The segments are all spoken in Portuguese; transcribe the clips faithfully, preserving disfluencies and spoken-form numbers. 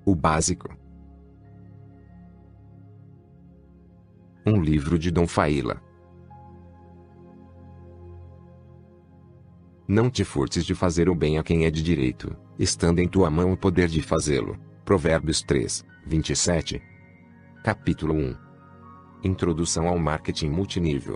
O básico. Um livro de Dom Failla. Não te furtes de fazer o bem a quem é de direito, estando em tua mão o poder de fazê-lo. Provérbios três, vinte e sete. Capítulo um. Introdução ao marketing multinível.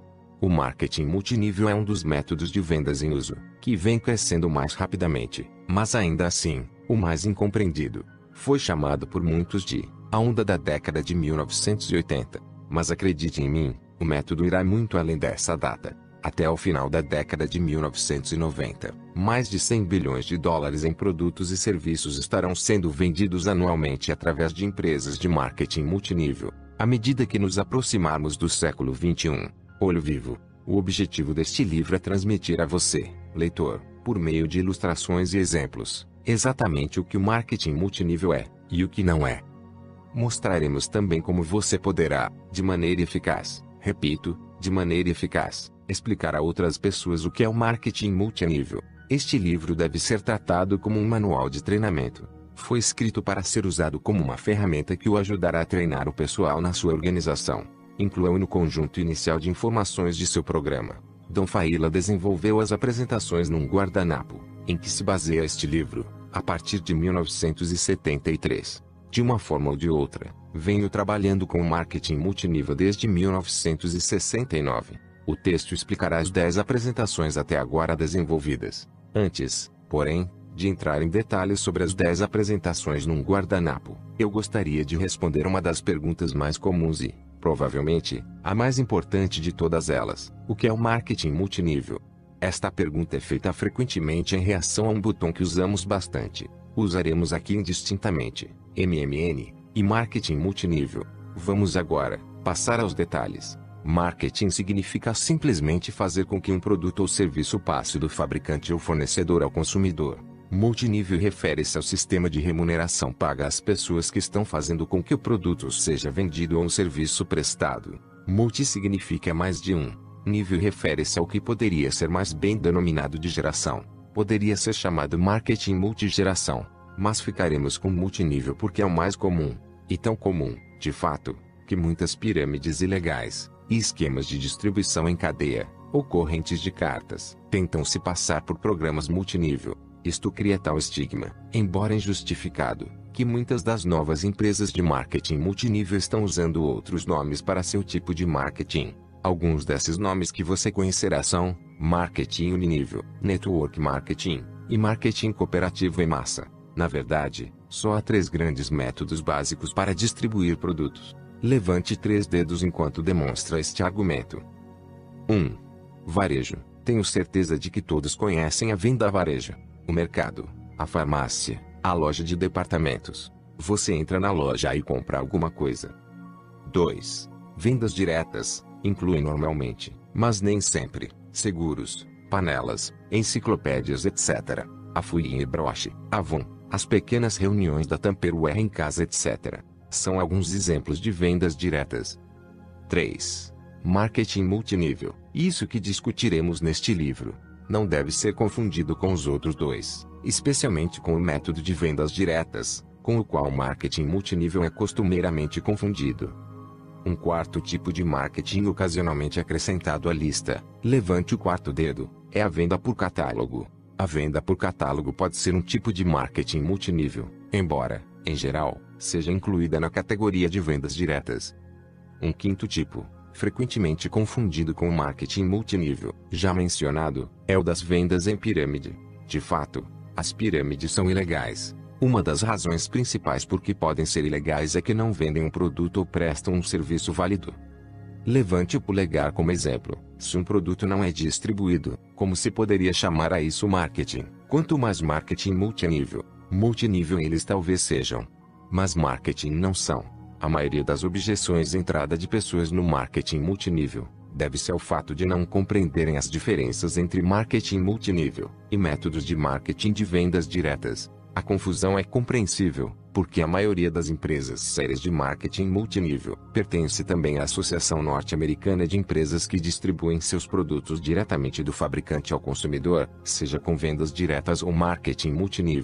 O marketing multinível é um dos métodos de vendas em uso, que vem crescendo mais rapidamente, mas ainda assim, o mais incompreendido. Foi chamado por muitos de a onda da década de mil novecentos e oitenta, mas acredite em mim, o método irá muito além dessa data. Até o final da década de mil novecentos e noventa, mais de cem bilhões de dólares em produtos e serviços estarão sendo vendidos anualmente através de empresas de marketing multinível. À medida que nos aproximarmos do século vinte e um, olho vivo, o objetivo deste livro é transmitir a você, leitor, por meio de ilustrações e exemplos, exatamente o que o marketing multinível é, e o que não é. Mostraremos também como você poderá, de maneira eficaz, repito, de maneira eficaz, explicar a outras pessoas o que é o marketing multinível. Este livro deve ser tratado como um manual de treinamento. Foi escrito para ser usado como uma ferramenta que o ajudará a treinar o pessoal na sua organização. Inclua-o no conjunto inicial de informações de seu programa. Dom Failla desenvolveu as apresentações num guardanapo, em que se baseia este livro, a partir de mil novecentos e setenta e três. De uma forma ou de outra, venho trabalhando com o marketing multinível desde mil novecentos e sessenta e nove. O texto explicará as dez apresentações até agora desenvolvidas. Antes, porém, de entrar em detalhes sobre as dez apresentações num guardanapo, eu gostaria de responder uma das perguntas mais comuns e, provavelmente, a mais importante de todas elas: o que é o marketing multinível? Esta pergunta é feita frequentemente em reação a um botão que usamos bastante. Usaremos aqui indistintamente M M N e marketing multinível. Vamos agora passar aos detalhes. Marketing significa simplesmente fazer com que um produto ou serviço passe do fabricante ou fornecedor ao consumidor. Multinível refere-se ao sistema de remuneração paga às pessoas que estão fazendo com que o produto seja vendido ou um serviço prestado. Multi significa mais de um. Nível refere-se ao que poderia ser mais bem denominado de geração. Poderia ser chamado marketing multigeração, mas ficaremos com multinível porque é o mais comum, e tão comum, de fato, que muitas pirâmides ilegais e esquemas de distribuição em cadeia, ou correntes de cartas, tentam se passar por programas multinível. Isto cria tal estigma, embora injustificado, que muitas das novas empresas de marketing multinível estão usando outros nomes para seu tipo de marketing. Alguns desses nomes que você conhecerá são marketing uninível, network marketing e marketing cooperativo em massa. Na verdade, só há três grandes métodos básicos para distribuir produtos. Levante três dedos enquanto demonstra este argumento. um. Varejo. Tenho certeza de que todos conhecem a venda a varejo. O mercado, a farmácia, a loja de departamentos. Você entra na loja e compra alguma coisa. dois. Vendas diretas. Incluem normalmente, mas nem sempre, seguros, panelas, enciclopédias, etcétera. A Fuin e Broche, Avon, as pequenas reuniões da Tupperware em casa, etcétera. São alguns exemplos de vendas diretas. três. Marketing multinível. Isso que discutiremos neste livro não deve ser confundido com os outros dois, especialmente com o método de vendas diretas, com o qual o marketing multinível é costumeiramente confundido. Um quarto tipo de marketing ocasionalmente acrescentado à lista, levante o quarto dedo, é a venda por catálogo. A venda por catálogo pode ser um tipo de marketing multinível, embora, em geral, seja incluída na categoria de vendas diretas. Um quinto tipo, frequentemente confundido com o marketing multinível, já mencionado, é o das vendas em pirâmide. De fato, as pirâmides são ilegais. Uma das razões principais por que podem ser ilegais é que não vendem um produto ou prestam um serviço válido. Levante o polegar como exemplo. Se um produto não é distribuído, como se poderia chamar a isso marketing? Quanto mais marketing multinível, multinível eles talvez sejam. Mas marketing não são. A maioria das objeções à entrada de pessoas no marketing multinível deve-se ao fato de não compreenderem as diferenças entre marketing multinível e métodos de marketing de vendas diretas. A confusão é compreensível, porque a maioria das empresas sérias de marketing multinível pertence também à Associação Norte-Americana de Empresas que distribuem seus produtos diretamente do fabricante ao consumidor, seja com vendas diretas ou marketing multinível.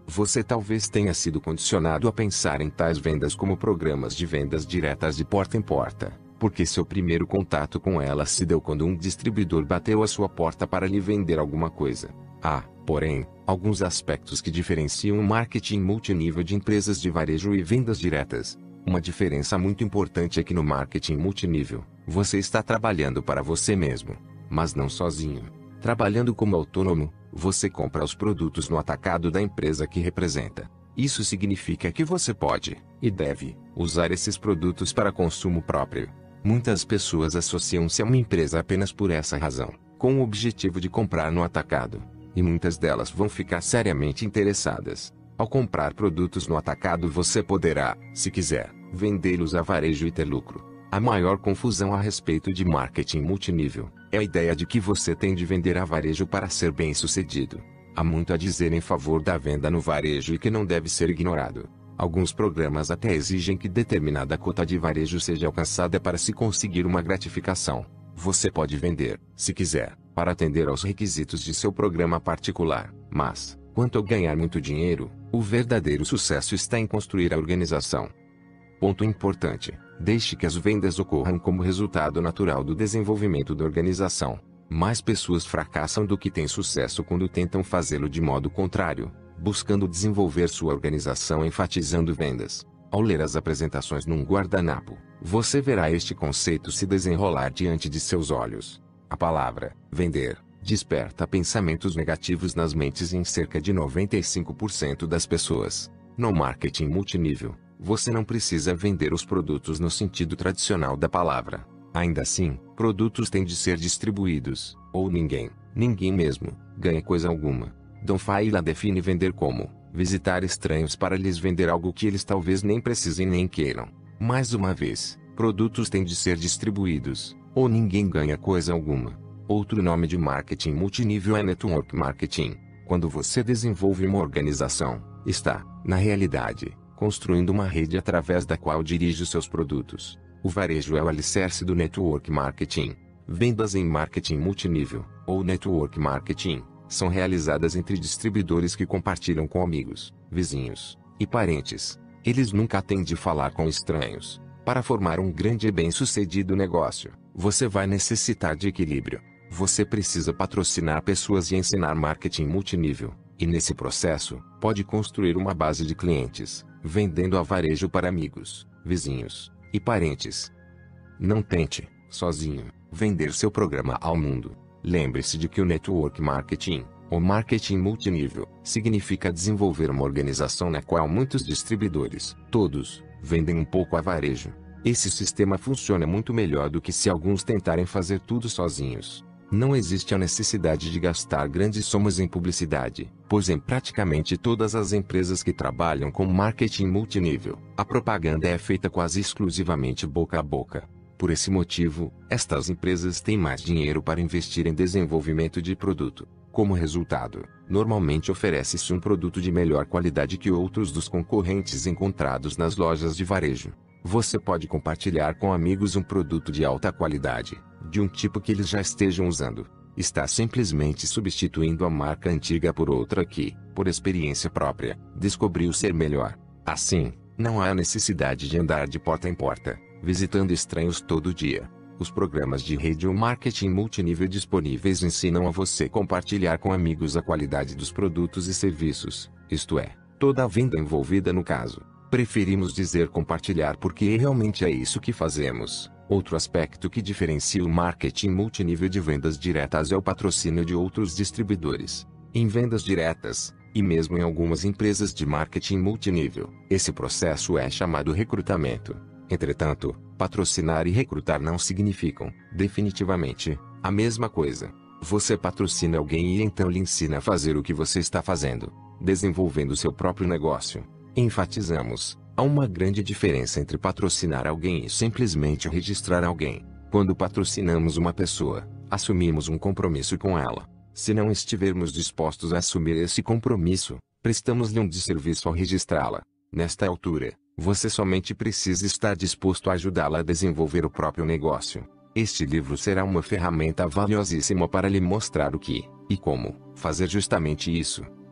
Você talvez tenha sido condicionado a pensar em tais vendas como programas de vendas diretas de porta em porta, porque seu primeiro contato com elas se deu quando um distribuidor bateu à sua porta para lhe vender alguma coisa. Há, porém, alguns aspectos que diferenciam o marketing multinível de empresas de varejo e vendas diretas. Uma diferença muito importante é que no marketing multinível, você está trabalhando para você mesmo, mas não sozinho. Trabalhando como autônomo, você compra os produtos no atacado da empresa que representa. Isso significa que você pode, e deve, usar esses produtos para consumo próprio. Muitas pessoas associam-se a uma empresa apenas por essa razão, com o objetivo de comprar no atacado. E muitas delas vão ficar seriamente interessadas. Ao comprar produtos no atacado você poderá, se quiser, vendê-los a varejo e ter lucro. A maior confusão a respeito de marketing multinível é a ideia de que você tem de vender a varejo para ser bem-sucedido. Há muito a dizer em favor da venda no varejo e que não deve ser ignorado. Alguns programas até exigem que determinada cota de varejo seja alcançada para se conseguir uma gratificação. Você pode vender, se quiser, para atender aos requisitos de seu programa particular, mas, quanto a ganhar muito dinheiro, o verdadeiro sucesso está em construir a organização. Ponto importante: deixe que as vendas ocorram como resultado natural do desenvolvimento da organização. Mais pessoas fracassam do que têm sucesso quando tentam fazê-lo de modo contrário, buscando desenvolver sua organização enfatizando vendas. Ao ler as apresentações num guardanapo, você verá este conceito se desenrolar diante de seus olhos. A palavra vender desperta pensamentos negativos nas mentes em cerca de noventa e cinco por cento das pessoas. No marketing multinível, você não precisa vender os produtos no sentido tradicional da palavra. Ainda assim, produtos têm de ser distribuídos, ou ninguém, ninguém mesmo, ganha coisa alguma. Don Faila define vender como visitar estranhos para lhes vender algo que eles talvez nem precisem nem queiram. Mais uma vez, produtos têm de ser distribuídos, ou ninguém ganha coisa alguma. Outro nome de marketing multinível é network marketing. Quando você desenvolve uma organização, está, na realidade, construindo uma rede através da qual dirige os seus produtos. O varejo é o alicerce do network marketing. Vendas em marketing multinível, ou network marketing, são realizadas entre distribuidores que compartilham com amigos, vizinhos e parentes. Eles nunca têm de falar com estranhos. Para formar um grande e bem-sucedido negócio, você vai necessitar de equilíbrio. Você precisa patrocinar pessoas e ensinar marketing multinível, e nesse processo, pode construir uma base de clientes, vendendo a varejo para amigos, vizinhos e parentes. Não tente, sozinho, vender seu programa ao mundo. Lembre-se de que o network marketing, ou marketing multinível, significa desenvolver uma organização na qual muitos distribuidores, todos, vendem um pouco a varejo. Esse sistema funciona muito melhor do que se alguns tentarem fazer tudo sozinhos. Não existe a necessidade de gastar grandes somas em publicidade, pois em praticamente todas as empresas que trabalham com marketing multinível, a propaganda é feita quase exclusivamente boca a boca. Por esse motivo, estas empresas têm mais dinheiro para investir em desenvolvimento de produto. Como resultado, normalmente oferece-se um produto de melhor qualidade que outros dos concorrentes encontrados nas lojas de varejo. Você pode compartilhar com amigos um produto de alta qualidade, de um tipo que eles já estejam usando. Está simplesmente substituindo a marca antiga por outra que, por experiência própria, descobriu ser melhor. Assim, não há necessidade de andar de porta em porta, visitando estranhos todo dia. Os programas de rede ou marketing multinível disponíveis ensinam a você compartilhar com amigos a qualidade dos produtos e serviços, isto é, toda a venda envolvida no caso. Preferimos dizer compartilhar porque realmente é isso que fazemos. Outro aspecto que diferencia o marketing multinível de vendas diretas é o patrocínio de outros distribuidores. Em vendas diretas, e mesmo em algumas empresas de marketing multinível, esse processo é chamado recrutamento. Entretanto, patrocinar e recrutar não significam, definitivamente, a mesma coisa. Você patrocina alguém e então lhe ensina a fazer o que você está fazendo, desenvolvendo seu próprio negócio. Enfatizamos, há uma grande diferença entre patrocinar alguém e simplesmente registrar alguém. Quando patrocinamos uma pessoa, assumimos um compromisso com ela. Se não estivermos dispostos a assumir esse compromisso, prestamos-lhe um desserviço ao registrá-la. Nesta altura, você somente precisa estar disposto a ajudá-la a desenvolver o próprio negócio. Este livro será uma ferramenta valiosíssima para lhe mostrar o que, e como, fazer justamente isso.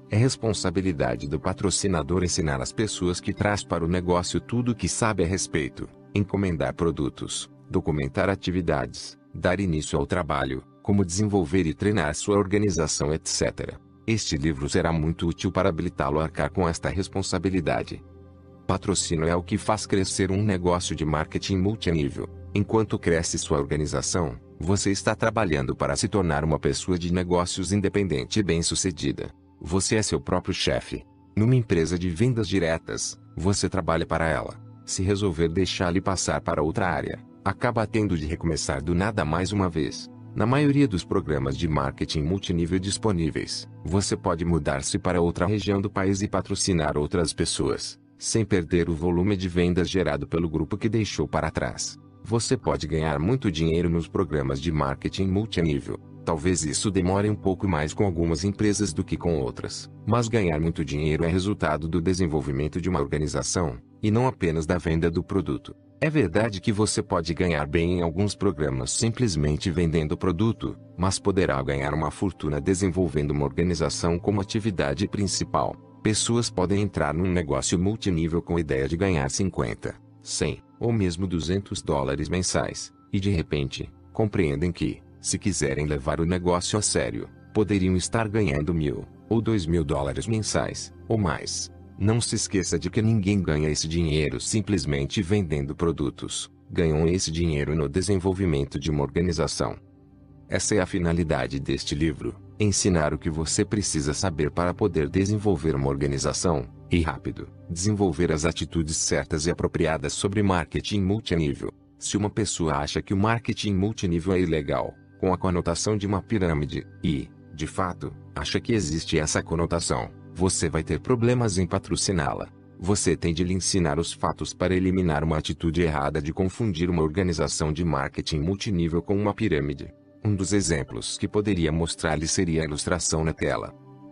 É responsabilidade do patrocinador ensinar as pessoas que traz para o negócio tudo o que sabe a respeito, encomendar produtos, documentar atividades, dar início ao trabalho, como desenvolver e treinar sua organização, etcétera. Este livro será muito útil para habilitá-lo a arcar com esta responsabilidade. Patrocínio é o que faz crescer um negócio de marketing multinível. Enquanto cresce sua organização, você está trabalhando para se tornar uma pessoa de negócios independente e bem-sucedida. Você é seu próprio chefe. Numa empresa de vendas diretas, você trabalha para ela. Se resolver deixá-la passar para outra área, acaba tendo de recomeçar do nada mais uma vez. Na maioria dos programas de marketing multinível disponíveis, você pode mudar-se para outra região do país e patrocinar outras pessoas, sem perder o volume de vendas gerado pelo grupo que deixou para trás. Você pode ganhar muito dinheiro nos programas de marketing multinível. Talvez isso demore um pouco mais com algumas empresas do que com outras, mas ganhar muito dinheiro é resultado do desenvolvimento de uma organização, e não apenas da venda do produto. É verdade que você pode ganhar bem em alguns programas simplesmente vendendo o produto, mas poderá ganhar uma fortuna desenvolvendo uma organização como atividade principal. Pessoas podem entrar num negócio multinível com a ideia de ganhar cinquenta, cem, ou mesmo duzentos dólares mensais, e de repente, compreendem que, se quiserem levar o negócio a sério, poderiam estar ganhando mil, ou dois mil dólares mensais, ou mais. Não se esqueça de que ninguém ganha esse dinheiro simplesmente vendendo produtos. Ganham esse dinheiro no desenvolvimento de uma organização. Essa é a finalidade deste livro: ensinar o que você precisa saber para poder desenvolver uma organização, e rápido, desenvolver as atitudes certas e apropriadas sobre marketing multinível. Se uma pessoa acha que o marketing multinível é ilegal, com a conotação de uma pirâmide, e, de fato, acha que existe essa conotação, você vai ter problemas em patrociná-la. Você tem de lhe ensinar os fatos para eliminar uma atitude errada de confundir uma organização de marketing multinível com uma pirâmide. Um dos exemplos que poderia mostrar-lhe seria a ilustração na tela.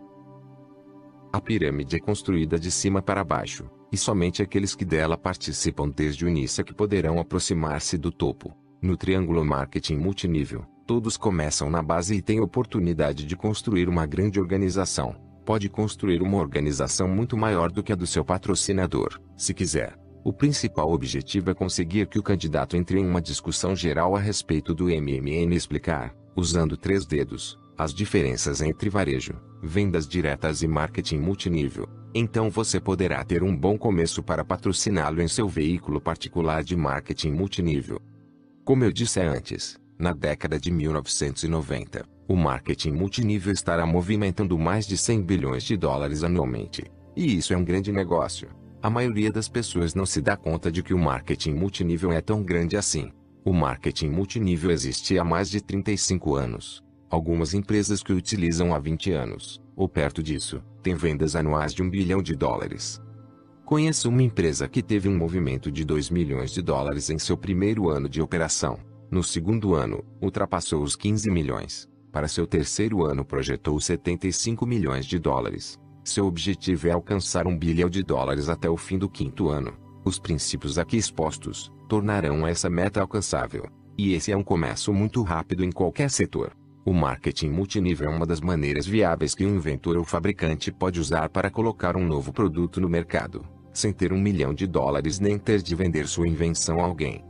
A pirâmide é construída de cima para baixo, e somente aqueles que dela participam desde o início é que poderão aproximar-se do topo. No triângulo marketing multinível, todos começam na base e têm oportunidade de construir uma grande organização. Pode construir uma organização muito maior do que a do seu patrocinador, se quiser. O principal objetivo é conseguir que o candidato entre em uma discussão geral a respeito do M M M e explicar, usando três dedos, as diferenças entre varejo, vendas diretas e marketing multinível. Então você poderá ter um bom começo para patrociná-lo em seu veículo particular de marketing multinível. Como eu disse antes, na década de mil novecentos e noventa, o marketing multinível estará movimentando mais de cem bilhões de dólares anualmente. E isso é um grande negócio. A maioria das pessoas não se dá conta de que o marketing multinível é tão grande assim. O marketing multinível existe há mais de trinta e cinco anos. Algumas empresas que o utilizam há vinte anos, ou perto disso, têm vendas anuais de um bilhão de dólares. Conheço uma empresa que teve um movimento de dois milhões de dólares em seu primeiro ano de operação. No segundo ano, ultrapassou os quinze milhões. Para seu terceiro ano projetou setenta e cinco milhões de dólares. Seu objetivo é alcançar um bilhão de dólares até o fim do quinto ano. Os princípios aqui expostos tornarão essa meta alcançável. E esse é um começo muito rápido em qualquer setor. O marketing multinível é uma das maneiras viáveis que um inventor ou fabricante pode usar para colocar um novo produto no mercado, sem ter um milhão de dólares nem ter de vender sua invenção a alguém.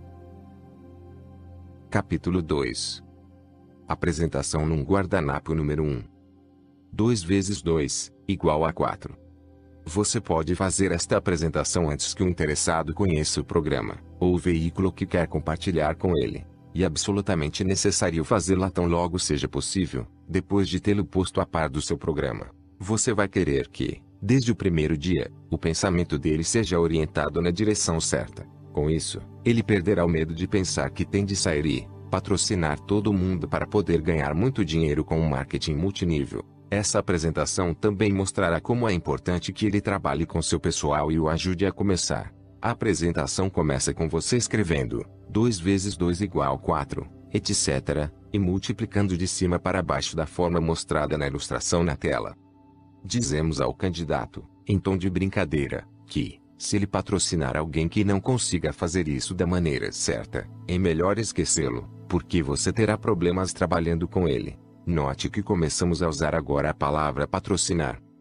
Capítulo dois. Apresentação num guardanapo número um. dois vezes dois, igual a quatro. Você pode fazer esta apresentação antes que o interessado conheça o programa, ou o veículo que quer compartilhar com ele. E é absolutamente necessário fazê-la tão logo seja possível, depois de tê-lo posto a par do seu programa. Você vai querer que, desde o primeiro dia, o pensamento dele seja orientado na direção certa. Com isso, ele perderá o medo de pensar que tem de sair e patrocinar todo mundo para poder ganhar muito dinheiro com o marketing multinível. Essa apresentação também mostrará como é importante que ele trabalhe com seu pessoal e o ajude a começar. A apresentação começa com você escrevendo dois vezes dois igual quatro, etcétera, e multiplicando de cima para baixo da forma mostrada na ilustração na tela. Dizemos ao candidato, em tom de brincadeira, que, se ele patrocinar alguém que não consiga fazer isso da maneira certa, é melhor esquecê-lo, porque você terá problemas trabalhando com ele. Note que começamos a usar agora a palavra patrocinar,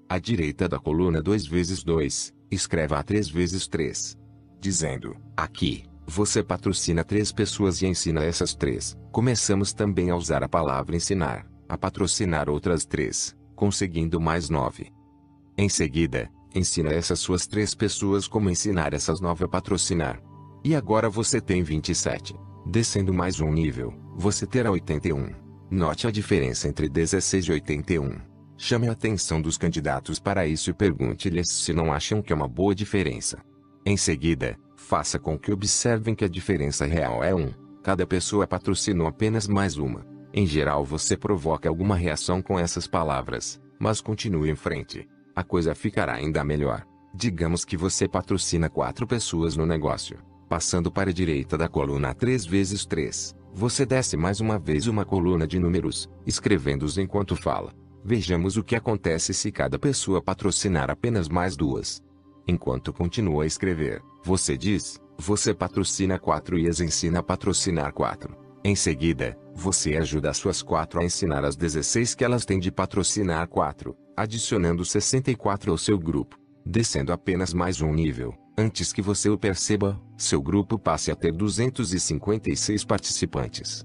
À direita da coluna dois vezes dois, escreva a três vezes três. Dizendo, aqui, você patrocina três pessoas e ensina essas três. Começamos também a usar a palavra ensinar, a patrocinar outras três, conseguindo mais nove. Em seguida, ensina essas suas três pessoas como ensinar essas nove a patrocinar. E agora você tem vinte e sete. Descendo mais um nível, você terá oitenta e um. Note a diferença entre dezesseis e oitenta e um. Chame a atenção dos candidatos para isso e pergunte-lhes se não acham que é uma boa diferença. Em seguida, faça com que observem que a diferença real é um. Cada pessoa patrocinou apenas mais uma. Em geral você provoca alguma reação com essas palavras, mas continue em frente. A coisa ficará ainda melhor. Digamos que você patrocina quatro pessoas no negócio. Passando para a direita da coluna três vezes três, você desce mais uma vez uma coluna de números, escrevendo-os enquanto fala. Vejamos o que acontece se cada pessoa patrocinar apenas mais duas. Enquanto continua a escrever, você diz, você patrocina quatro e as ensina a patrocinar quatro. Em seguida, você ajuda as suas quatro a ensinar as dezesseis que elas têm de patrocinar quatro, adicionando sessenta e quatro ao seu grupo. Descendo apenas mais um nível, antes que você o perceba, seu grupo passe a ter duzentos e cinquenta e seis participantes.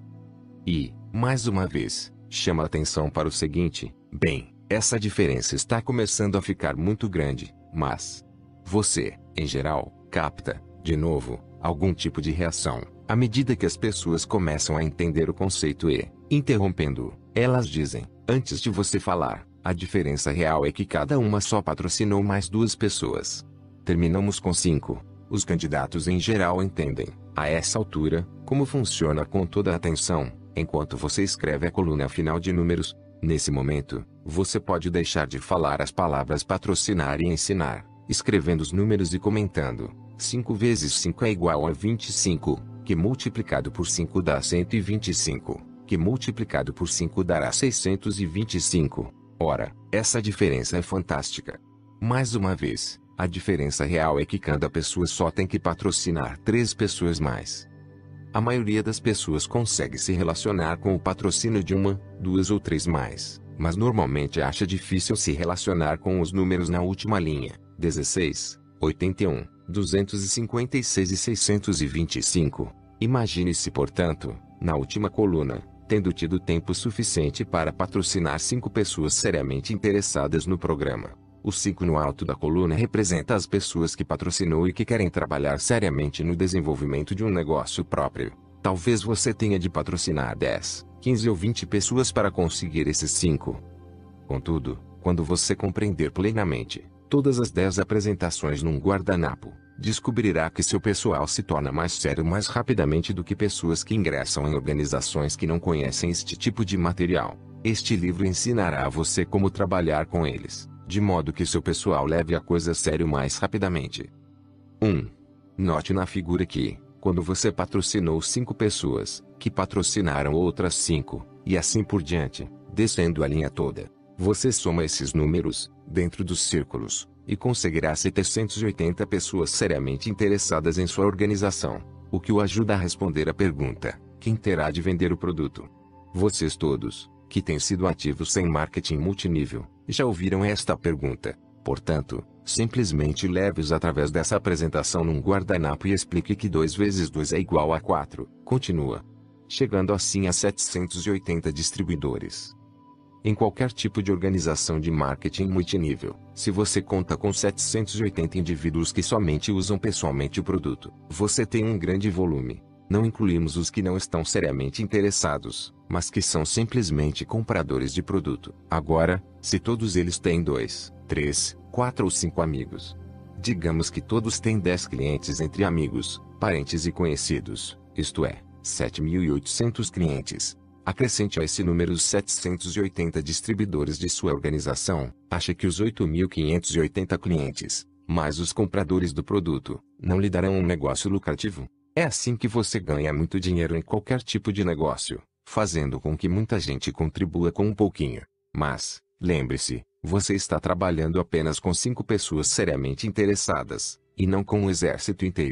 E, mais uma vez, chama a atenção para o seguinte, bem, essa diferença está começando a ficar muito grande, mas você, em geral, capta, de novo, algum tipo de reação, à medida que as pessoas começam a entender o conceito e, interrompendo-o, elas dizem, antes de você falar, a diferença real é que cada uma só patrocinou mais duas pessoas. Terminamos com cinco. Os candidatos em geral entendem, a essa altura, como funciona com toda a atenção, enquanto você escreve a coluna final de números. Nesse momento, você pode deixar de falar as palavras patrocinar e ensinar, escrevendo os números e comentando. cinco vezes cinco é igual a vinte e cinco, que multiplicado por cinco dá cento e vinte e cinco, que multiplicado por cinco dará seiscentos e vinte e cinco. Ora, essa diferença é fantástica. Mais uma vez, a diferença real é que cada pessoa só tem que patrocinar três pessoas mais. A maioria das pessoas consegue se relacionar com o patrocínio de uma, duas ou três mais, mas normalmente acha difícil se relacionar com os números na última linha, dezesseis, oitenta e um, duzentos e cinquenta e seis e seiscentos e vinte e cinco. Imagine-se, portanto, na última coluna, tendo tido tempo suficiente para patrocinar cinco pessoas seriamente interessadas no programa. O cinco no alto da coluna representa as pessoas que patrocinou e que querem trabalhar seriamente no desenvolvimento de um negócio próprio. Talvez você tenha de patrocinar dez, quinze ou vinte pessoas para conseguir esses cinco. Contudo, quando você compreender plenamente todas as dez apresentações num guardanapo, descobrirá que seu pessoal se torna mais sério mais rapidamente do que pessoas que ingressam em organizações que não conhecem este tipo de material. Este livro ensinará a você como trabalhar com eles, de modo que seu pessoal leve a coisa a sério mais rapidamente. um. Note na figura que, quando você patrocinou cinco pessoas, que patrocinaram outras cinco, e assim por diante, descendo a linha toda, você soma esses números, dentro dos círculos, e conseguirá setecentas e oitenta pessoas seriamente interessadas em sua organização, o que o ajuda a responder a pergunta, quem terá de vender o produto? Vocês todos, que têm sido ativos em marketing multinível, já ouviram esta pergunta. Portanto, simplesmente leve-os através dessa apresentação num guardanapo e explique que dois vezes dois é igual a quatro. Continua. Chegando assim a setecentos e oitenta distribuidores. Em qualquer tipo de organização de marketing multinível, se você conta com setecentos e oitenta indivíduos que somente usam pessoalmente o produto, você tem um grande volume. Não incluímos os que não estão seriamente interessados, mas que são simplesmente compradores de produto. Agora, se todos eles têm dois, três, quatro ou cinco amigos. Digamos que todos têm dez clientes entre amigos, parentes e conhecidos, isto é, sete mil e oitocentos clientes. Acrescente a esse número os setecentos e oitenta distribuidores de sua organização. Acha que os oito mil quinhentos e oitenta clientes, mais os compradores do produto, não lhe darão um negócio lucrativo? É assim que você ganha muito dinheiro em qualquer tipo de negócio, fazendo com que muita gente contribua com um pouquinho. Mas, lembre-se, você está trabalhando apenas com cinco pessoas seriamente interessadas, e não com um exército inteiro.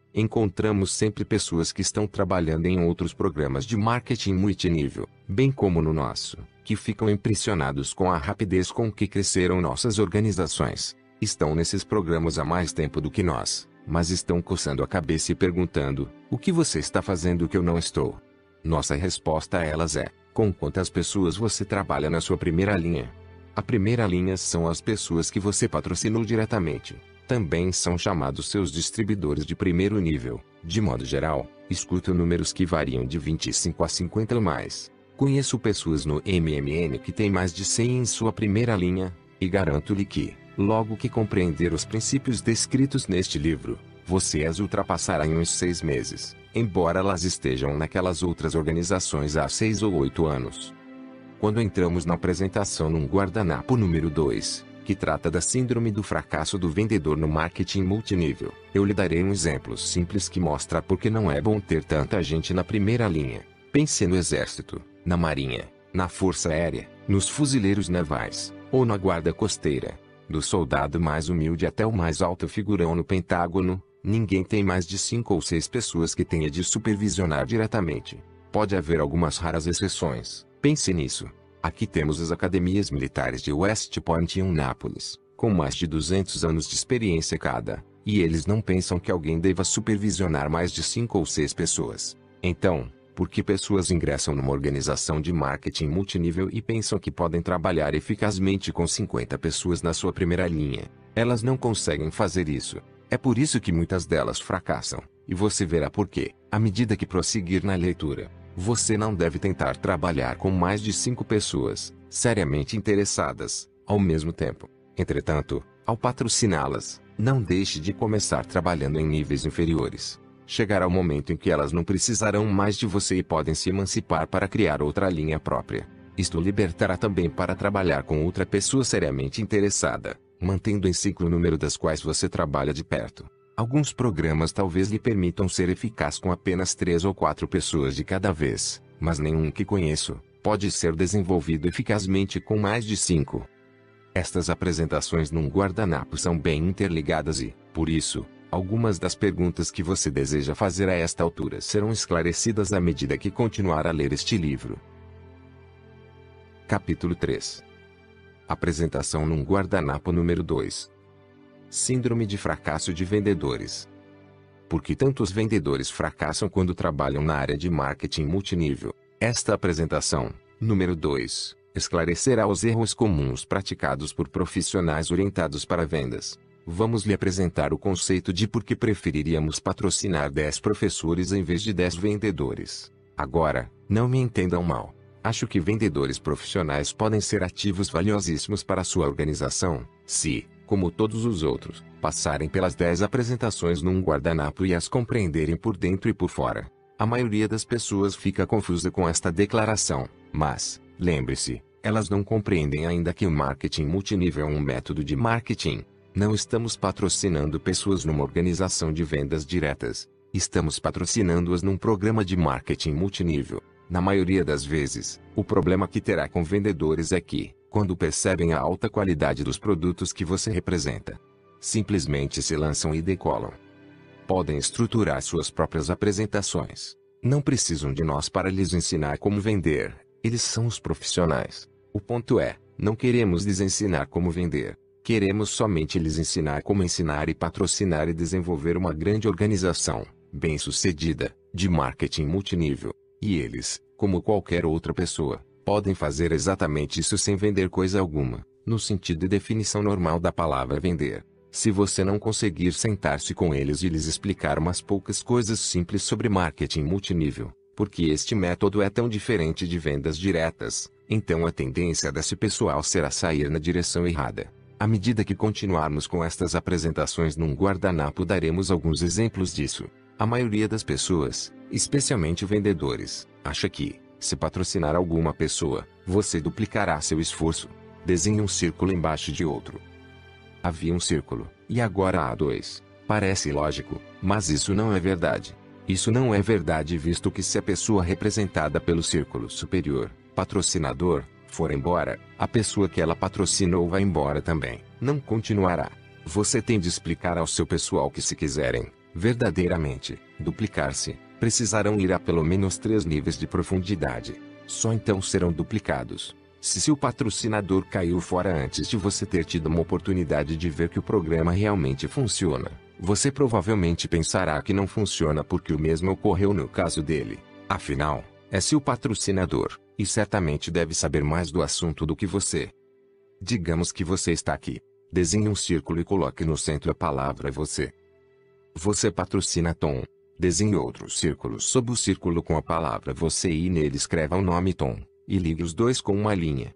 Encontramos sempre pessoas que estão trabalhando em outros programas de marketing multinível, bem como no nosso, que ficam impressionados com a rapidez com que cresceram nossas organizações. Estão nesses programas há mais tempo do que nós, mas estão coçando a cabeça e perguntando: o que você está fazendo que eu não estou? Nossa resposta a elas é: com quantas pessoas você trabalha na sua primeira linha? A primeira linha são as pessoas que você patrocinou diretamente. Também são chamados seus distribuidores de primeiro nível. De modo geral, escuto números que variam de vinte e cinco a cinquenta ou mais. Conheço pessoas no M M N que têm mais de cem em sua primeira linha, e garanto-lhe que, logo que compreender os princípios descritos neste livro, você as ultrapassará em uns seis meses, embora elas estejam naquelas outras organizações há seis ou oito anos. Quando entramos na apresentação num guardanapo número dois, que trata da síndrome do fracasso do vendedor no marketing multinível, eu lhe darei um exemplo simples que mostra por que não é bom ter tanta gente na primeira linha. Pense no exército, na marinha, na força aérea, nos fuzileiros navais, ou na guarda costeira. Do soldado mais humilde até o mais alto figurão no Pentágono, ninguém tem mais de cinco ou seis pessoas que tenha de supervisionar diretamente. Pode haver algumas raras exceções, pense nisso. Aqui temos as academias militares de West Point e Annapolis, com mais de duzentos anos de experiência cada, e eles não pensam que alguém deva supervisionar mais de cinco ou seis pessoas. Então, por que pessoas ingressam numa organização de marketing multinível e pensam que podem trabalhar eficazmente com cinquenta pessoas na sua primeira linha? Elas não conseguem fazer isso. É por isso que muitas delas fracassam, e você verá por quê, à medida que prosseguir na leitura. Você não deve tentar trabalhar com mais de cinco pessoas, seriamente interessadas, ao mesmo tempo. Entretanto, ao patrociná-las, não deixe de começar trabalhando em níveis inferiores. Chegará o momento em que elas não precisarão mais de você e podem se emancipar para criar outra linha própria. Isto libertará também para trabalhar com outra pessoa seriamente interessada, mantendo em ciclo o número das quais você trabalha de perto. Alguns programas talvez lhe permitam ser eficaz com apenas três ou quatro pessoas de cada vez, mas nenhum que conheço pode ser desenvolvido eficazmente com mais de cinco. Estas apresentações num guardanapo são bem interligadas e, por isso, algumas das perguntas que você deseja fazer a esta altura serão esclarecidas à medida que continuar a ler este livro. Capítulo três. Apresentação num guardanapo número dois. Síndrome de fracasso de vendedores. Por que tantos vendedores fracassam quando trabalham na área de marketing multinível? Esta apresentação, número dois, esclarecerá os erros comuns praticados por profissionais orientados para vendas. Vamos lhe apresentar o conceito de por que preferiríamos patrocinar dez professores em vez de dez vendedores. Agora, não me entendam mal. Acho que vendedores profissionais podem ser ativos valiosíssimos para a sua organização, se, como todos os outros, passarem pelas dez apresentações num guardanapo e as compreenderem por dentro e por fora. A maioria das pessoas fica confusa com esta declaração, mas, lembre-se, elas não compreendem ainda que o marketing multinível é um método de marketing. Não estamos patrocinando pessoas numa organização de vendas diretas. Estamos patrocinando-as num programa de marketing multinível. Na maioria das vezes, o problema que terá com vendedores é que, quando percebem a alta qualidade dos produtos que você representa, simplesmente se lançam e decolam. Podem estruturar suas próprias apresentações. Não precisam de nós para lhes ensinar como vender. Eles são os profissionais. O ponto é, não queremos lhes ensinar como vender. Queremos somente lhes ensinar como ensinar e patrocinar e desenvolver uma grande organização, bem-sucedida, de marketing multinível. E eles, como qualquer outra pessoa, podem fazer exatamente isso sem vender coisa alguma, no sentido e definição normal da palavra vender. Se você não conseguir sentar-se com eles e lhes explicar umas poucas coisas simples sobre marketing multinível, porque este método é tão diferente de vendas diretas, então a tendência desse pessoal será sair na direção errada. À medida que continuarmos com estas apresentações num guardanapo, daremos alguns exemplos disso. A maioria das pessoas, especialmente vendedores, acha que, se patrocinar alguma pessoa, você duplicará seu esforço. Desenhe um círculo embaixo de outro. Havia um círculo, e agora há dois. Parece lógico, mas isso não é verdade. Isso não é verdade visto que se a pessoa representada pelo círculo superior, patrocinador, for embora, a pessoa que ela patrocinou vai embora também, não continuará. Você tem de explicar ao seu pessoal que se quiserem verdadeiramente duplicar-se, precisarão ir a pelo menos três níveis de profundidade. Só então serão duplicados. Se seu patrocinador caiu fora antes de você ter tido uma oportunidade de ver que o programa realmente funciona, você provavelmente pensará que não funciona porque o mesmo ocorreu no caso dele. Afinal, é seu patrocinador, e certamente deve saber mais do assunto do que você. Digamos que você está aqui. Desenhe um círculo e coloque no centro a palavra você. Você patrocina Tom. Desenhe outro círculo sob o círculo com a palavra você e nele escreva o nome Tom, e ligue os dois com uma linha.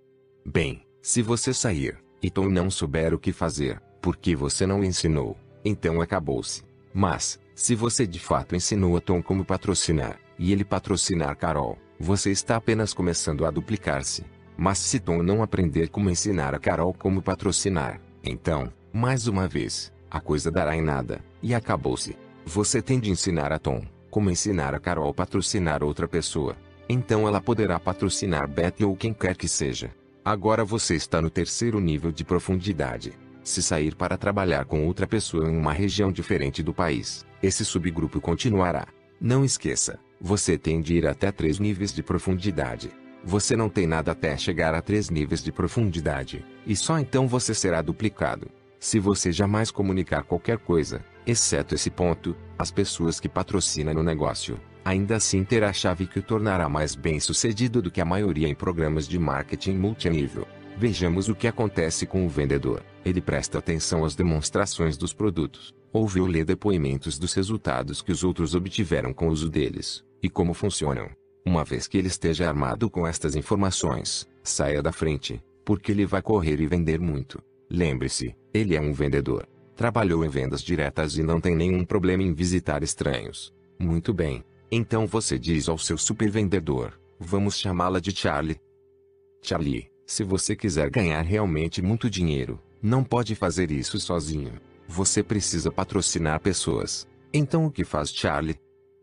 Bem, se você sair, e Tom não souber o que fazer, porque você não ensinou, então acabou-se. Mas, se você de fato ensinou a Tom como patrocinar, e ele patrocinar Carol, você está apenas começando a duplicar-se. Mas se Tom não aprender como ensinar a Carol como patrocinar, então, mais uma vez, a coisa dará em nada, e acabou-se. Você tem de ensinar a Tom como ensinar a Carol a patrocinar outra pessoa. Então ela poderá patrocinar Betty ou quem quer que seja. Agora você está no terceiro nível de profundidade. Se sair para trabalhar com outra pessoa em uma região diferente do país, esse subgrupo continuará. Não esqueça, você tem de ir até três níveis de profundidade. Você não tem nada até chegar a três níveis de profundidade, e só então você será duplicado. Se você jamais comunicar qualquer coisa, exceto esse ponto, as pessoas que patrocinam no negócio, ainda assim terá a chave que o tornará mais bem-sucedido do que a maioria em programas de marketing multinível. Vejamos o que acontece com o vendedor. Ele presta atenção às demonstrações dos produtos, ouve ou lê depoimentos dos resultados que os outros obtiveram com o uso deles, e como funcionam. Uma vez que ele esteja armado com estas informações, saia da frente, porque ele vai correr e vender muito. Lembre-se, ele é um vendedor. Trabalhou em vendas diretas e não tem nenhum problema em visitar estranhos. Muito bem. Então você diz ao seu supervendedor, vamos chamá-la de Charlie. Charlie, se você quiser ganhar realmente muito dinheiro, não pode fazer isso sozinho. Você precisa patrocinar pessoas. Então o que faz Charlie?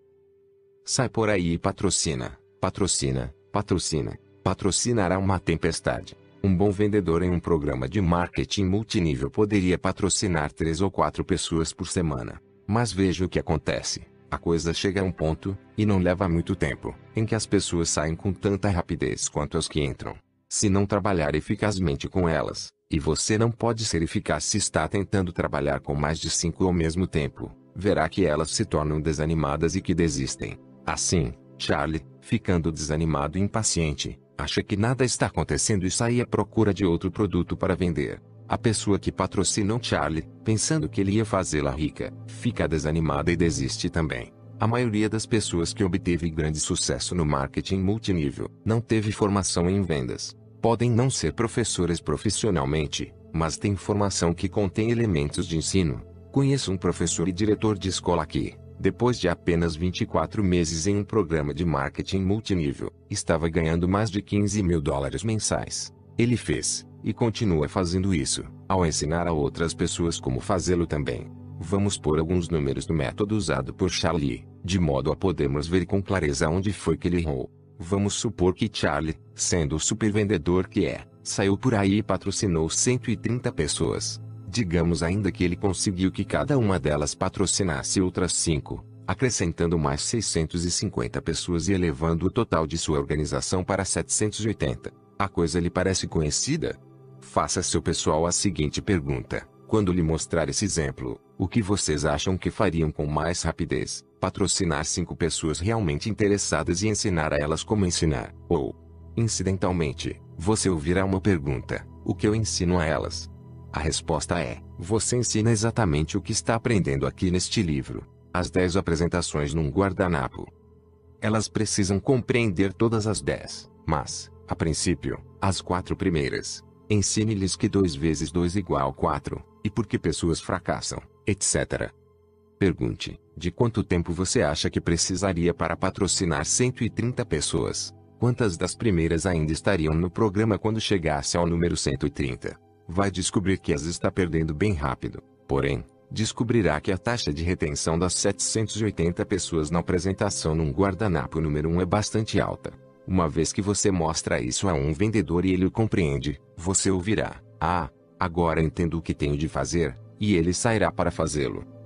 Sai por aí e patrocina, patrocina, patrocina. Patrocinará uma tempestade. Um bom vendedor em um programa de marketing multinível poderia patrocinar três ou quatro pessoas por semana. Mas veja o que acontece. A coisa chega a um ponto, e não leva muito tempo, em que as pessoas saem com tanta rapidez quanto as que entram. Se não trabalhar eficazmente com elas, e você não pode ser eficaz se está tentando trabalhar com mais de cinco ao mesmo tempo, verá que elas se tornam desanimadas e que desistem. Assim, Charlie, ficando desanimado e impaciente, acha que nada está acontecendo e sai à procura de outro produto para vender. A pessoa que patrocinou Charlie, pensando que ele ia fazê-la rica, fica desanimada e desiste também. A maioria das pessoas que obteve grande sucesso no marketing multinível, não teve formação em vendas. Podem não ser professores profissionalmente, mas têm formação que contém elementos de ensino. Conheço um professor e diretor de escola que, depois de apenas vinte e quatro meses em um programa de marketing multinível, estava ganhando mais de quinze mil dólares mensais. Ele fez, e continua fazendo isso, ao ensinar a outras pessoas como fazê-lo também. Vamos pôr alguns números do método usado por Charlie, de modo a podermos ver com clareza onde foi que ele errou. Vamos supor que Charlie, sendo o supervendedor que é, saiu por aí e patrocinou cento e trinta pessoas. Digamos ainda que ele conseguiu que cada uma delas patrocinasse outras cinco, acrescentando mais seiscentas e cinquenta pessoas e elevando o total de sua organização para setecentos e oitenta. A coisa lhe parece conhecida? Faça a seu pessoal a seguinte pergunta: quando lhe mostrar esse exemplo, o que vocês acham que fariam com mais rapidez? Patrocinar cinco pessoas realmente interessadas e ensinar a elas como ensinar? Ou, incidentalmente, você ouvirá uma pergunta: o que eu ensino a elas? A resposta é: você ensina exatamente o que está aprendendo aqui neste livro. As dez apresentações num guardanapo. Elas precisam compreender todas as dez, mas, a princípio, as quatro primeiras. Ensine-lhes que dois vezes dois igual quatro, e por que pessoas fracassam, etcétera. Pergunte: de quanto tempo você acha que precisaria para patrocinar cento e trinta pessoas? Quantas das primeiras ainda estariam no programa quando chegasse ao número cento e trinta? Vai descobrir que as está perdendo bem rápido. Porém, descobrirá que a taxa de retenção das setecentas e oitenta pessoas na apresentação num guardanapo número um é bastante alta. Uma vez que você mostra isso a um vendedor e ele o compreende, você ouvirá: ah, agora entendo o que tenho de fazer, e ele sairá para fazê-lo.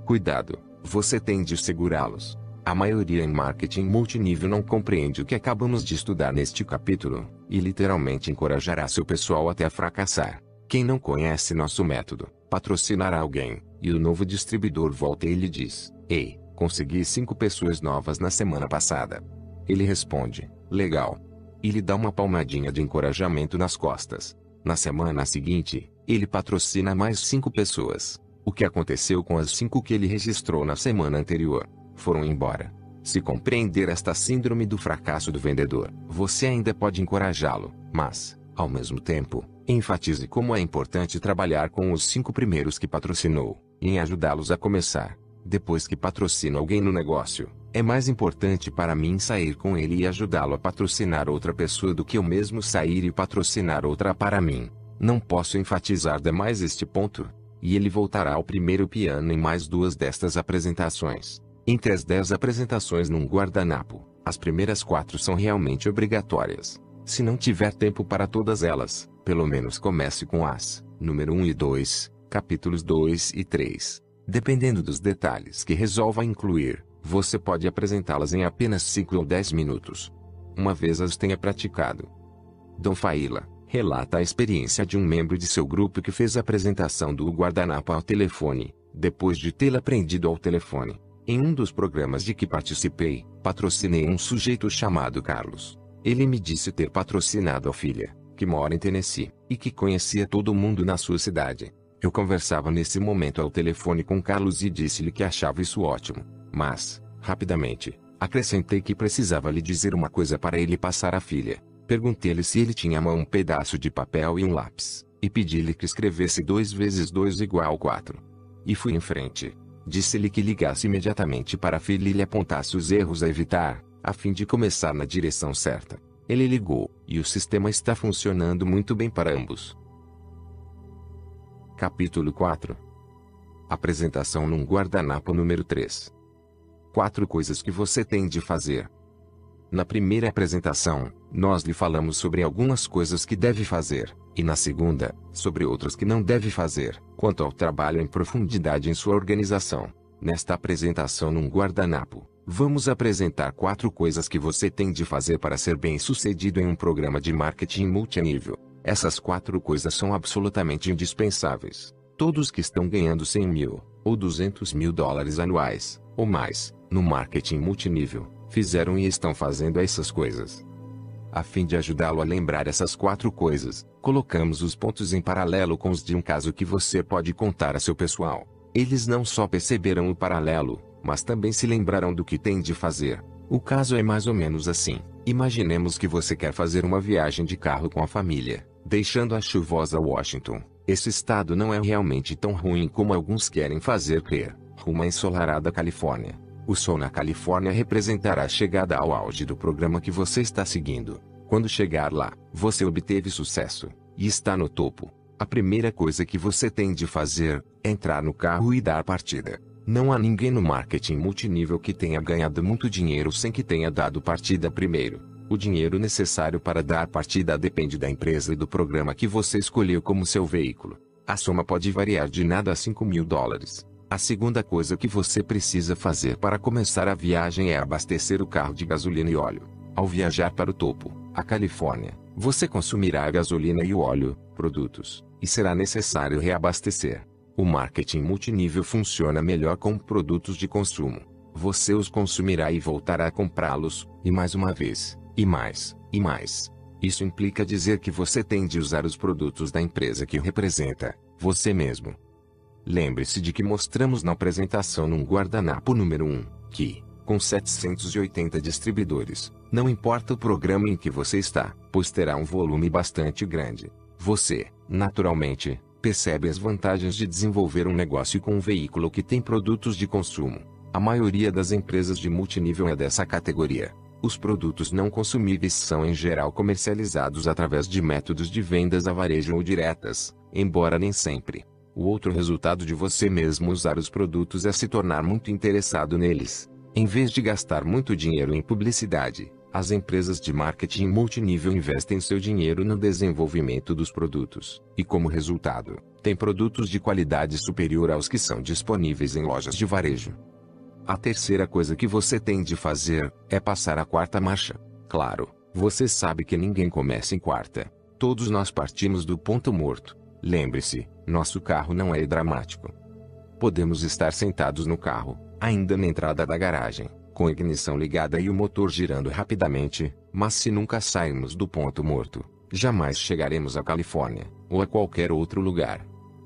Cuidado, você tem de segurá-los. A maioria em marketing multinível não compreende o que acabamos de estudar neste capítulo, e literalmente encorajará seu pessoal até a fracassar. Quem não conhece nosso método, patrocinará alguém, e o novo distribuidor volta e lhe diz: "Ei, consegui cinco pessoas novas na semana passada." Ele responde: "Legal." E lhe dá uma palmadinha de encorajamento nas costas. Na semana seguinte, ele patrocina mais cinco pessoas. O que aconteceu com as cinco que ele registrou na semana anterior? Foram embora. Se compreender esta síndrome do fracasso do vendedor, você ainda pode encorajá-lo, mas, ao mesmo tempo, enfatize como é importante trabalhar com os cinco primeiros que patrocinou, e em ajudá-los a começar. Depois que patrocino alguém no negócio, é mais importante para mim sair com ele e ajudá-lo a patrocinar outra pessoa do que eu mesmo sair e patrocinar outra para mim. Não posso enfatizar demais este ponto. E ele voltará ao primeiro piano em mais duas destas apresentações. Entre as dez apresentações num guardanapo, as primeiras quatro são realmente obrigatórias. Se não tiver tempo para todas elas, pelo menos comece com as, número um e dois, capítulos dois e três. Dependendo dos detalhes que resolva incluir, você pode apresentá-las em apenas cinco ou dez minutos. Uma vez as tenha praticado. Don Faila relata a experiência de um membro de seu grupo que fez a apresentação do guardanapo ao telefone, depois de tê-la aprendido ao telefone. Em um dos programas de que participei, patrocinei um sujeito chamado Carlos. Ele me disse ter patrocinado a filha, que mora em Tennessee, e que conhecia todo mundo na sua cidade. Eu conversava nesse momento ao telefone com Carlos e disse-lhe que achava isso ótimo. Mas, rapidamente, acrescentei que precisava lhe dizer uma coisa para ele passar a filha. Perguntei-lhe se ele tinha à mão um pedaço de papel e um lápis, e pedi-lhe que escrevesse dois vezes dois igual quatro. E fui em frente. Disse-lhe que ligasse imediatamente para a filha e lhe apontasse os erros a evitar, a fim de começar na direção certa. Ele ligou, e o sistema está funcionando muito bem para ambos. Capítulo quatro. Apresentação num guardanapo número três. Quatro coisas que você tem de fazer. Na primeira apresentação, nós lhe falamos sobre algumas coisas que deve fazer, e na segunda, sobre outras que não deve fazer, quanto ao trabalho em profundidade em sua organização. Nesta apresentação num guardanapo, vamos apresentar quatro coisas que você tem de fazer para ser bem-sucedido em um programa de marketing multinível. Essas quatro coisas são absolutamente indispensáveis. Todos que estão ganhando cem mil, ou duzentos mil dólares anuais, ou mais, no marketing multinível, fizeram e estão fazendo essas coisas. A fim de ajudá-lo a lembrar essas quatro coisas, colocamos os pontos em paralelo com os de um caso que você pode contar a seu pessoal. Eles não só perceberão o paralelo, mas também se lembrarão do que tem de fazer. O caso é mais ou menos assim. Imaginemos que você quer fazer uma viagem de carro com a família, deixando a chuvosa Washington. Esse estado não é realmente tão ruim como alguns querem fazer crer, rumo à ensolarada Califórnia. O sol na Califórnia representará a chegada ao auge do programa que você está seguindo. Quando chegar lá, você obteve sucesso, e está no topo. A primeira coisa que você tem de fazer, é entrar no carro e dar partida. Não há ninguém no marketing multinível que tenha ganhado muito dinheiro sem que tenha dado partida primeiro. O dinheiro necessário para dar partida depende da empresa e do programa que você escolheu como seu veículo. A soma pode variar de nada a cinco mil dólares. A segunda coisa que você precisa fazer para começar a viagem é abastecer o carro de gasolina e óleo. Ao viajar para o topo, a Califórnia, você consumirá a gasolina e o óleo, produtos, e será necessário reabastecer. O marketing multinível funciona melhor com produtos de consumo. Você os consumirá e voltará a comprá-los, e mais uma vez, e mais, e mais. Isso implica dizer que você tem de usar os produtos da empresa que representa, você mesmo. Lembre-se de que mostramos na apresentação num guardanapo número um, que, com setecentos e oitenta distribuidores, não importa o programa em que você está, pois terá um volume bastante grande. Você, naturalmente, percebe as vantagens de desenvolver um negócio com um veículo que tem produtos de consumo. A maioria das empresas de multinível é dessa categoria. Os produtos não consumíveis são em geral comercializados através de métodos de vendas a varejo ou diretas, embora nem sempre. O outro resultado de você mesmo usar os produtos é se tornar muito interessado neles. Em vez de gastar muito dinheiro em publicidade, as empresas de marketing multinível investem seu dinheiro no desenvolvimento dos produtos, e como resultado, tem produtos de qualidade superior aos que são disponíveis em lojas de varejo. A terceira coisa que você tem de fazer é passar a quarta marcha. Claro, você sabe que ninguém começa em quarta. Todos nós partimos do ponto morto. Lembre-se, nosso carro não é dramático. Podemos estar sentados no carro, ainda na entrada da garagem, com a ignição ligada e o motor girando rapidamente, mas se nunca sairmos do ponto morto, jamais chegaremos à Califórnia, ou a qualquer outro lugar.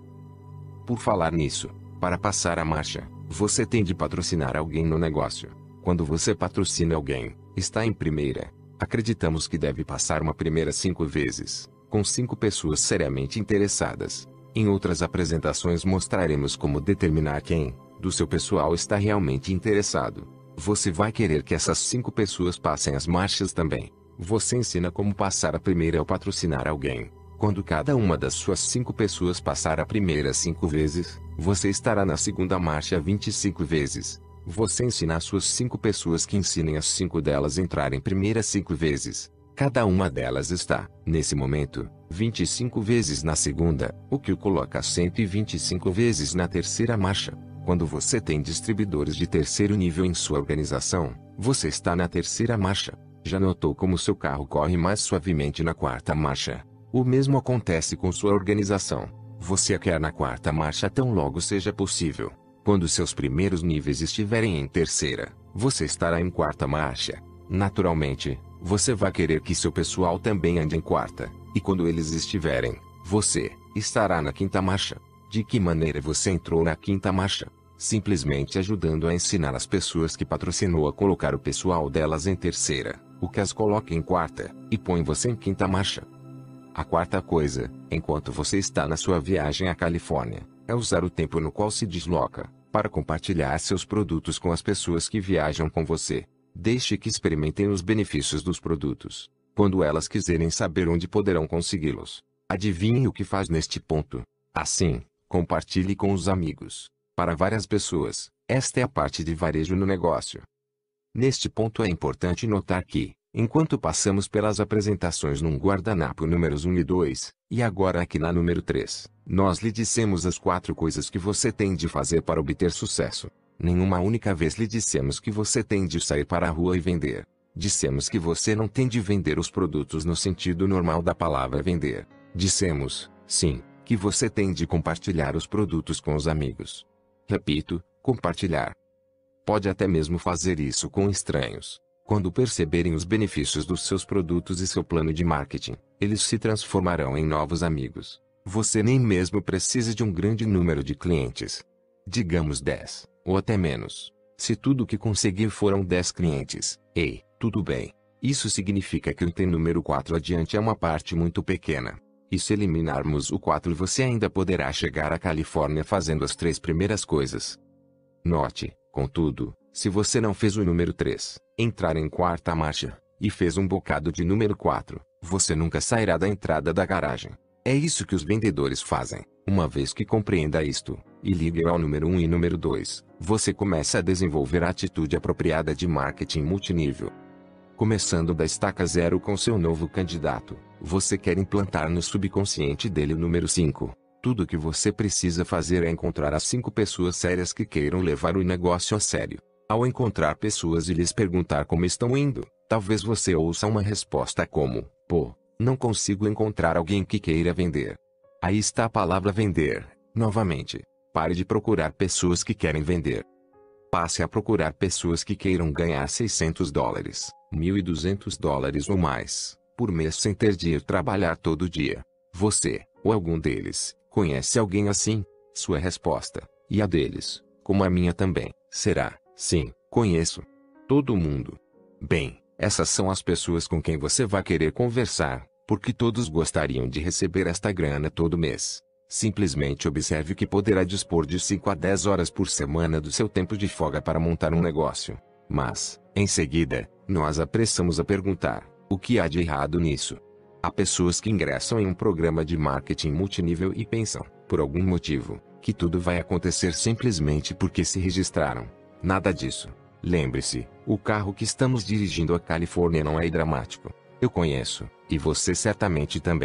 Por falar nisso, para passar a marcha, você tem de patrocinar alguém no negócio. Quando você patrocina alguém, está em primeira. Acreditamos que deve passar uma primeira cinco vezes, com cinco pessoas seriamente interessadas. Em outras apresentações mostraremos como determinar quem, do seu pessoal, está realmente interessado. Você vai querer que essas cinco pessoas passem as marchas também. Você ensina como passar a primeira ao patrocinar alguém. Quando cada uma das suas cinco pessoas passar a primeira cinco vezes, você estará na segunda marcha vinte e cinco vezes. Você ensina as suas cinco pessoas que ensinem as cinco delas a entrarem primeira cinco vezes. Cada uma delas está, nesse momento, vinte e cinco vezes na segunda, o que o coloca cento e vinte e cinco vezes na terceira marcha. Quando você tem distribuidores de terceiro nível em sua organização, você está na terceira marcha. Já notou como seu carro corre mais suavemente na quarta marcha? O mesmo acontece com sua organização. Você a quer na quarta marcha tão logo seja possível. Quando seus primeiros níveis estiverem em terceira, você estará em quarta marcha. Naturalmente, você vai querer que seu pessoal também ande em quarta, e quando eles estiverem, você estará na quinta marcha. De que maneira você entrou na quinta marcha? Simplesmente ajudando a ensinar as pessoas que patrocinou a colocar o pessoal delas em terceira, o que as coloca em quarta, e põe você em quinta marcha. A quarta coisa, enquanto você está na sua viagem à Califórnia, é usar o tempo no qual se desloca, para compartilhar seus produtos com as pessoas que viajam com você. Deixe que experimentem os benefícios dos produtos. Quando elas quiserem saber onde poderão consegui-los, adivinhe o que faz neste ponto. Assim, compartilhe com os amigos. Para várias pessoas, esta é a parte de varejo no negócio. Neste ponto é importante notar que, enquanto passamos pelas apresentações num guardanapo números um e dois, e agora aqui na número três, nós lhe dissemos as quatro coisas que você tem de fazer para obter sucesso. Nenhuma única vez lhe dissemos que você tem de sair para a rua e vender. Dissemos que você não tem de vender os produtos no sentido normal da palavra vender. Dissemos, sim, que você tem de compartilhar os produtos com os amigos. Repito, compartilhar. Pode até mesmo fazer isso com estranhos. Quando perceberem os benefícios dos seus produtos e seu plano de marketing, eles se transformarão em novos amigos. Você nem mesmo precisa de um grande número de clientes. Digamos dez, ou até menos. Se tudo o que conseguir foram dez clientes, ei, tudo bem. Isso significa que o item número quatro adiante é uma parte muito pequena. E se eliminarmos o quatro, você ainda poderá chegar à Califórnia fazendo as três primeiras coisas. Note, contudo, se você não fez o número três, entrar em quarta marcha, e fez um bocado de número quatro, você nunca sairá da entrada da garagem. É isso que os vendedores fazem. Uma vez que compreenda isto, e ligue ao número um e número dois, você começa a desenvolver a atitude apropriada de marketing multinível. Começando da estaca zero com seu novo candidato, você quer implantar no subconsciente dele o número cinco. Tudo o que você precisa fazer é encontrar as cinco pessoas sérias que queiram levar o negócio a sério. Ao encontrar pessoas e lhes perguntar como estão indo, talvez você ouça uma resposta como, pô, não consigo encontrar alguém que queira vender. Aí está a palavra vender, novamente. Pare de procurar pessoas que querem vender. Passe a procurar pessoas que queiram ganhar seiscentos dólares, mil e duzentos dólares ou mais, por mês sem ter de ir trabalhar todo dia. Você, ou algum deles, conhece alguém assim? Sua resposta, e a deles, como a minha também, será, sim, conheço. Todo mundo. Bem, essas são as pessoas com quem você vai querer conversar, porque todos gostariam de receber esta grana todo mês. Simplesmente observe que poderá dispor de cinco a dez horas por semana do seu tempo de folga para montar um negócio. Mas, em seguida, nós apressamos a perguntar, o que há de errado nisso? Há pessoas que ingressam em um programa de marketing multinível e pensam, por algum motivo, que tudo vai acontecer simplesmente porque se registraram. Nada disso. Lembre-se, o carro que estamos dirigindo à Califórnia não é dramático. Eu conheço, e você certamente também.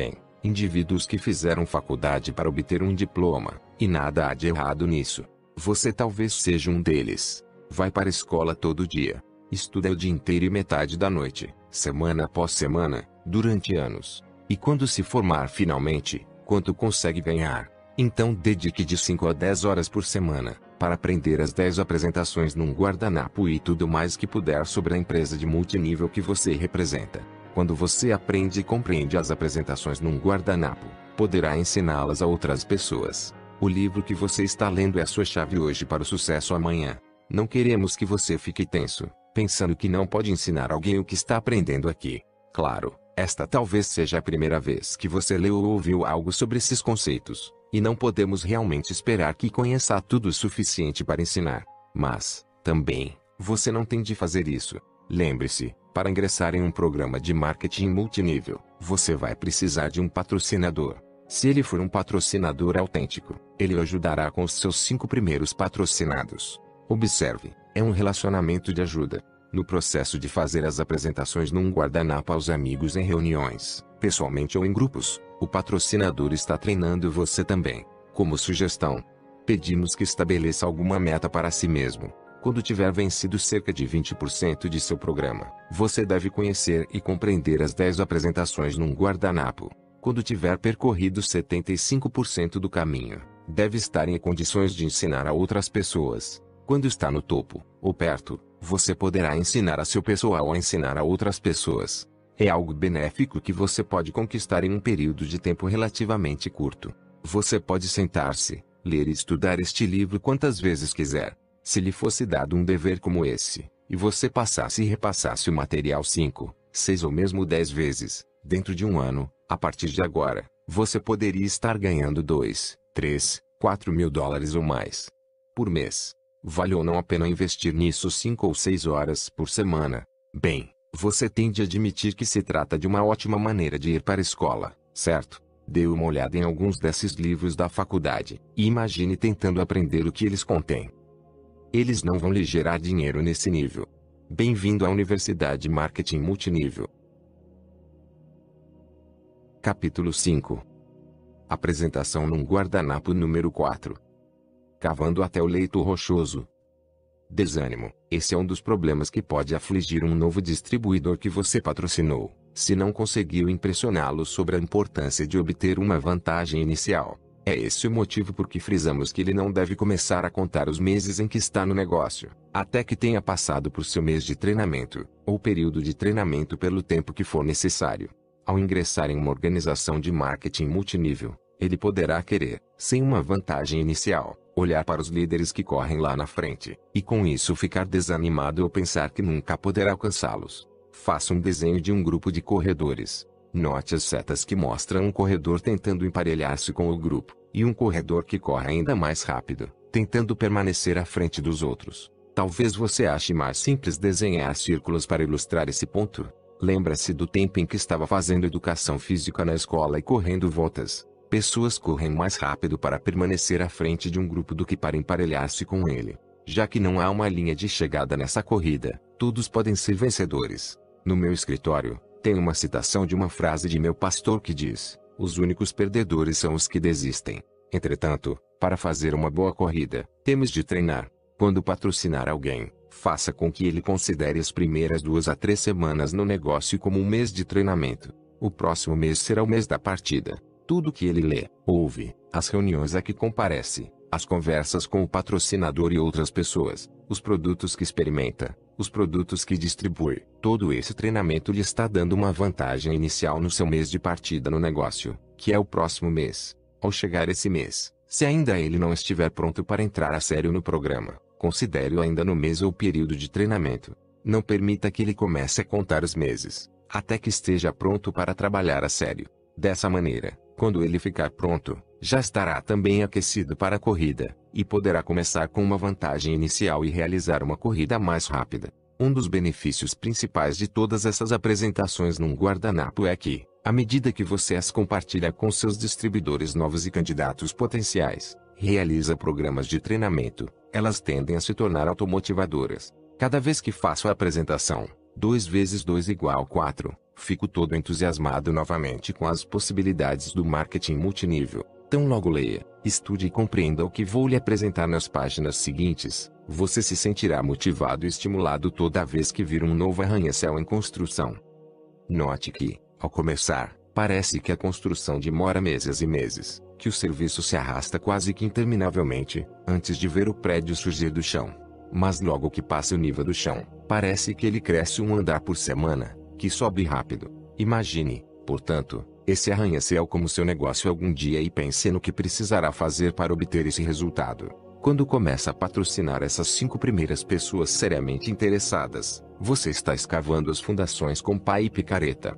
Indivíduos que fizeram faculdade para obter um diploma, e nada há de errado nisso. Você talvez seja um deles. Vai para a escola todo dia. Estuda o dia inteiro e metade da noite, semana após semana, durante anos. E quando se formar finalmente, quanto consegue ganhar? Então dedique de cinco a dez horas por semana, para aprender as dez apresentações num guardanapo e tudo mais que puder sobre a empresa de multinível que você representa. Quando você aprende e compreende as apresentações num guardanapo, poderá ensiná-las a outras pessoas. O livro que você está lendo é a sua chave hoje para o sucesso amanhã. Não queremos que você fique tenso, pensando que não pode ensinar alguém o que está aprendendo aqui. Claro, esta talvez seja a primeira vez que você leu ou ouviu algo sobre esses conceitos, e não podemos realmente esperar que conheça tudo o suficiente para ensinar. Mas, também, você não tem de fazer isso. Lembre-se, para ingressar em um programa de marketing multinível, você vai precisar de um patrocinador. Se ele for um patrocinador autêntico, ele o ajudará com os seus cinco primeiros patrocinados. Observe, é um relacionamento de ajuda. No processo de fazer as apresentações num guardanapo aos amigos em reuniões, pessoalmente ou em grupos, o patrocinador está treinando você também. Como sugestão, pedimos que estabeleça alguma meta para si mesmo. Quando tiver vencido cerca de vinte por cento de seu programa, você deve conhecer e compreender as dez apresentações num guardanapo. Quando tiver percorrido setenta e cinco por cento do caminho, deve estar em condições de ensinar a outras pessoas. Quando está no topo, ou perto, você poderá ensinar a seu pessoal a ensinar a outras pessoas. É algo benéfico que você pode conquistar em um período de tempo relativamente curto. Você pode sentar-se, ler e estudar este livro quantas vezes quiser. Se lhe fosse dado um dever como esse, e você passasse e repassasse o material cinco, seis ou mesmo dez vezes, dentro de um ano, a partir de agora, você poderia estar ganhando dois, três, quatro mil dólares ou mais por mês. Vale ou não a pena investir nisso cinco ou seis horas por semana? Bem, você tem de admitir que se trata de uma ótima maneira de ir para a escola, certo? Dê uma olhada em alguns desses livros da faculdade, e imagine tentando aprender o que eles contêm. Eles não vão lhe gerar dinheiro nesse nível. Bem-vindo à Universidade Marketing Multinível. Capítulo cinco. Apresentação num guardanapo número quatro. Cavando até o leito rochoso. Desânimo. Esse é um dos problemas que pode afligir um novo distribuidor que você patrocinou, se não conseguiu impressioná-lo sobre a importância de obter uma vantagem inicial. É esse o motivo por que frisamos que ele não deve começar a contar os meses em que está no negócio, até que tenha passado por seu mês de treinamento, ou período de treinamento pelo tempo que for necessário. Ao ingressar em uma organização de marketing multinível, ele poderá querer, sem uma vantagem inicial, olhar para os líderes que correm lá na frente, e com isso ficar desanimado ou pensar que nunca poderá alcançá-los. Faça um desenho de um grupo de corredores. Note as setas que mostram um corredor tentando emparelhar-se com o grupo, e um corredor que corre ainda mais rápido, tentando permanecer à frente dos outros. Talvez você ache mais simples desenhar círculos para ilustrar esse ponto. Lembra-se do tempo em que estava fazendo educação física na escola e correndo voltas. Pessoas correm mais rápido para permanecer à frente de um grupo do que para emparelhar-se com ele. Já que não há uma linha de chegada nessa corrida, todos podem ser vencedores. No meu escritório, tem uma citação de uma frase de meu pastor que diz: os únicos perdedores são os que desistem. Entretanto, para fazer uma boa corrida, temos de treinar. Quando patrocinar alguém, faça com que ele considere as primeiras duas a três semanas no negócio como um mês de treinamento. O próximo mês será o mês da partida. Tudo que ele lê, ouve, as reuniões a que comparece, as conversas com o patrocinador e outras pessoas, os produtos que experimenta, os produtos que distribui, todo esse treinamento lhe está dando uma vantagem inicial no seu mês de partida no negócio, que é o próximo mês. Ao chegar esse mês, se ainda ele não estiver pronto para entrar a sério no programa, considere-o ainda no mês ou período de treinamento. Não permita que ele comece a contar os meses, até que esteja pronto para trabalhar a sério. Dessa maneira, quando ele ficar pronto, já estará também aquecido para a corrida, e poderá começar com uma vantagem inicial e realizar uma corrida mais rápida. Um dos benefícios principais de todas essas apresentações num guardanapo é que, à medida que você as compartilha com seus distribuidores novos e candidatos potenciais, realiza programas de treinamento, elas tendem a se tornar automotivadoras. Cada vez que faço a apresentação, dois vezes dois igual quatro. Fico todo entusiasmado novamente com as possibilidades do marketing multinível. Tão logo leia, estude e compreenda o que vou lhe apresentar nas páginas seguintes, você se sentirá motivado e estimulado toda vez que vir um novo arranha-céu em construção. Note que, ao começar, parece que a construção demora meses e meses, que o serviço se arrasta quase que interminavelmente, antes de ver o prédio surgir do chão. Mas logo que passa o nível do chão, parece que ele cresce um andar por semana, que sobe rápido. Imagine, portanto, esse arranha-céu como seu negócio algum dia e pense no que precisará fazer para obter esse resultado. Quando começa a patrocinar essas cinco primeiras pessoas seriamente interessadas, você está escavando as fundações com pá e picareta.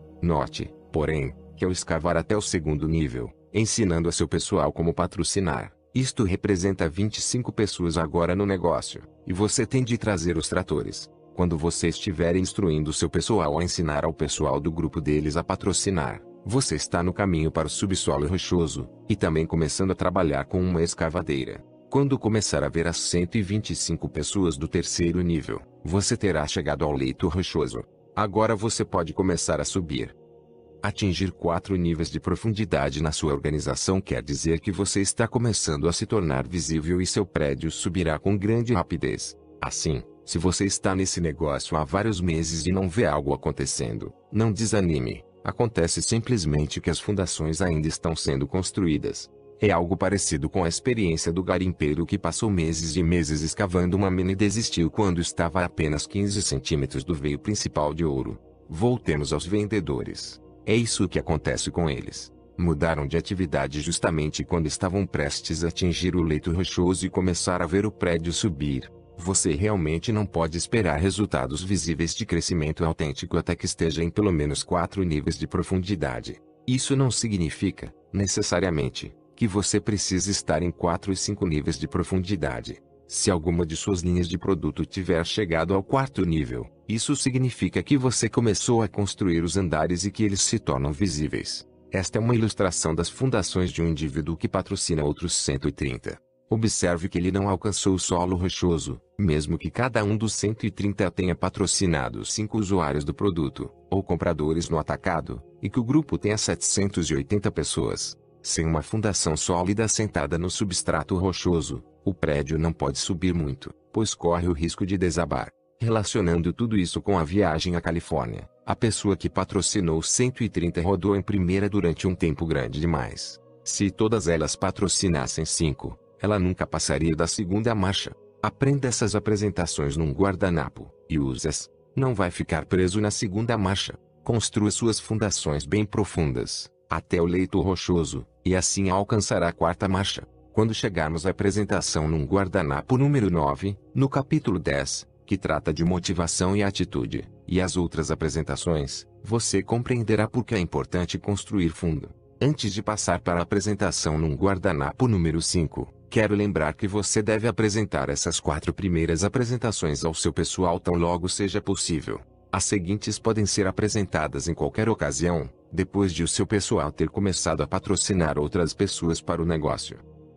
Note, porém, que ao escavar até o segundo nível, ensinando a seu pessoal como patrocinar, isto representa vinte e cinco pessoas agora no negócio, e você tem de trazer os tratores. Quando você estiver instruindo seu pessoal a ensinar ao pessoal do grupo deles a patrocinar, você está no caminho para o subsolo rochoso, e também começando a trabalhar com uma escavadeira. Quando começar a ver as cento e vinte e cinco pessoas do terceiro nível, você terá chegado ao leito rochoso. Agora você pode começar a subir. Atingir quatro níveis de profundidade na sua organização quer dizer que você está começando a se tornar visível e seu prédio subirá com grande rapidez. Assim, se você está nesse negócio há vários meses e não vê algo acontecendo, não desanime. Acontece simplesmente que as fundações ainda estão sendo construídas. É algo parecido com a experiência do garimpeiro que passou meses e meses escavando uma mina e desistiu quando estava a apenas quinze centímetros do veio principal de ouro. Voltemos aos vendedores. É isso que acontece com eles. Mudaram de atividade justamente quando estavam prestes a atingir o leito rochoso e começar a ver o prédio subir. Você realmente não pode esperar resultados visíveis de crescimento autêntico até que esteja em pelo menos quatro níveis de profundidade. Isso não significa, necessariamente, que você precisa estar em quatro e cinco níveis de profundidade. Se alguma de suas linhas de produto tiver chegado ao quarto nível, isso significa que você começou a construir os andares e que eles se tornam visíveis. Esta é uma ilustração das fundações de um indivíduo que patrocina outros cento e trinta. Observe que ele não alcançou o solo rochoso, mesmo que cada um dos cento e trinta tenha patrocinado cinco usuários do produto, ou compradores no atacado, e que o grupo tenha setecentas e oitenta pessoas. Sem uma fundação sólida assentada no substrato rochoso, o prédio não pode subir muito, pois corre o risco de desabar. Relacionando tudo isso com a viagem à Califórnia, a pessoa que patrocinou cento e trinta rodou em primeira durante um tempo grande demais. Se todas elas patrocinassem cinco, ela nunca passaria da segunda marcha. Aprenda essas apresentações num guardanapo, e use-as. Não vai ficar preso na segunda marcha. Construa suas fundações bem profundas, até o leito rochoso, e assim alcançará a quarta marcha. Quando chegarmos à apresentação num guardanapo número nove, no capítulo dez, que trata de motivação e atitude, e as outras apresentações, você compreenderá por que é importante construir fundo. Antes de passar para a apresentação num guardanapo número cinco, quero lembrar que você deve apresentar essas quatro primeiras apresentações ao seu pessoal tão logo seja possível. As seguintes podem ser apresentadas em qualquer ocasião, depois de o seu pessoal ter começado a patrocinar outras pessoas para o negócio.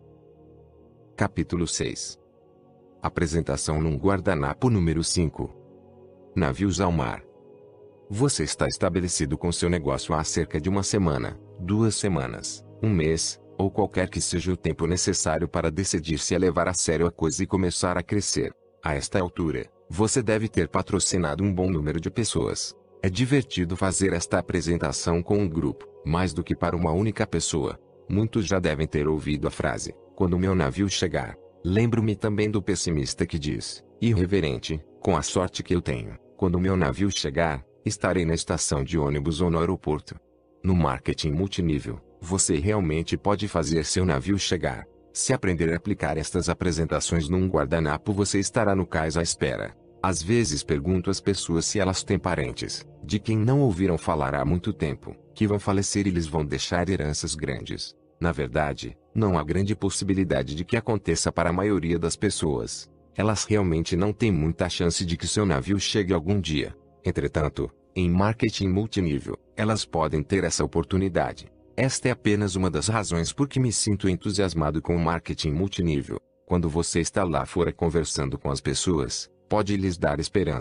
Capítulo seis. Apresentação num guardanapo número cinco. Navios ao mar. Você está estabelecido com seu negócio há cerca de uma semana, duas semanas, um mês, ou qualquer que seja o tempo necessário para decidir-se a levar a sério a coisa e começar a crescer. A esta altura, você deve ter patrocinado um bom número de pessoas. É divertido fazer esta apresentação com um grupo, mais do que para uma única pessoa. Muitos já devem ter ouvido a frase, quando o meu navio chegar. Lembro-me também do pessimista que diz, irreverente, com a sorte que eu tenho, quando o meu navio chegar, estarei na estação de ônibus ou no aeroporto. No marketing multinível, você realmente pode fazer seu navio chegar. Se aprender a aplicar estas apresentações num guardanapo, você estará no cais à espera. Às vezes pergunto às pessoas se elas têm parentes, de quem não ouviram falar há muito tempo, que vão falecer e lhes vão deixar heranças grandes. Na verdade, não há grande possibilidade de que aconteça para a maioria das pessoas. Elas realmente não têm muita chance de que seu navio chegue algum dia. Entretanto, em marketing multinível, elas podem ter essa oportunidade. Esta é apenas uma das razões por que me sinto entusiasmado com o marketing multinível. Quando você está lá fora conversando com as pessoas, pode lhes dar esperança.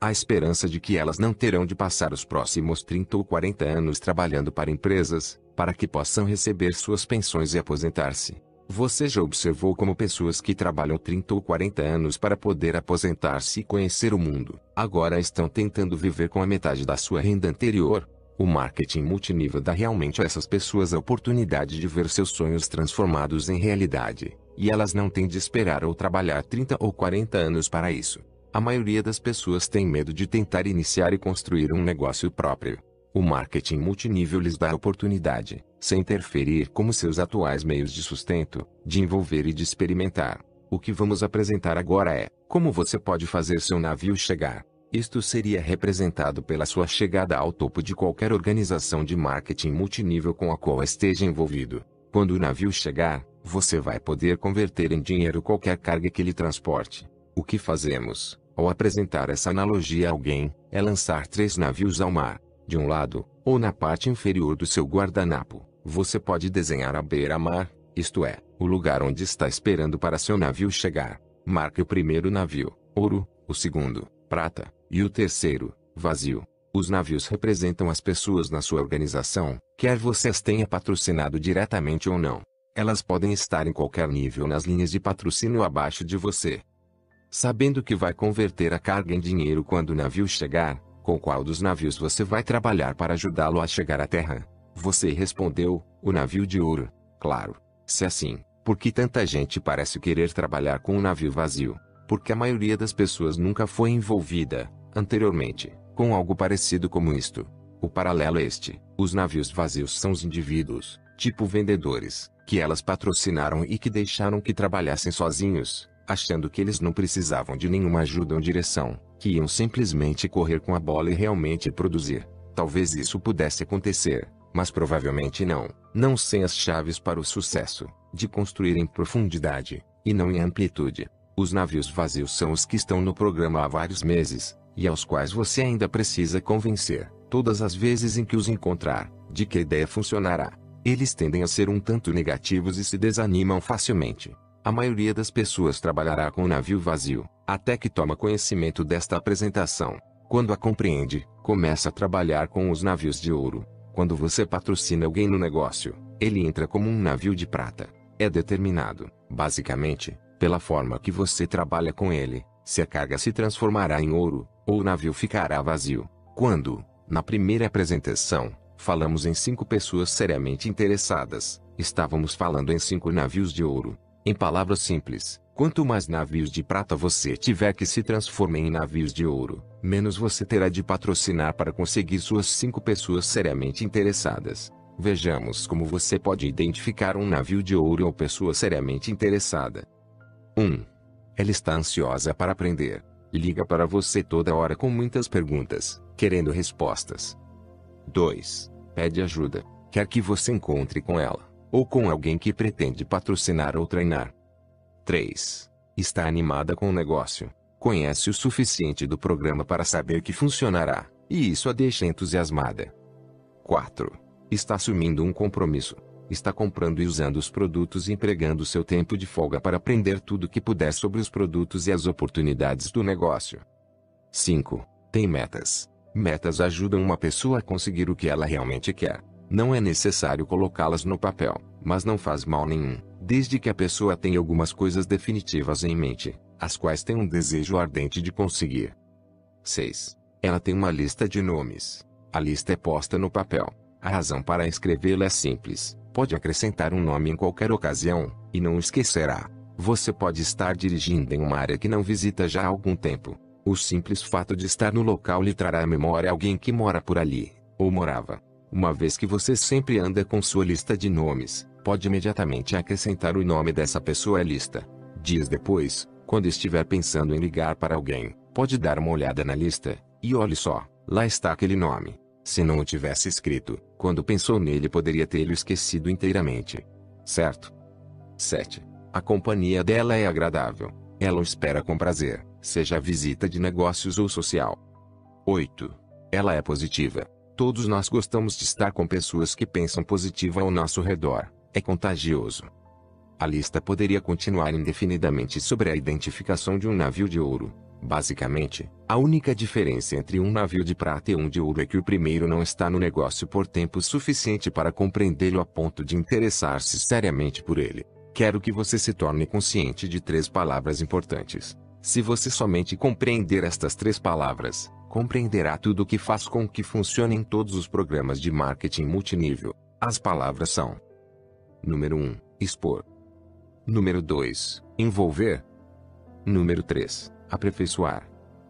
A esperança de que elas não terão de passar os próximos trinta ou quarenta anos trabalhando para empresas, para que possam receber suas pensões e aposentar-se. Você já observou como pessoas que trabalham trinta ou quarenta anos para poder aposentar-se e conhecer o mundo, agora estão tentando viver com a metade da sua renda anterior? O marketing multinível dá realmente a essas pessoas a oportunidade de ver seus sonhos transformados em realidade, e elas não têm de esperar ou trabalhar trinta ou quarenta anos para isso. A maioria das pessoas tem medo de tentar iniciar e construir um negócio próprio. O marketing multinível lhes dá a oportunidade, sem interferir como seus atuais meios de sustento, de envolver e de experimentar. O que vamos apresentar agora é como você pode fazer seu navio chegar. Isto seria representado pela sua chegada ao topo de qualquer organização de marketing multinível com a qual esteja envolvido. Quando o navio chegar, você vai poder converter em dinheiro qualquer carga que ele transporte. O que fazemos, ao apresentar essa analogia a alguém, é lançar três navios ao mar. De um lado, ou na parte inferior do seu guardanapo, você pode desenhar a beira-mar, isto é, o lugar onde está esperando para seu navio chegar. Marque o primeiro navio, ouro, o segundo, prata, e o terceiro, vazio. Os navios representam as pessoas na sua organização, quer você as tenha patrocinado diretamente ou não. Elas podem estar em qualquer nível nas linhas de patrocínio abaixo de você. Sabendo que vai converter a carga em dinheiro quando o navio chegar, com qual dos navios você vai trabalhar para ajudá-lo a chegar à terra? Você respondeu, o navio de ouro. Claro. Se assim, por que tanta gente parece querer trabalhar com um navio vazio? Porque a maioria das pessoas nunca foi envolvida, anteriormente, com algo parecido como isto. O paralelo é este: os navios vazios são os indivíduos, tipo vendedores, que elas patrocinaram e que deixaram que trabalhassem sozinhos, achando que eles não precisavam de nenhuma ajuda ou direção, que iam simplesmente correr com a bola e realmente produzir. Talvez isso pudesse acontecer, mas provavelmente não, não sem as chaves para o sucesso, de construir em profundidade, e não em amplitude. Os navios vazios são os que estão no programa há vários meses, e aos quais você ainda precisa convencer, todas as vezes em que os encontrar, de que a ideia funcionará. Eles tendem a ser um tanto negativos e se desanimam facilmente. A maioria das pessoas trabalhará com o navio vazio, até que toma conhecimento desta apresentação. Quando a compreende, começa a trabalhar com os navios de ouro. Quando você patrocina alguém no negócio, ele entra como um navio de prata. É determinado, basicamente, pela forma que você trabalha com ele, se a carga se transformará em ouro, ou o navio ficará vazio. Quando, na primeira apresentação, falamos em cinco pessoas seriamente interessadas, estávamos falando em cinco navios de ouro. Em palavras simples, quanto mais navios de prata você tiver que se transformem em navios de ouro, menos você terá de patrocinar para conseguir suas cinco pessoas seriamente interessadas. Vejamos como você pode identificar um navio de ouro ou pessoa seriamente interessada. um. Ela está ansiosa para aprender. Liga para você toda hora com muitas perguntas, querendo respostas. dois. Pede ajuda. Quer que você encontre com ela, ou com alguém que pretende patrocinar ou treinar. três. Está animada com o negócio. Conhece o suficiente do programa para saber que funcionará, e isso a deixa entusiasmada. quatro. Está assumindo um compromisso. Está comprando e usando os produtos e empregando seu tempo de folga para aprender tudo o que puder sobre os produtos e as oportunidades do negócio. cinco. Tem metas. Metas ajudam uma pessoa a conseguir o que ela realmente quer. Não é necessário colocá-las no papel, mas não faz mal nenhum, desde que a pessoa tenha algumas coisas definitivas em mente, as quais tem um desejo ardente de conseguir. seis. Ela tem uma lista de nomes. A lista é posta no papel. A razão para escrevê-la é simples. Pode acrescentar um nome em qualquer ocasião, e não o esquecerá. Você pode estar dirigindo em uma área que não visita já há algum tempo. O simples fato de estar no local lhe trará à memória alguém que mora por ali, ou morava. Uma vez que você sempre anda com sua lista de nomes, pode imediatamente acrescentar o nome dessa pessoa à lista. Dias depois, quando estiver pensando em ligar para alguém, pode dar uma olhada na lista, e olhe só, lá está aquele nome. Se não o tivesse escrito, quando pensou nele poderia tê-lo esquecido inteiramente. Certo? sete. A companhia dela é agradável. Ela o espera com prazer, seja a visita de negócios ou social. oito. Ela é positiva. Todos nós gostamos de estar com pessoas que pensam positivo ao nosso redor. É contagioso. A lista poderia continuar indefinidamente sobre a identificação de um navio de ouro. Basicamente, a única diferença entre um navio de prata e um de ouro é que o primeiro não está no negócio por tempo suficiente para compreendê-lo a ponto de interessar-se seriamente por ele. Quero que você se torne consciente de três palavras importantes. Se você somente compreender estas três palavras, compreenderá tudo o que faz com que funcione em todos os programas de marketing multinível. As palavras são: Número um, expor. Número dois, envolver. Número três, aperfeiçoar.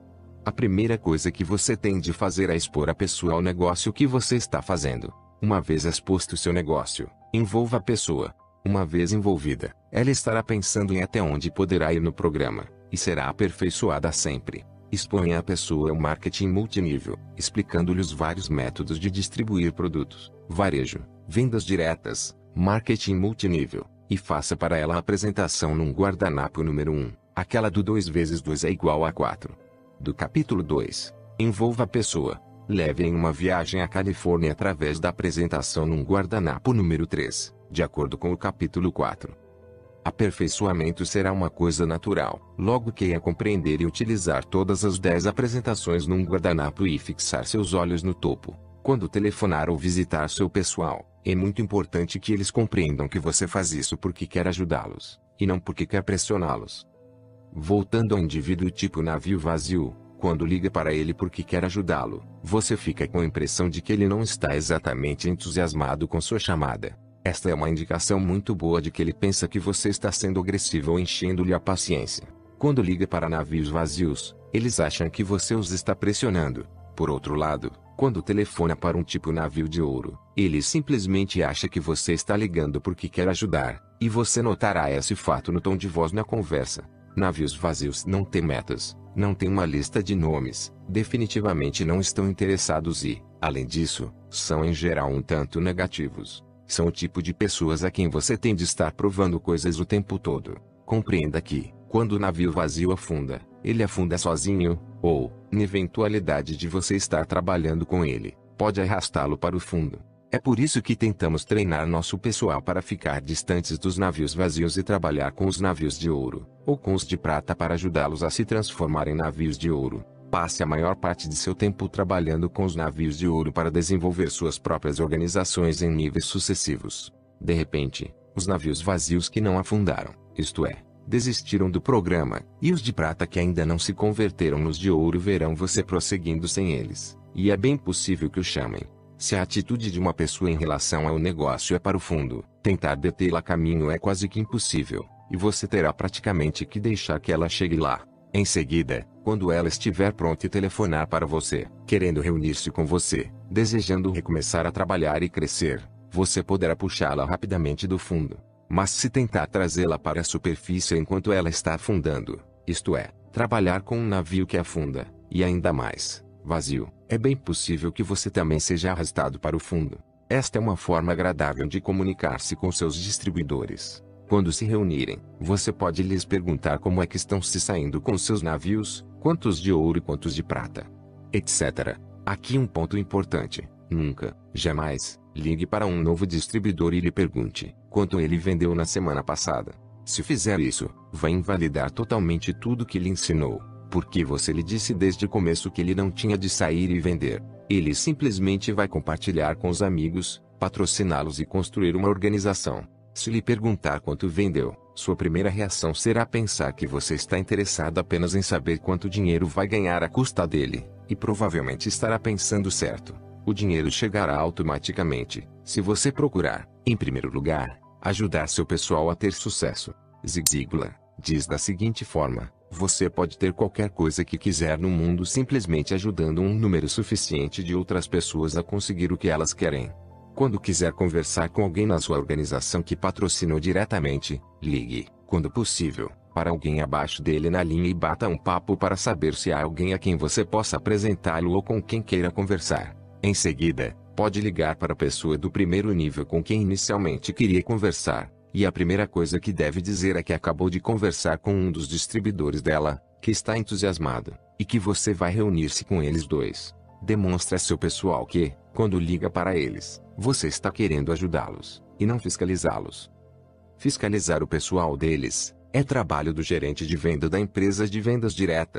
A primeira coisa que você tem de fazer é expor a pessoa ao negócio que você está fazendo. Uma vez exposto o seu negócio, envolva a pessoa. Uma vez envolvida, ela estará pensando em até onde poderá ir no programa, e será aperfeiçoada sempre. Exponha a pessoa ao marketing multinível, explicando-lhe os vários métodos de distribuir produtos, varejo, vendas diretas, marketing multinível, e faça para ela a apresentação num guardanapo número um, aquela do dois vezes dois é igual a quatro. Do capítulo dois, envolva a pessoa. Leve em uma viagem à Califórnia através da apresentação num guardanapo número três, de acordo com o capítulo quatro. Aperfeiçoamento será uma coisa natural, logo que é compreender e utilizar todas as dez apresentações num guardanapo e fixar seus olhos no topo. Quando telefonar ou visitar seu pessoal, é muito importante que eles compreendam que você faz isso porque quer ajudá-los, e não porque quer pressioná-los. Voltando ao indivíduo tipo navio vazio, quando liga para ele porque quer ajudá-lo, você fica com a impressão de que ele não está exatamente entusiasmado com sua chamada. Esta é uma indicação muito boa de que ele pensa que você está sendo agressivo ou enchendo-lhe a paciência. Quando liga para navios vazios, eles acham que você os está pressionando. Por outro lado, quando telefona para um tipo navio de ouro, ele simplesmente acha que você está ligando porque quer ajudar, e você notará esse fato no tom de voz na conversa. Navios vazios não têm metas, não têm uma lista de nomes, definitivamente não estão interessados e, além disso, são em geral um tanto negativos. São o tipo de pessoas a quem você tem de estar provando coisas o tempo todo. Compreenda que, quando o navio vazio afunda, ele afunda sozinho, ou, na eventualidade de você estar trabalhando com ele, pode arrastá-lo para o fundo. É por isso que tentamos treinar nosso pessoal para ficar distantes dos navios vazios e trabalhar com os navios de ouro, ou com os de prata para ajudá-los a se transformar em navios de ouro. Passe a maior parte de seu tempo trabalhando com os navios de ouro para desenvolver suas próprias organizações em níveis sucessivos. De repente, os navios vazios que não afundaram, isto é, desistiram do programa, e os de prata que ainda não se converteram nos de ouro verão você prosseguindo sem eles, e é bem possível que o chamem. Se a atitude de uma pessoa em relação ao negócio é para o fundo, tentar detê-la a caminho é quase que impossível, e você terá praticamente que deixar que ela chegue lá. Em seguida, quando ela estiver pronta e telefonar para você, querendo reunir-se com você, desejando recomeçar a trabalhar e crescer, você poderá puxá-la rapidamente do fundo. Mas se tentar trazê-la para a superfície enquanto ela está afundando, isto é, trabalhar com um navio que afunda, e ainda mais, vazio, é bem possível que você também seja arrastado para o fundo. Esta é uma forma agradável de comunicar-se com seus distribuidores. Quando se reunirem, você pode lhes perguntar como é que estão se saindo com seus navios, quantos de ouro e quantos de prata, etcétera. Aqui um ponto importante: nunca, jamais, ligue para um novo distribuidor e lhe pergunte quanto ele vendeu na semana passada. Se fizer isso, vai invalidar totalmente tudo que lhe ensinou, porque você lhe disse desde o começo que ele não tinha de sair e vender. Ele simplesmente vai compartilhar com os amigos, patrociná-los e construir uma organização. Se lhe perguntar quanto vendeu, sua primeira reação será pensar que você está interessado apenas em saber quanto dinheiro vai ganhar à custa dele, e provavelmente estará pensando certo. O dinheiro chegará automaticamente, se você procurar, em primeiro lugar, ajudar seu pessoal a ter sucesso. Zig Ziglar diz da seguinte forma: você pode ter qualquer coisa que quiser no mundo simplesmente ajudando um número suficiente de outras pessoas a conseguir o que elas querem. Quando quiser conversar com alguém na sua organização que patrocinou diretamente, ligue, quando possível, para alguém abaixo dele na linha e bata um papo para saber se há alguém a quem você possa apresentá-lo ou com quem queira conversar. Em seguida, pode ligar para a pessoa do primeiro nível com quem inicialmente queria conversar, e a primeira coisa que deve dizer é que acabou de conversar com um dos distribuidores dela, que está entusiasmado, e que você vai reunir-se com eles dois. Demonstre a seu pessoal que, quando liga para eles, você está querendo ajudá-los, e não fiscalizá-los. Fiscalizar o pessoal deles é trabalho do gerente de venda da empresa de vendas diretas,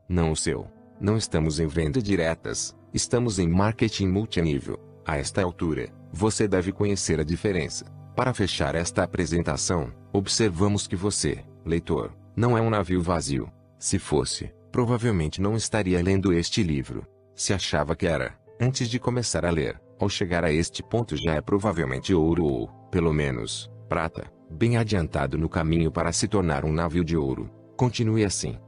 não o seu. Não estamos em venda diretas, estamos em marketing multinível. A esta altura, você deve conhecer a diferença. Para fechar esta apresentação, observamos que você, leitor, não é um navio vazio. Se fosse, provavelmente não estaria lendo este livro. Se achava que era, antes de começar a ler, ao chegar a este ponto já é provavelmente ouro ou, pelo menos, prata, bem adiantado no caminho para se tornar um navio de ouro. Continue assim.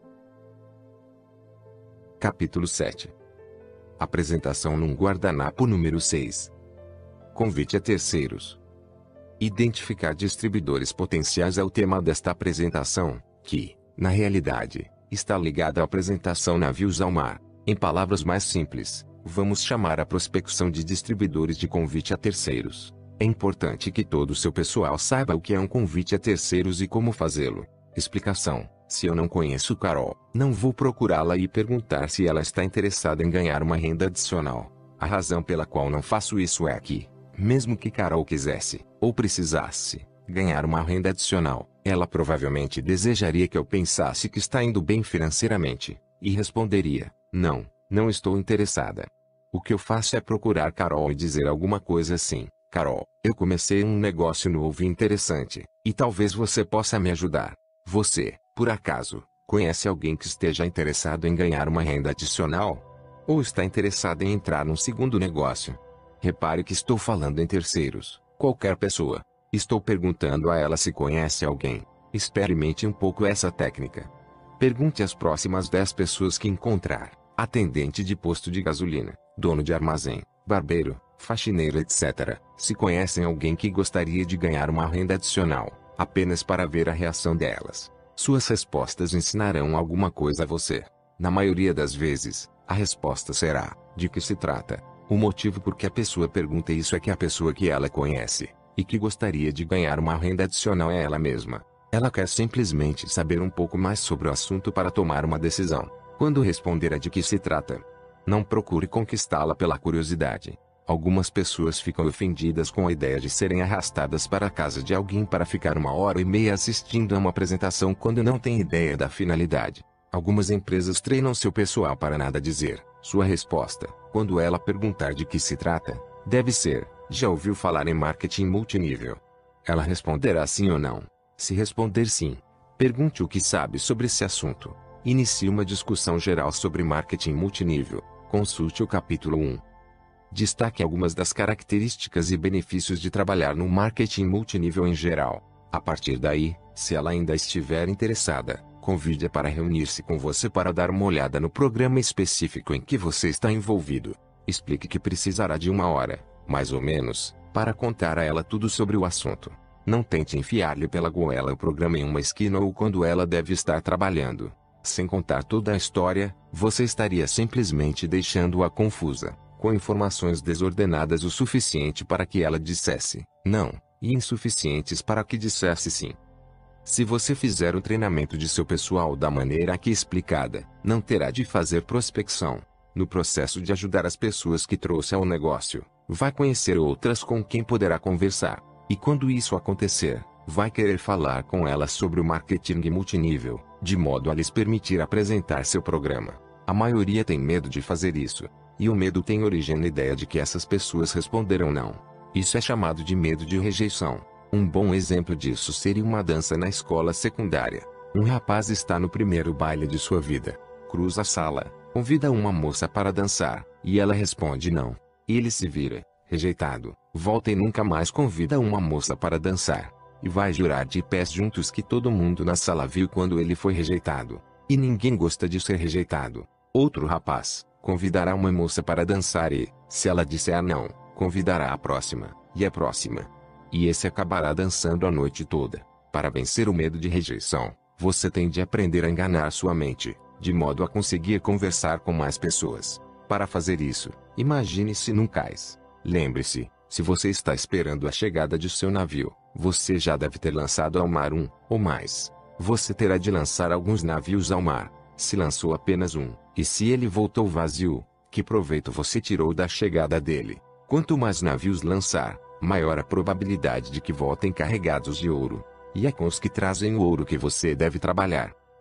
Capítulo sete. Apresentação num guardanapo número seis. Convite a terceiros. Identificar distribuidores potenciais é o tema desta apresentação, que, na realidade, está ligado à apresentação navios ao mar. Em palavras mais simples, vamos chamar a prospecção de distribuidores de convite a terceiros. É importante que todo o seu pessoal saiba o que é um convite a terceiros e como fazê-lo. Explicação: se eu não conheço Carol, não vou procurá-la e perguntar se ela está interessada em ganhar uma renda adicional. A razão pela qual não faço isso é que, mesmo que Carol quisesse, ou precisasse, ganhar uma renda adicional, ela provavelmente desejaria que eu pensasse que está indo bem financeiramente, e responderia: não, não estou interessada. O que eu faço é procurar Carol e dizer alguma coisa assim: Carol, eu comecei um negócio novo e interessante, e talvez você possa me ajudar. Você, por acaso, conhece alguém que esteja interessado em ganhar uma renda adicional? Ou está interessado em entrar num segundo negócio? Repare que estou falando em terceiros, qualquer pessoa. Estou perguntando a ela se conhece alguém. Experimente um pouco essa técnica. Pergunte às próximas dez pessoas que encontrar: atendente de posto de gasolina, dono de armazém, barbeiro, faxineiro, etcétera, se conhecem alguém que gostaria de ganhar uma renda adicional, apenas para ver a reação delas. Suas respostas ensinarão alguma coisa a você. Na maioria das vezes, a resposta será: de que se trata? O motivo por que a pessoa pergunta isso é que a pessoa que ela conhece, e que gostaria de ganhar uma renda adicional é ela mesma. Ela quer simplesmente saber um pouco mais sobre o assunto para tomar uma decisão. Quando responder a de que se trata, não procure conquistá-la pela curiosidade. Algumas pessoas ficam ofendidas com a ideia de serem arrastadas para a casa de alguém para ficar uma hora e meia assistindo a uma apresentação quando não têm ideia da finalidade. Algumas empresas treinam seu pessoal para nada dizer. Sua resposta, quando ela perguntar de que se trata, deve ser: já ouviu falar em marketing multinível? Ela responderá sim ou não. Se responder sim, pergunte o que sabe sobre esse assunto. Inicie uma discussão geral sobre marketing multinível. Consulte o capítulo um. Destaque algumas das características e benefícios de trabalhar no marketing multinível em geral. A partir daí, se ela ainda estiver interessada, convide-a para reunir-se com você para dar uma olhada no programa específico em que você está envolvido. Explique que precisará de uma hora, mais ou menos, para contar a ela tudo sobre o assunto. Não tente enfiar-lhe pela goela o programa em uma esquina ou quando ela deve estar trabalhando. Sem contar toda a história, você estaria simplesmente deixando-a confusa, com informações desordenadas o suficiente para que ela dissesse não, e insuficientes para que dissesse sim. Se você fizer o treinamento de seu pessoal da maneira aqui explicada, não terá de fazer prospecção. No processo de ajudar as pessoas que trouxe ao negócio, vai conhecer outras com quem poderá conversar. E quando isso acontecer, vai querer falar com elas sobre o marketing multinível, de modo a lhes permitir apresentar seu programa. A maioria tem medo de fazer isso. E o medo tem origem na ideia de que essas pessoas responderão não. Isso é chamado de medo de rejeição. Um bom exemplo disso seria uma dança na escola secundária. Um rapaz está no primeiro baile de sua vida. Cruza a sala, convida uma moça para dançar, e ela responde não. Ele se vira, rejeitado, volta e nunca mais convida uma moça para dançar. E vai jurar de pés juntos que todo mundo na sala viu quando ele foi rejeitado. E ninguém gosta de ser rejeitado. Outro rapaz convidará uma moça para dançar e, se ela disser não, convidará a próxima, e a próxima. E esse acabará dançando a noite toda. Para vencer o medo de rejeição, você tem de aprender a enganar sua mente, de modo a conseguir conversar com mais pessoas. Para fazer isso, imagine-se num cais. Lembre-se, se você está esperando a chegada de seu navio, você já deve ter lançado ao mar um, ou mais. Você terá de lançar alguns navios ao mar. Se lançou apenas um, e se ele voltou vazio, que proveito você tirou da chegada dele? Quanto mais navios lançar, maior a probabilidade de que voltem carregados de ouro. E é com os que trazem o ouro que você deve trabalhar.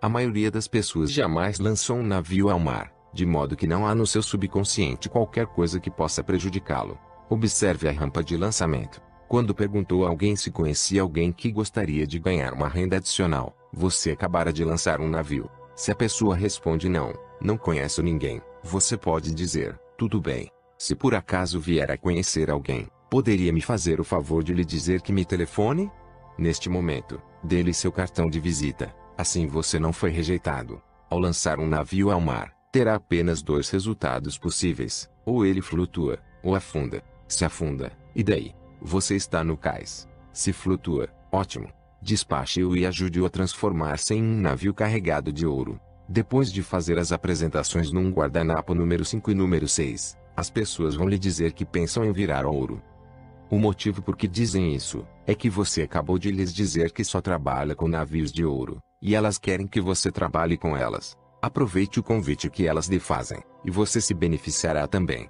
A maioria das pessoas jamais lançou um navio ao mar, de modo que não há no seu subconsciente qualquer coisa que possa prejudicá-lo. Observe a rampa de lançamento. Quando perguntou a alguém se conhecia alguém que gostaria de ganhar uma renda adicional, você acabara de lançar um navio. Se a pessoa responde não, não conheço ninguém, você pode dizer, tudo bem. Se por acaso vier a conhecer alguém, poderia me fazer o favor de lhe dizer que me telefone? Neste momento, dê-lhe seu cartão de visita, assim você não foi rejeitado. Ao lançar um navio ao mar, terá apenas dois resultados possíveis, ou ele flutua, ou afunda. Se afunda, e daí? Você está no cais. Se flutua, ótimo. Despache-o e ajude-o a transformar-se em um navio carregado de ouro. Depois de fazer as apresentações num guardanapo número cinco e número seis, as pessoas vão lhe dizer que pensam em virar ouro. O motivo por que dizem isso, é que você acabou de lhes dizer que só trabalha com navios de ouro, e elas querem que você trabalhe com elas. Aproveite o convite que elas lhe fazem, e você se beneficiará também.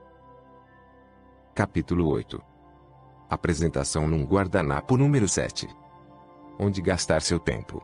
Capítulo oito. Apresentação num guardanapo número sete. Onde gastar seu tempo.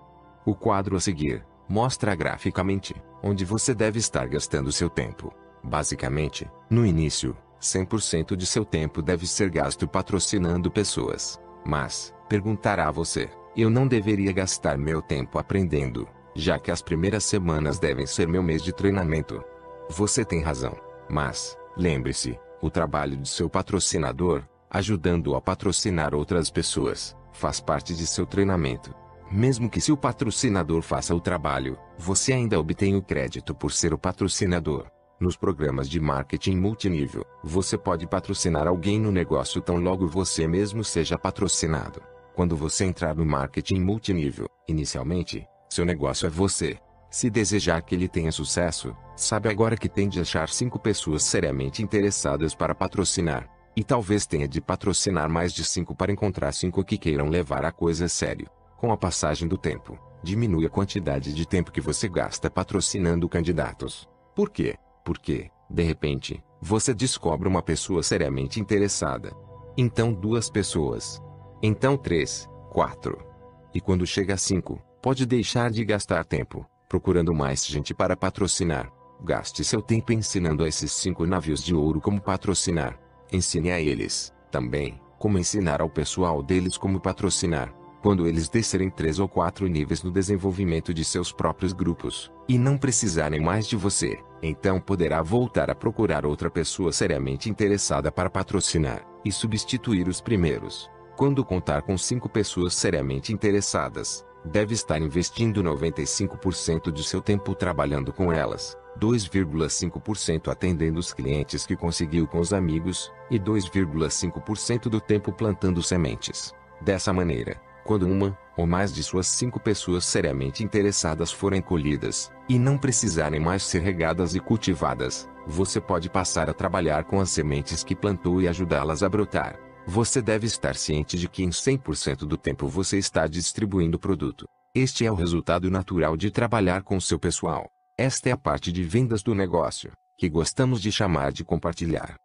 O quadro a seguir mostra graficamente onde você deve estar gastando seu tempo. Basicamente, no início, cem por cento de seu tempo deve ser gasto patrocinando pessoas. Mas, perguntará a você, eu não deveria gastar meu tempo aprendendo, já que as primeiras semanas devem ser meu mês de treinamento. Você tem razão, mas, lembre-se, o trabalho de seu patrocinador, ajudando-o a patrocinar outras pessoas, faz parte de seu treinamento. Mesmo que seu patrocinador faça o trabalho, você ainda obtém o crédito por ser o patrocinador. Nos programas de marketing multinível, você pode patrocinar alguém no negócio tão logo você mesmo seja patrocinado. Quando você entrar no marketing multinível, inicialmente, seu negócio é você. Se desejar que ele tenha sucesso, sabe agora que tem de achar cinco pessoas seriamente interessadas para patrocinar. E talvez tenha de patrocinar mais de cinco para encontrar cinco que queiram levar a coisa a sério. Com a passagem do tempo, diminui a quantidade de tempo que você gasta patrocinando candidatos. Por quê? Porque, de repente, você descobre uma pessoa seriamente interessada. Então duas pessoas. Então três, quatro. E quando chega a cinco, pode deixar de gastar tempo procurando mais gente para patrocinar. Gaste seu tempo ensinando a esses cinco navios de ouro como patrocinar. Ensine a eles, também, como ensinar ao pessoal deles como patrocinar. Quando eles descerem três ou quatro níveis no desenvolvimento de seus próprios grupos, e não precisarem mais de você, então poderá voltar a procurar outra pessoa seriamente interessada para patrocinar, e substituir os primeiros. Quando contar com cinco pessoas seriamente interessadas, deve estar investindo noventa e cinco por cento de seu tempo trabalhando com elas, dois vírgula cinco por cento atendendo os clientes que conseguiu com os amigos, e dois vírgula cinco por cento do tempo plantando sementes. Dessa maneira, quando uma, ou mais de suas cinco pessoas seriamente interessadas forem colhidas, e não precisarem mais ser regadas e cultivadas, você pode passar a trabalhar com as sementes que plantou e ajudá-las a brotar. Você deve estar ciente de que em cem por cento do tempo você está distribuindo o produto. Este é o resultado natural de trabalhar com seu pessoal. Esta é a parte de vendas do negócio, que gostamos de chamar de compartilhar.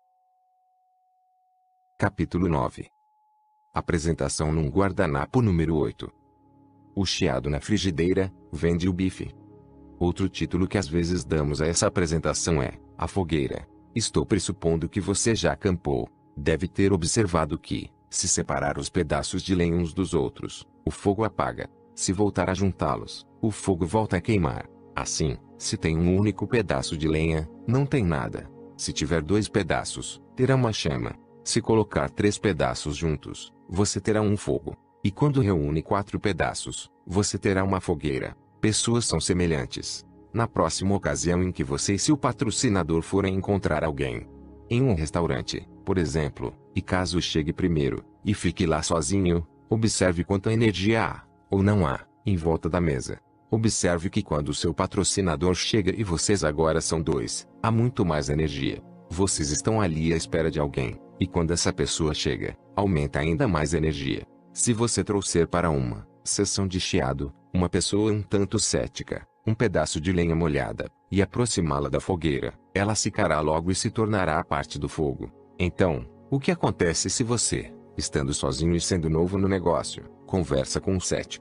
Capítulo nove. Apresentação num guardanapo número oito. O chiado na frigideira, vende o bife. Outro título que às vezes damos a essa apresentação é, a fogueira. Estou pressupondo que você já acampou. Deve ter observado que, se separar os pedaços de lenha uns dos outros, o fogo apaga. Se voltar a juntá-los, o fogo volta a queimar. Assim, se tem um único pedaço de lenha, não tem nada. Se tiver dois pedaços, terá uma chama. Se colocar três pedaços juntos, você terá um fogo. E quando reúne quatro pedaços, você terá uma fogueira. Pessoas são semelhantes. Na próxima ocasião em que você e seu patrocinador forem encontrar alguém em um restaurante, por exemplo, e caso chegue primeiro, e fique lá sozinho, observe quanta energia há, ou não há, em volta da mesa. Observe que quando o seu patrocinador chega e vocês agora são dois, há muito mais energia. Vocês estão ali à espera de alguém, e quando essa pessoa chega, aumenta ainda mais energia. Se você trouxer para uma sessão de chiado, uma pessoa um tanto cética, um pedaço de lenha molhada, e aproximá-la da fogueira, ela secará logo e se tornará a parte do fogo. Então, o que acontece se você, estando sozinho e sendo novo no negócio, conversa com um cético?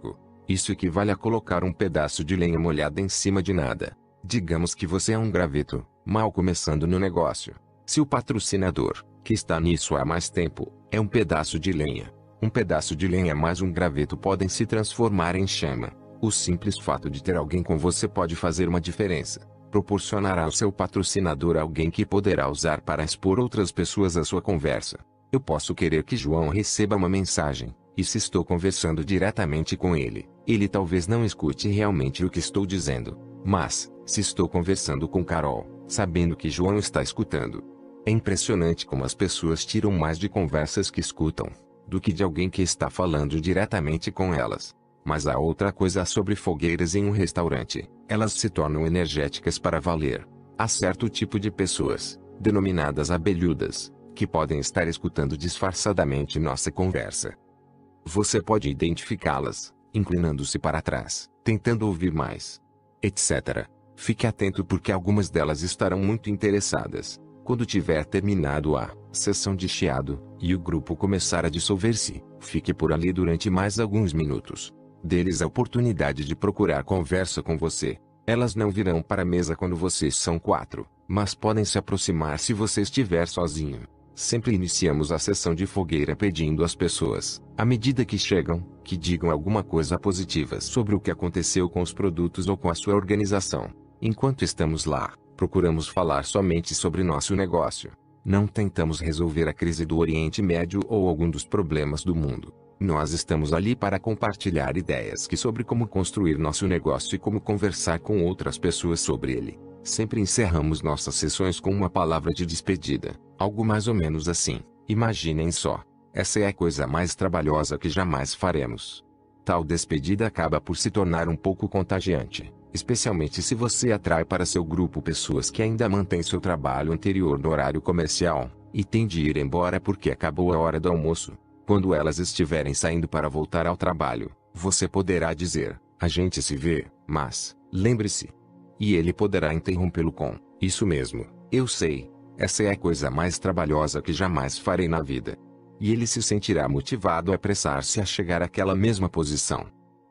Isso equivale a colocar um pedaço de lenha molhada em cima de nada. Digamos que você é um graveto, mal começando no negócio. Se o patrocinador, que está nisso há mais tempo, é um pedaço de lenha, um pedaço de lenha mais um graveto podem se transformar em chama. O simples fato de ter alguém com você pode fazer uma diferença. Proporcionará ao seu patrocinador alguém que poderá usar para expor outras pessoas à sua conversa. Eu posso querer que João receba uma mensagem, e se estou conversando diretamente com ele, ele talvez não escute realmente o que estou dizendo. Mas, se estou conversando com Carol, sabendo que João está escutando. É impressionante como as pessoas tiram mais de conversas que escutam, do que de alguém que está falando diretamente com elas. Mas há outra coisa sobre fogueiras em um restaurante. Elas se tornam energéticas para valer. Há certo tipo de pessoas, denominadas abelhudas, que podem estar escutando disfarçadamente nossa conversa. Você pode identificá-las, inclinando-se para trás, tentando ouvir mais, etcétera. Fique atento porque algumas delas estarão muito interessadas. Quando tiver terminado a sessão de chiado, e o grupo começar a dissolver-se, fique por ali durante mais alguns minutos. Dê-lhes a oportunidade de procurar conversa com você. Elas não virão para a mesa quando vocês são quatro, mas podem se aproximar se você estiver sozinho. Sempre iniciamos a sessão de fogueira pedindo às pessoas, à medida que chegam, que digam alguma coisa positiva sobre o que aconteceu com os produtos ou com a sua organização. Enquanto estamos lá, procuramos falar somente sobre nosso negócio. Não tentamos resolver a crise do Oriente Médio ou algum dos problemas do mundo. Nós estamos ali para compartilhar ideias que sobre como construir nosso negócio e como conversar com outras pessoas sobre ele. Sempre encerramos nossas sessões com uma palavra de despedida, algo mais ou menos assim: imaginem só, essa é a coisa mais trabalhosa que jamais faremos. Tal despedida acaba por se tornar um pouco contagiante, especialmente se você atrai para seu grupo pessoas que ainda mantêm seu trabalho anterior no horário comercial, e têm de ir embora porque acabou a hora do almoço. Quando elas estiverem saindo para voltar ao trabalho, você poderá dizer: a gente se vê, mas, lembre-se. E ele poderá interrompê-lo com: isso mesmo, eu sei, essa é a coisa mais trabalhosa que jamais farei na vida. E ele se sentirá motivado a apressar-se a chegar àquela mesma posição.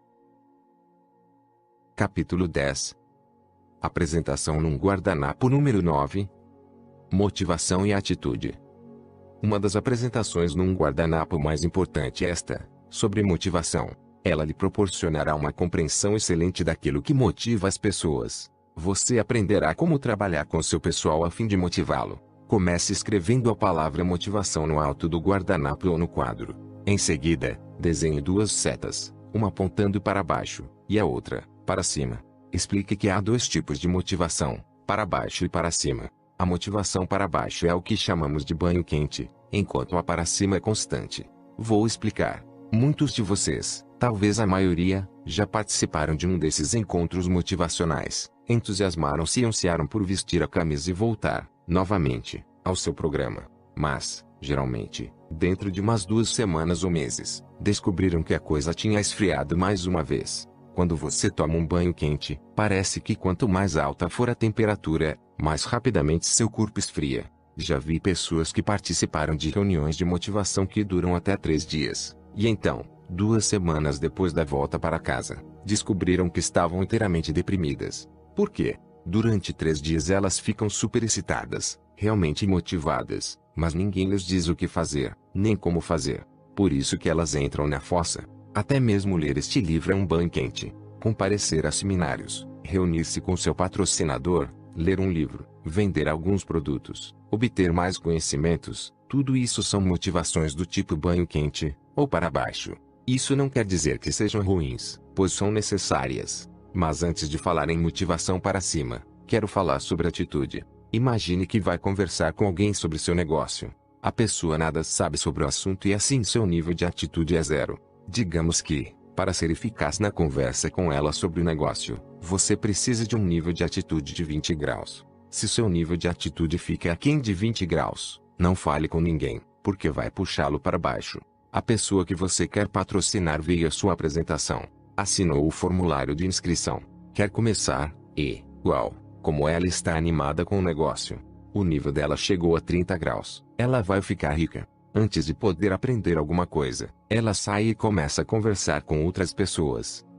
Capítulo dez. Apresentação num guardanapo número nove. Motivação e atitude. Uma das apresentações num guardanapo mais importante é esta, sobre motivação. Ela lhe proporcionará uma compreensão excelente daquilo que motiva as pessoas. Você aprenderá como trabalhar com seu pessoal a fim de motivá-lo. Comece escrevendo a palavra motivação no alto do guardanapo ou no quadro. Em seguida, desenhe duas setas, uma apontando para baixo, e a outra, para cima. Explique que há dois tipos de motivação, para baixo e para cima. A motivação para baixo é o que chamamos de banho quente, enquanto a para cima é constante. Vou explicar. Muitos de vocês, talvez a maioria, já participaram de um desses encontros motivacionais, entusiasmaram-se e ansiaram por vestir a camisa e voltar, novamente, ao seu programa. Mas, geralmente, dentro de umas duas semanas ou meses, descobriram que a coisa tinha esfriado mais uma vez. Quando você toma um banho quente, parece que quanto mais alta for a temperatura, mais rapidamente seu corpo esfria. Já vi pessoas que participaram de reuniões de motivação que duram até três dias, e então, duas semanas depois da volta para casa, descobriram que estavam inteiramente deprimidas. Por quê? Durante três dias elas ficam super excitadas, realmente motivadas, mas ninguém lhes diz o que fazer, nem como fazer. Por isso que elas entram na fossa. Até mesmo ler este livro é um banho quente. Comparecer a seminários, reunir-se com seu patrocinador, ler um livro, vender alguns produtos, obter mais conhecimentos, tudo isso são motivações do tipo banho quente, ou para baixo. Isso não quer dizer que sejam ruins, pois são necessárias. Mas antes de falar em motivação para cima, quero falar sobre atitude. Imagine que vai conversar com alguém sobre seu negócio. A pessoa nada sabe sobre o assunto e assim seu nível de atitude é zero. Digamos que, para ser eficaz na conversa com ela sobre o negócio, você precisa de um nível de atitude de vinte graus. Se seu nível de atitude fica aquém de vinte graus, não fale com ninguém, porque vai puxá-lo para baixo. A pessoa que você quer patrocinar veio à sua apresentação, assinou o formulário de inscrição, quer começar, e, uau, como ela está animada com o negócio. O nível dela chegou a trinta graus, ela vai ficar rica. Antes de poder aprender alguma coisa, ela sai e começa a conversar com outras pessoas.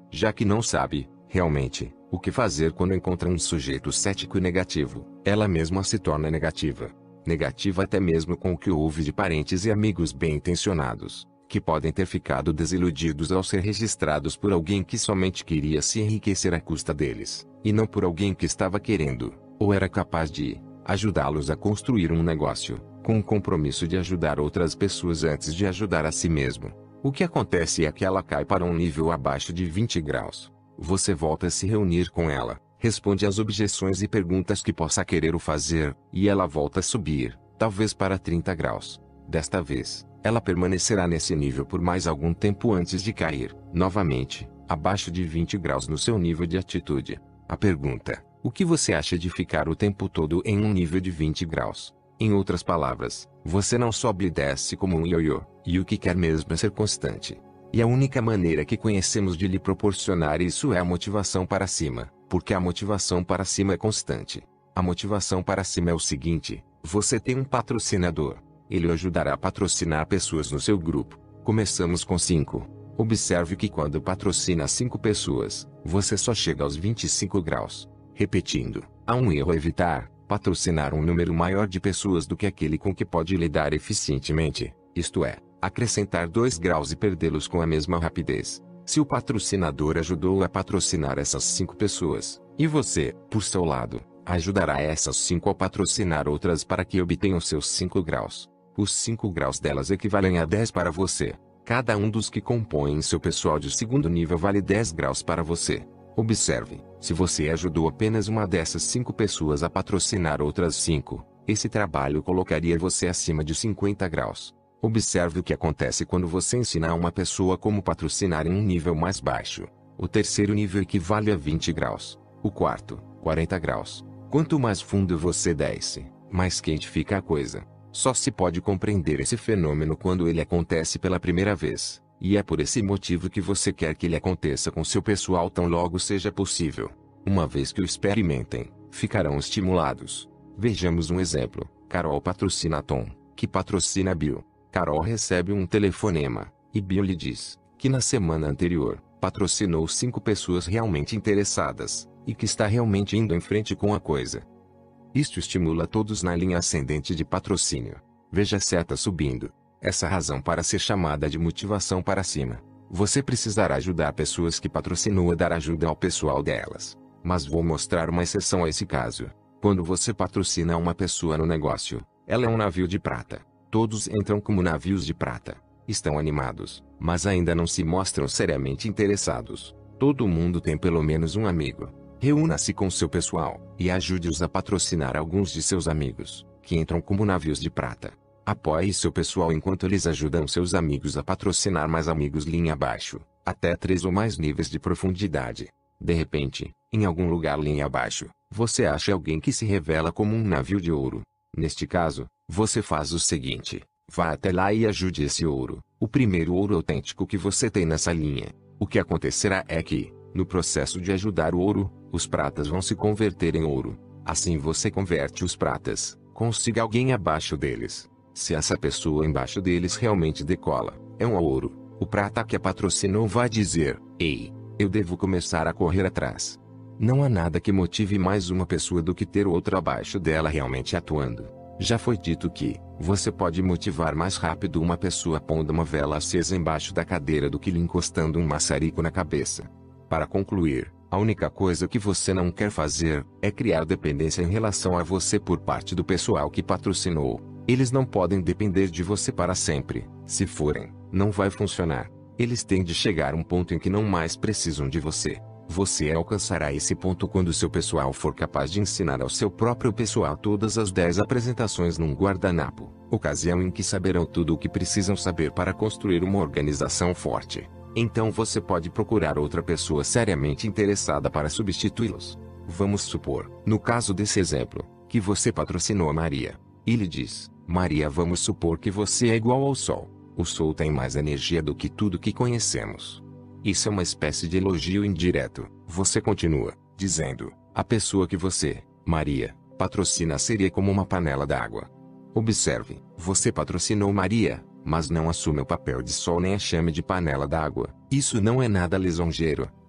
já que não sabe, realmente, o que fazer quando encontra um sujeito cético e negativo, ela mesma se torna negativa. Negativa até mesmo com o que ouve de parentes e amigos bem-intencionados, que podem ter ficado desiludidos ao ser registrados por alguém que somente queria se enriquecer à custa deles, e não por alguém que estava querendo, ou era capaz de, ajudá-los a construir um negócio, com o compromisso de ajudar outras pessoas antes de ajudar a si mesmo. O que acontece é que ela cai para um nível abaixo de vinte graus. Você volta a se reunir com ela, responde às objeções e perguntas que possa querer o fazer, e ela volta a subir, talvez para trinta graus. Desta vez, ela permanecerá nesse nível por mais algum tempo antes de cair, novamente, abaixo de vinte graus no seu nível de atitude. A pergunta: o que você acha de ficar o tempo todo em um nível de vinte graus? Em outras palavras, você não sobe e desce como um ioiô, e o que quer mesmo é ser constante. E a única maneira que conhecemos de lhe proporcionar isso é a motivação para cima, porque a motivação para cima é constante. A motivação para cima é o seguinte: você tem um patrocinador. Ele o ajudará a patrocinar pessoas no seu grupo. Começamos com cinco. Observe que quando patrocina cinco pessoas, você só chega aos vinte e cinco graus. Repetindo, há um erro a evitar: patrocinar um número maior de pessoas do que aquele com que pode lidar eficientemente, isto é, acrescentar dois graus e perdê-los com a mesma rapidez. Se o patrocinador ajudou a patrocinar essas cinco pessoas, e você, por seu lado, ajudará essas cinco a patrocinar outras para que obtenham seus cinco graus. Os cinco graus delas equivalem a dez para você. Cada um dos que compõem seu pessoal de segundo nível vale dez graus para você. Observe, se você ajudou apenas uma dessas cinco pessoas a patrocinar outras cinco, esse trabalho colocaria você acima de cinquenta graus. Observe o que acontece quando você ensina a uma pessoa como patrocinar em um nível mais baixo. O terceiro nível equivale a vinte graus. O quarto, quarenta graus. Quanto mais fundo você desce, mais quente fica a coisa. Só se pode compreender esse fenômeno quando ele acontece pela primeira vez, e é por esse motivo que você quer que ele aconteça com seu pessoal tão logo seja possível. Uma vez que o experimentem, ficarão estimulados. Vejamos um exemplo. Carol patrocina Tom, que patrocina Bill. Carol recebe um telefonema, e Bill lhe diz que na semana anterior, patrocinou cinco pessoas realmente interessadas, e que está realmente indo em frente com a coisa. Isto estimula todos na linha ascendente de patrocínio. Veja a seta subindo. Essa razão para ser chamada de motivação para cima. Você precisará ajudar pessoas que patrocinou a dar ajuda ao pessoal delas. Mas vou mostrar uma exceção a esse caso. Quando você patrocina uma pessoa no negócio, ela é um navio de prata. Todos entram como navios de prata. Estão animados, mas ainda não se mostram seriamente interessados. Todo mundo tem pelo menos um amigo. Reúna-se com seu pessoal, e ajude-os a patrocinar alguns de seus amigos, que entram como navios de prata. Apoie seu pessoal enquanto eles ajudam seus amigos a patrocinar mais amigos linha abaixo, até três ou mais níveis de profundidade. De repente, em algum lugar linha abaixo, você acha alguém que se revela como um navio de ouro. Neste caso, você faz o seguinte: vá até lá e ajude esse ouro, o primeiro ouro autêntico que você tem nessa linha. O que acontecerá é que, no processo de ajudar o ouro, os pratas vão se converter em ouro. Assim você converte os pratas, consiga alguém abaixo deles. Se essa pessoa embaixo deles realmente decola, é um ouro, o prata que a patrocinou vai dizer: ei, eu devo começar a correr atrás. Não há nada que motive mais uma pessoa do que ter outra abaixo dela realmente atuando. Já foi dito que, você pode motivar mais rápido uma pessoa pondo uma vela acesa embaixo da cadeira do que lhe encostando um maçarico na cabeça. Para concluir, a única coisa que você não quer fazer, é criar dependência em relação a você por parte do pessoal que patrocinou. Eles não podem depender de você para sempre. Se forem, não vai funcionar. Eles têm de chegar a um ponto em que não mais precisam de você. Você alcançará esse ponto quando seu pessoal for capaz de ensinar ao seu próprio pessoal todas as dez apresentações num guardanapo, ocasião em que saberão tudo o que precisam saber para construir uma organização forte. Então você pode procurar outra pessoa seriamente interessada para substituí-los. Vamos supor, no caso desse exemplo, que você patrocinou a Maria. E lhe diz: Maria, vamos supor que você é igual ao Sol. O Sol tem mais energia do que tudo que conhecemos. Isso é uma espécie de elogio indireto. Você continua, dizendo: a pessoa que você, Maria, patrocina seria como uma panela d'água. Observe, você patrocinou Maria, mas não assume o papel de sol nem a chame de panela d'água. Isso não é nada lisonjeiro.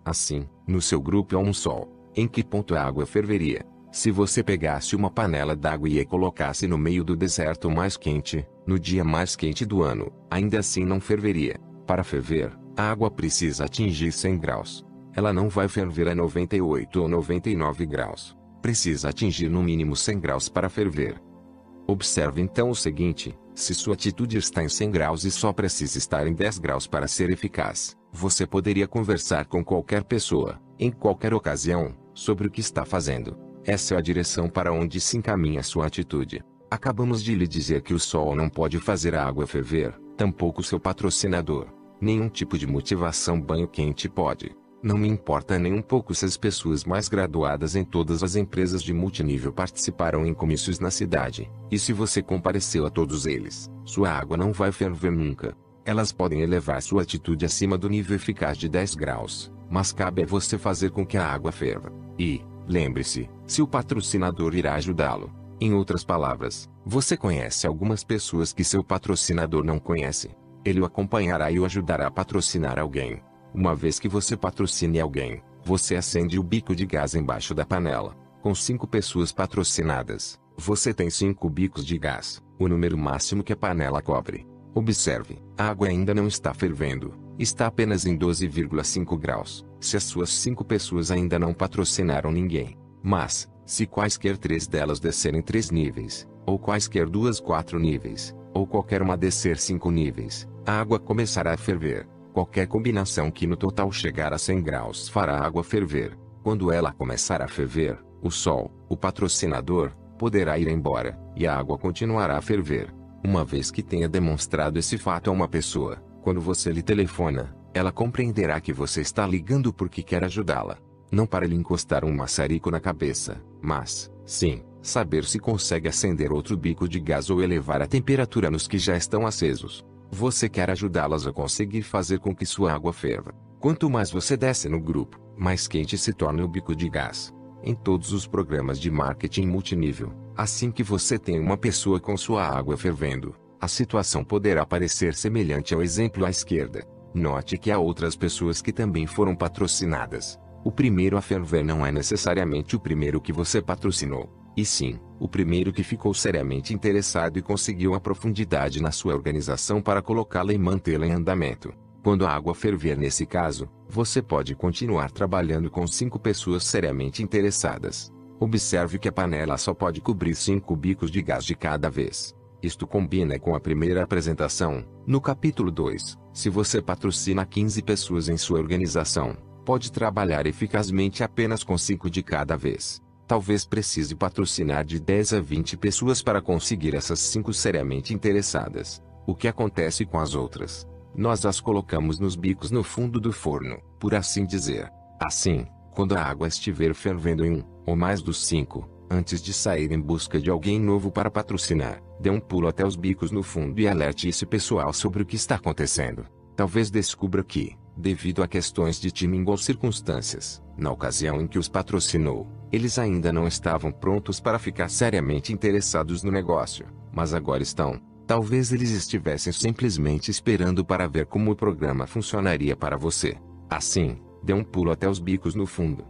Assim, no seu grupo há um sol. Em que ponto a água ferveria? Se você pegasse uma panela d'água e a colocasse no meio do deserto mais quente, no dia mais quente do ano, ainda assim não ferveria. Para ferver, a água precisa atingir cem graus. Ela não vai ferver a noventa e oito ou noventa e nove graus. Precisa atingir no mínimo cem graus para ferver. Observe então o seguinte: se sua atitude está em cem graus e só precisa estar em dez graus para ser eficaz, você poderia conversar com qualquer pessoa, em qualquer ocasião, sobre o que está fazendo. Essa é a direção para onde se encaminha sua atitude. Acabamos de lhe dizer que o sol não pode fazer a água ferver, tampouco seu patrocinador. Nenhum tipo de motivação banho quente pode. Não me importa nem um pouco se as pessoas mais graduadas em todas as empresas de multinível participaram em comícios na cidade, e se você compareceu a todos eles, sua água não vai ferver nunca. Elas podem elevar sua atitude acima do nível eficaz de dez graus, mas cabe a você fazer com que a água ferva. E, lembre-se, se o patrocinador irá ajudá-lo. Em outras palavras, você conhece algumas pessoas que seu patrocinador não conhece. Ele o acompanhará e o ajudará a patrocinar alguém. Uma vez que você patrocine alguém, você acende o bico de gás embaixo da panela. Com cinco pessoas patrocinadas, você tem cinco bicos de gás, o número máximo que a panela cobre. Observe, a água ainda não está fervendo, está apenas em doze vírgula cinco graus, se as suas cinco pessoas ainda não patrocinaram ninguém. Mas, se quaisquer três delas descerem três níveis, ou quaisquer duas quatro níveis, ou qualquer uma descer cinco níveis, a água começará a ferver. Qualquer combinação que no total chegar a cem graus fará a água ferver. Quando ela começar a ferver, o sol, o patrocinador, poderá ir embora, e a água continuará a ferver. Uma vez que tenha demonstrado esse fato a uma pessoa, quando você lhe telefona, ela compreenderá que você está ligando porque quer ajudá-la. Não para lhe encostar um maçarico na cabeça, mas, sim, saber se consegue acender outro bico de gás ou elevar a temperatura nos que já estão acesos. Você quer ajudá-las a conseguir fazer com que sua água ferva. Quanto mais você desce no grupo, mais quente se torna o bico de gás. Em todos os programas de marketing multinível, assim que você tem uma pessoa com sua água fervendo, a situação poderá parecer semelhante ao exemplo à esquerda. Note que há outras pessoas que também foram patrocinadas. O primeiro a ferver não é necessariamente o primeiro que você patrocinou, e sim, o primeiro que ficou seriamente interessado e conseguiu a profundidade na sua organização para colocá-la e mantê-la em andamento. Quando a água ferver nesse caso, você pode continuar trabalhando com cinco pessoas seriamente interessadas. Observe que a panela só pode cobrir cinco bicos de gás de cada vez. Isto combina com a primeira apresentação, no capítulo dois. Se você patrocina quinze pessoas em sua organização, pode trabalhar eficazmente apenas com cinco de cada vez. Talvez precise patrocinar de dez a vinte pessoas para conseguir essas cinco seriamente interessadas. O que acontece com as outras? Nós as colocamos nos bicos no fundo do forno, por assim dizer. Assim, quando a água estiver fervendo em um, ou mais dos cinco, antes de sair em busca de alguém novo para patrocinar, dê um pulo até os bicos no fundo e alerte esse pessoal sobre o que está acontecendo. Talvez descubra que, devido a questões de timing ou circunstâncias, na ocasião em que os patrocinou, eles ainda não estavam prontos para ficar seriamente interessados no negócio, mas agora estão. Talvez eles estivessem simplesmente esperando para ver como o programa funcionaria para você. Assim, dê um pulo até os bicos no fundo.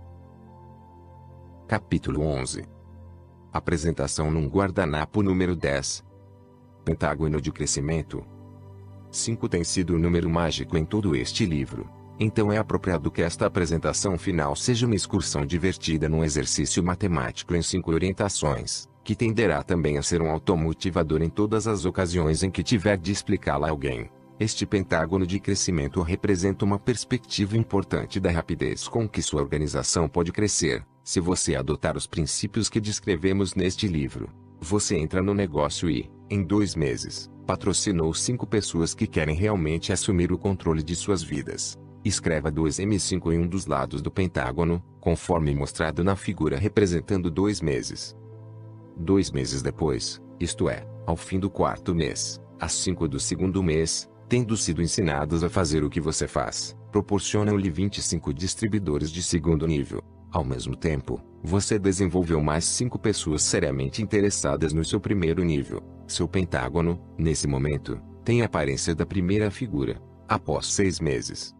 Capítulo onze. Apresentação num guardanapo número dez. Pentágono de crescimento. cinco tem sido o número mágico em todo este livro. Então é apropriado que esta apresentação final seja uma excursão divertida num exercício matemático em cinco orientações, que tenderá também a ser um automotivador em todas as ocasiões em que tiver de explicá-la a alguém. Este pentágono de crescimento representa uma perspectiva importante da rapidez com que sua organização pode crescer, se você adotar os princípios que descrevemos neste livro. Você entra no negócio e, em dois meses, patrocinou cinco pessoas que querem realmente assumir o controle de suas vidas. Escreva dois M cinco em um dos lados do pentágono, conforme mostrado na figura representando dois meses. Dois meses depois, isto é, ao fim do quarto mês, às cinco do segundo mês, tendo sido ensinados a fazer o que você faz, proporcionam-lhe vinte e cinco distribuidores de segundo nível. Ao mesmo tempo, você desenvolveu mais cinco pessoas seriamente interessadas no seu primeiro nível. Seu pentágono, nesse momento, tem a aparência da primeira figura. Após seis meses,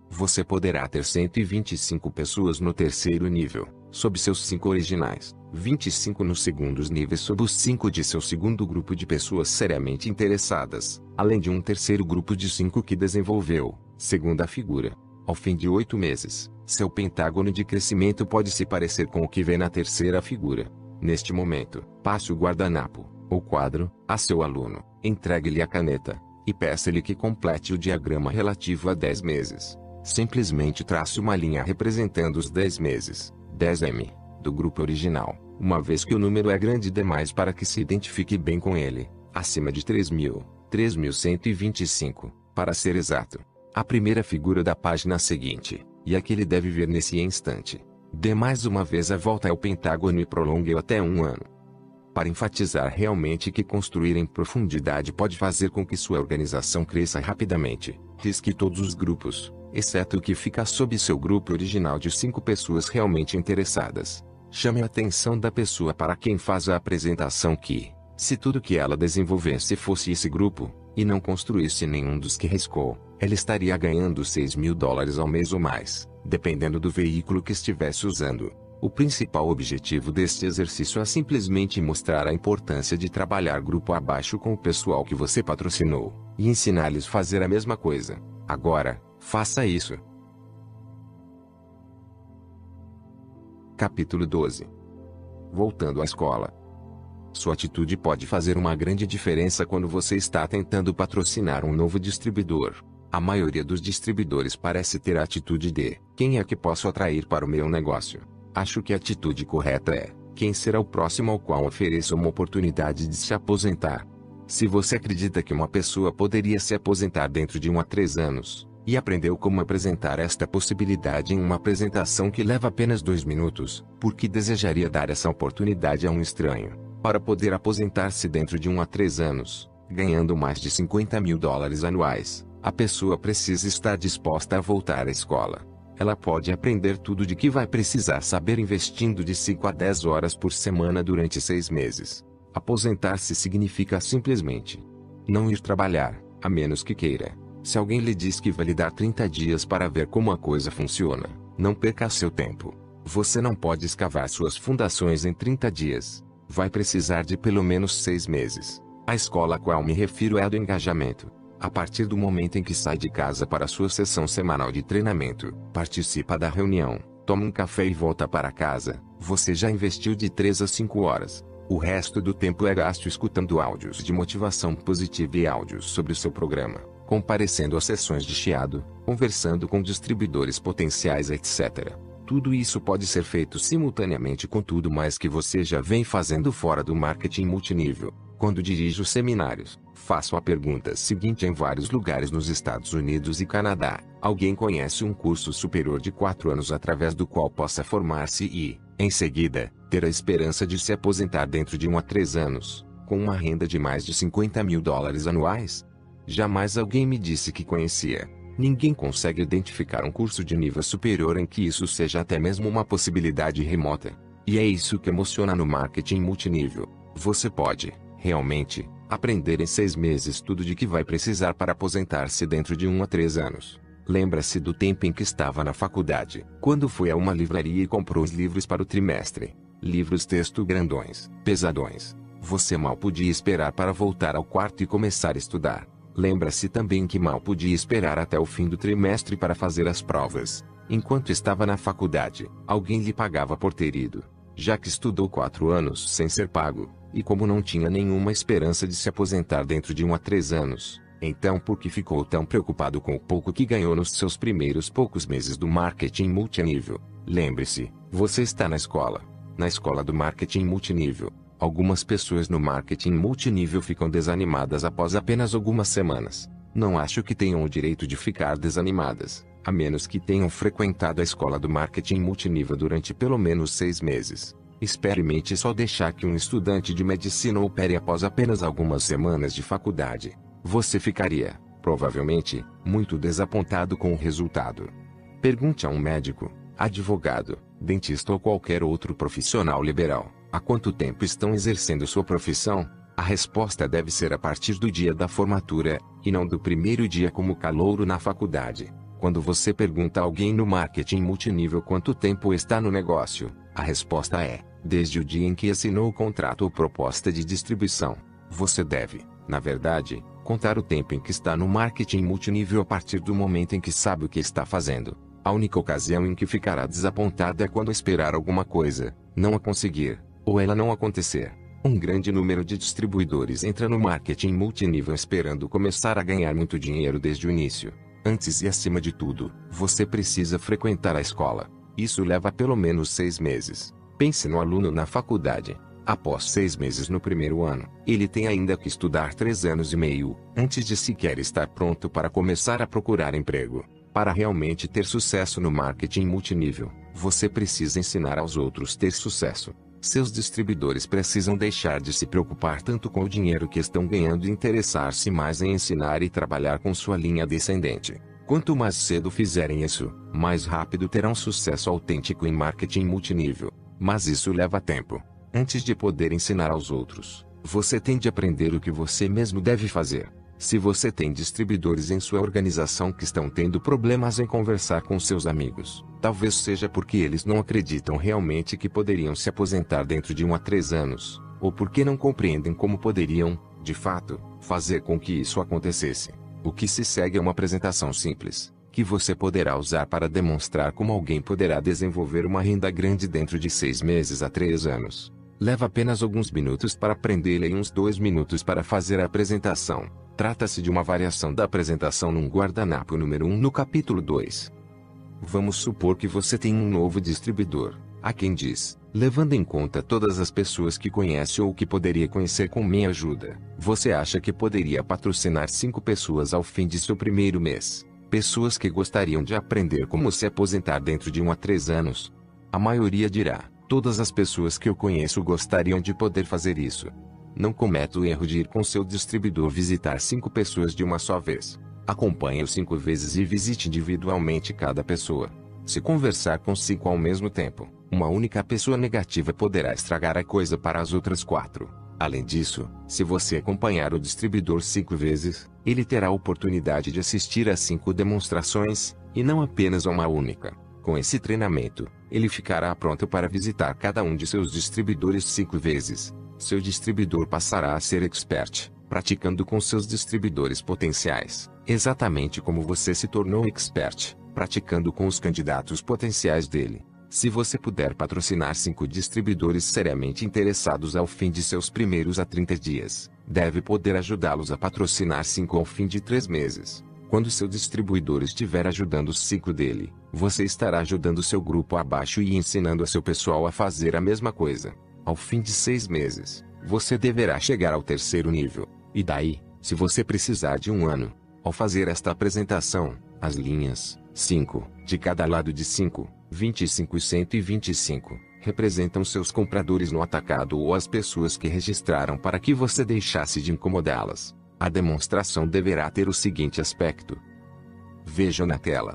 Você poderá ter cento e vinte e cinco pessoas no terceiro nível, sob seus cinco originais, vinte e cinco nos segundos níveis sob os cinco de seu segundo grupo de pessoas seriamente interessadas, além de um terceiro grupo de cinco que desenvolveu, segunda figura. Ao fim de oito meses, seu pentágono de crescimento pode se parecer com o que vê na terceira figura. Neste momento, passe o guardanapo, ou quadro, a seu aluno, entregue-lhe a caneta, e peça-lhe que complete o diagrama relativo a dez meses. Simplesmente trace uma linha representando os dez meses, dez M, do grupo original, uma vez que o número é grande demais para que se identifique bem com ele, acima de três mil, três mil cento e vinte e cinco, para ser exato. A primeira figura da página seguinte, e a que ele deve ver nesse instante. Dê mais uma vez a volta ao pentágono e prolongue-o até um ano. Para enfatizar realmente que construir em profundidade pode fazer com que sua organização cresça rapidamente, risque todos os grupos, exceto o que fica sob seu grupo original de cinco pessoas realmente interessadas. Chame a atenção da pessoa para quem faz a apresentação que, se tudo que ela desenvolvesse fosse esse grupo, e não construísse nenhum dos que riscou, ela estaria ganhando seis mil dólares ao mês ou mais, dependendo do veículo que estivesse usando. O principal objetivo deste exercício é simplesmente mostrar a importância de trabalhar grupo abaixo com o pessoal que você patrocinou, e ensinar-lhes a fazer a mesma coisa. Agora, faça isso. Capítulo doze. Voltando à escola. Sua atitude pode fazer uma grande diferença quando você está tentando patrocinar um novo distribuidor. A maioria dos distribuidores parece ter a atitude de: quem é que posso atrair para o meu negócio? Acho que a atitude correta é: quem será o próximo ao qual ofereça uma oportunidade de se aposentar? Se você acredita que uma pessoa poderia se aposentar dentro de um a três anos, e aprendeu como apresentar esta possibilidade em uma apresentação que leva apenas dois minutos, por que desejaria dar essa oportunidade a um estranho? Para poder aposentar-se dentro de um a três anos, ganhando mais de cinquenta mil dólares anuais, a pessoa precisa estar disposta a voltar à escola. Ela pode aprender tudo de que vai precisar saber investindo de cinco a dez horas por semana durante seis meses. Aposentar-se significa simplesmente não ir trabalhar, a menos que queira. Se alguém lhe diz que vai lhe dar trinta dias para ver como a coisa funciona, não perca seu tempo. Você não pode escavar suas fundações em trinta dias. Vai precisar de pelo menos seis meses. A escola a qual me refiro é a do engajamento. A partir do momento em que sai de casa para sua sessão semanal de treinamento, participa da reunião, toma um café e volta para casa, você já investiu de três a cinco horas. O resto do tempo é gasto escutando áudios de motivação positiva e áudios sobre o seu programa, comparecendo a sessões de chiado, conversando com distribuidores potenciais, etcétera. Tudo isso pode ser feito simultaneamente com tudo mais que você já vem fazendo fora do marketing multinível. Quando dirijo seminários, faço a pergunta seguinte em vários lugares nos Estados Unidos e Canadá: alguém conhece um curso superior de quatro anos através do qual possa formar-se e, em seguida, ter a esperança de se aposentar dentro de um a três anos, com uma renda de mais de cinquenta mil dólares anuais? Jamais alguém me disse que conhecia. Ninguém consegue identificar um curso de nível superior em que isso seja até mesmo uma possibilidade remota. E é isso que emociona no marketing multinível. Você pode, realmente, aprender em seis meses tudo de que vai precisar para aposentar-se dentro de um a três anos. Lembra-se do tempo em que estava na faculdade, quando foi a uma livraria e comprou os livros para o trimestre. Livros texto grandões, pesadões. Você mal podia esperar para voltar ao quarto e começar a estudar. Lembra-se também que mal podia esperar até o fim do trimestre para fazer as provas. Enquanto estava na faculdade, alguém lhe pagava por ter ido, já que estudou quatro anos sem ser pago, e como não tinha nenhuma esperança de se aposentar dentro de um a três anos, então por que ficou tão preocupado com o pouco que ganhou nos seus primeiros poucos meses do marketing multinível? Lembre-se, você está na escola. Na escola do marketing multinível. Algumas pessoas no marketing multinível ficam desanimadas após apenas algumas semanas. Não acho que tenham o direito de ficar desanimadas, a menos que tenham frequentado a escola do marketing multinível durante pelo menos seis meses. Experimente só deixar que um estudante de medicina opere após apenas algumas semanas de faculdade. Você ficaria, provavelmente, muito desapontado com o resultado. Pergunte a um médico, advogado, dentista ou qualquer outro profissional liberal: há quanto tempo estão exercendo sua profissão? A resposta deve ser a partir do dia da formatura, e não do primeiro dia como calouro na faculdade. Quando você pergunta a alguém no marketing multinível quanto tempo está no negócio, a resposta é: desde o dia em que assinou o contrato ou proposta de distribuição. Você deve, na verdade, contar o tempo em que está no marketing multinível a partir do momento em que sabe o que está fazendo. A única ocasião em que ficará desapontado é quando esperar alguma coisa, não a conseguir, ou ela não acontecer. Um grande número de distribuidores entra no marketing multinível esperando começar a ganhar muito dinheiro desde o início. Antes e acima de tudo, você precisa frequentar a escola. Isso leva pelo menos seis meses. Pense no aluno na faculdade. Após seis meses no primeiro ano, ele tem ainda que estudar três anos e meio, antes de sequer estar pronto para começar a procurar emprego. Para realmente ter sucesso no marketing multinível, você precisa ensinar aos outros ter sucesso. Seus distribuidores precisam deixar de se preocupar tanto com o dinheiro que estão ganhando e interessar-se mais em ensinar e trabalhar com sua linha descendente. Quanto mais cedo fizerem isso, mais rápido terão sucesso autêntico em marketing multinível. Mas isso leva tempo. Antes de poder ensinar aos outros, você tem de aprender o que você mesmo deve fazer. Se você tem distribuidores em sua organização que estão tendo problemas em conversar com seus amigos, talvez seja porque eles não acreditam realmente que poderiam se aposentar dentro de um a três anos, ou porque não compreendem como poderiam, de fato, fazer com que isso acontecesse. O que se segue é uma apresentação simples, que você poderá usar para demonstrar como alguém poderá desenvolver uma renda grande dentro de seis meses a três anos. Leva apenas alguns minutos para aprendê-la e uns dois minutos para fazer a apresentação. Trata-se de uma variação da apresentação num guardanapo número um no capítulo dois. Vamos supor que você tem um novo distribuidor. Há quem diz, levando em conta todas as pessoas que conhece ou que poderia conhecer com minha ajuda, você acha que poderia patrocinar cinco pessoas ao fim de seu primeiro mês? Pessoas que gostariam de aprender como se aposentar dentro de um a três anos? A maioria dirá, todas as pessoas que eu conheço gostariam de poder fazer isso. Não cometa o erro de ir com seu distribuidor visitar cinco pessoas de uma só vez. Acompanhe-o cinco vezes e visite individualmente cada pessoa. Se conversar com cinco ao mesmo tempo, uma única pessoa negativa poderá estragar a coisa para as outras quatro. Além disso, se você acompanhar o distribuidor cinco vezes, ele terá a oportunidade de assistir a cinco demonstrações, e não apenas a uma única. Com esse treinamento, ele ficará pronto para visitar cada um de seus distribuidores cinco vezes. Seu distribuidor passará a ser expert, praticando com seus distribuidores potenciais, exatamente como você se tornou expert, praticando com os candidatos potenciais dele. Se você puder patrocinar cinco distribuidores seriamente interessados ao fim de seus primeiros a trinta dias, deve poder ajudá-los a patrocinar cinco ao fim de três meses. Quando seu distribuidor estiver ajudando os cinco dele, você estará ajudando seu grupo abaixo e ensinando a seu pessoal a fazer a mesma coisa. Ao fim de seis meses, você deverá chegar ao terceiro nível. E daí, se você precisar de um ano, ao fazer esta apresentação, as linhas cinco, de cada lado de cinco, vinte e cinco e cento e vinte e cinco, representam seus compradores no atacado ou as pessoas que registraram para que você deixasse de incomodá-las. A demonstração deverá ter o seguinte aspecto. Veja na tela.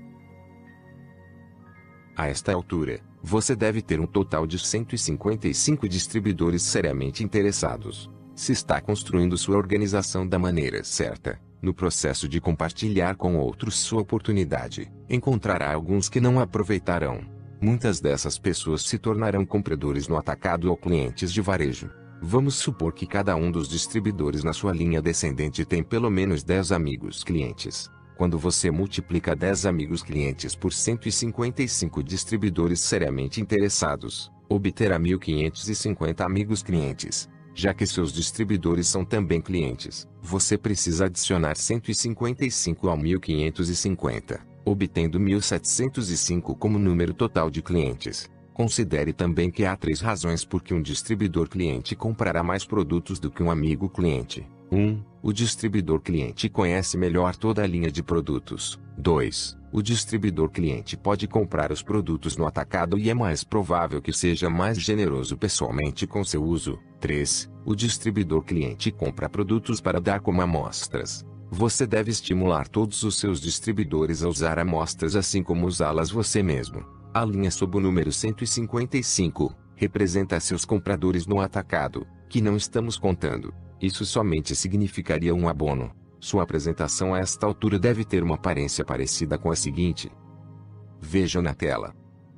A esta altura, você deve ter um total de cento e cinquenta e cinco distribuidores seriamente interessados. Se está construindo sua organização da maneira certa, no processo de compartilhar com outros sua oportunidade, encontrará alguns que não aproveitarão. Muitas dessas pessoas se tornarão compradores no atacado ou clientes de varejo. Vamos supor que cada um dos distribuidores na sua linha descendente tem pelo menos dez amigos clientes. Quando você multiplica dez amigos clientes por cento e cinquenta e cinco distribuidores seriamente interessados, obterá mil quinhentos e cinquenta amigos clientes. Já que seus distribuidores são também clientes, você precisa adicionar cento e cinquenta e cinco ao mil quinhentos e cinquenta, obtendo mil setecentos e cinco como número total de clientes. Considere também que há três razões por que um distribuidor cliente comprará mais produtos do que um amigo cliente. um. O distribuidor cliente conhece melhor toda a linha de produtos. dois. O distribuidor cliente pode comprar os produtos no atacado e é mais provável que seja mais generoso pessoalmente com seu uso. três. O distribuidor cliente compra produtos para dar como amostras. Você deve estimular todos os seus distribuidores a usar amostras assim como usá-las você mesmo. A linha sob o número cento e cinquenta e cinco representa seus compradores no atacado, que não estamos contando. Isso somente significaria um abono. Sua apresentação a esta altura deve ter uma aparência parecida com a seguinte. Veja na tela.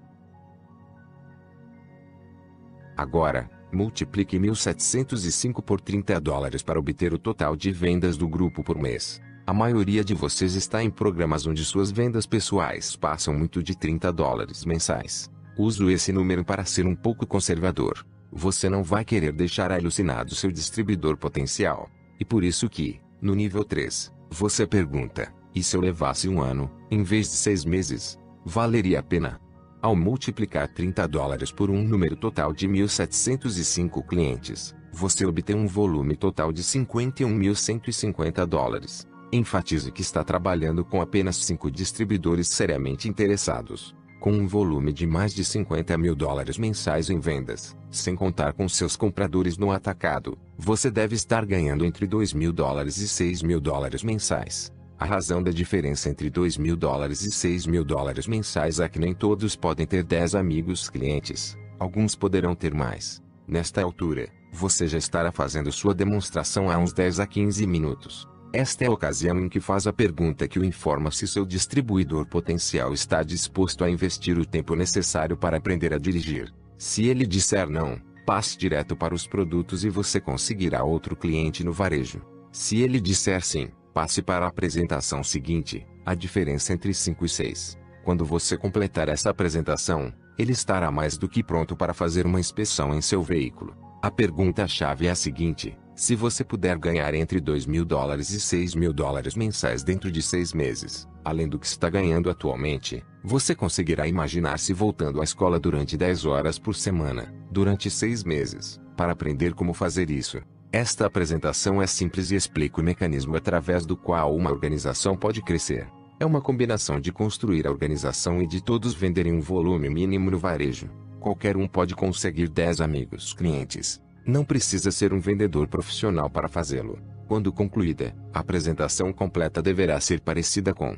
Agora, multiplique mil setecentos e cinco por trinta dólares para obter o total de vendas do grupo por mês. A maioria de vocês está em programas onde suas vendas pessoais passam muito de trinta dólares mensais. Uso esse número para ser um pouco conservador. Você não vai querer deixar alucinado seu distribuidor potencial. E por isso que, no nível três, você pergunta, e se eu levasse um ano, em vez de seis meses? Valeria a pena? Ao multiplicar trinta dólares por um número total de mil setecentos e cinco clientes, você obtém um volume total de cinquenta e um mil cento e cinquenta dólares. Enfatize que está trabalhando com apenas cinco distribuidores seriamente interessados, com um volume de mais de cinquenta mil dólares mensais em vendas, sem contar com seus compradores no atacado. Você deve estar ganhando entre dois mil dólares e seis mil dólares mensais. A razão da diferença entre dois mil dólares e seis mil dólares mensais é que nem todos podem ter dez amigos clientes. Alguns poderão ter mais. Nesta altura, você já estará fazendo sua demonstração há uns dez a quinze minutos. Esta é a ocasião em que faz a pergunta que o informa se seu distribuidor potencial está disposto a investir o tempo necessário para aprender a dirigir. Se ele disser não, passe direto para os produtos e você conseguirá outro cliente no varejo. Se ele disser sim, passe para a apresentação seguinte, a diferença entre cinco e seis. Quando você completar essa apresentação, ele estará mais do que pronto para fazer uma inspeção em seu veículo. A pergunta-chave é a seguinte: se você puder ganhar entre dois mil dólares e seis mil dólares mensais dentro de seis meses, além do que está ganhando atualmente, você conseguirá imaginar-se voltando à escola durante dez horas por semana, durante seis meses, para aprender como fazer isso. Esta apresentação é simples e explica o mecanismo através do qual uma organização pode crescer. É uma combinação de construir a organização e de todos venderem um volume mínimo no varejo. Qualquer um pode conseguir dez amigos clientes. Não precisa ser um vendedor profissional para fazê-lo. Quando concluída, a apresentação completa deverá ser parecida com.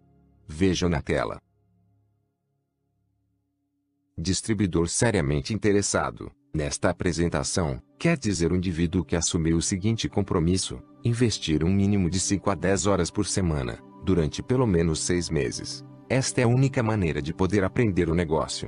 Veja na tela. Distribuidor seriamente interessado. Nesta apresentação, quer dizer o indivíduo que assumiu o seguinte compromisso: investir um mínimo de cinco a dez horas por semana, durante pelo menos seis meses. Esta é a única maneira de poder aprender o negócio.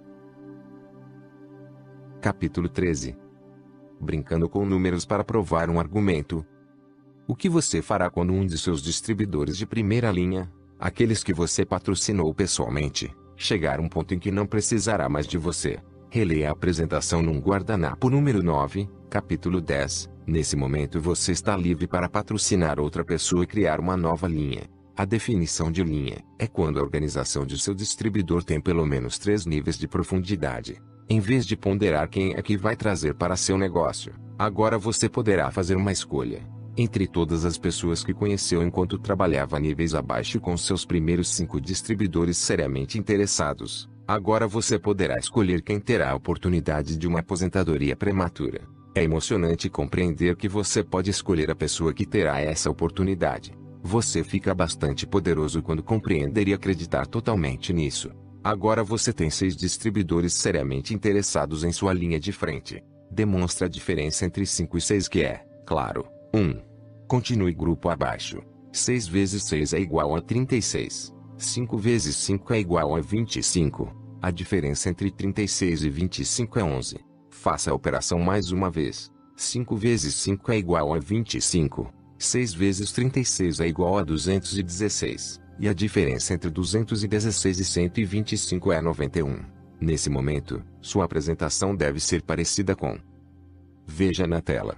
Capítulo treze. Brincando com números para provar um argumento. O que você fará quando um de seus distribuidores de primeira linha, aqueles que você patrocinou pessoalmente, chegar a um ponto em que não precisará mais de você? Releia a apresentação num guardanapo número nove, capítulo dez. Nesse momento você está livre para patrocinar outra pessoa e criar uma nova linha. A definição de linha é quando a organização de seu distribuidor tem pelo menos três níveis de profundidade. Em vez de ponderar quem é que vai trazer para seu negócio, agora você poderá fazer uma escolha. Entre todas as pessoas que conheceu enquanto trabalhava a níveis abaixo com seus primeiros cinco distribuidores seriamente interessados, agora você poderá escolher quem terá a oportunidade de uma aposentadoria prematura. É emocionante compreender que você pode escolher a pessoa que terá essa oportunidade. Você fica bastante poderoso quando compreender e acreditar totalmente nisso. Agora você tem seis distribuidores seriamente interessados em sua linha de frente. Demonstra a diferença entre cinco e seis, que é, claro, um. Continue grupo abaixo. seis vezes seis é igual a trinta e seis. cinco vezes cinco é igual a vinte e cinco. A diferença entre trinta e seis e vinte e cinco é onze. Faça a operação mais uma vez. cinco vezes cinco é igual a vinte e cinco. seis vezes trinta e seis é igual a duzentos e dezesseis. E a diferença entre duzentos e dezesseis e cento e vinte e cinco é noventa e um. Nesse momento, sua apresentação deve ser parecida com. Veja na tela.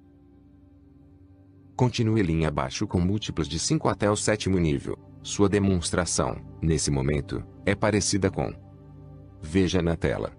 Continue linha abaixo com múltiplos de cinco até o sétimo nível. Sua demonstração, nesse momento, é parecida com. Veja na tela.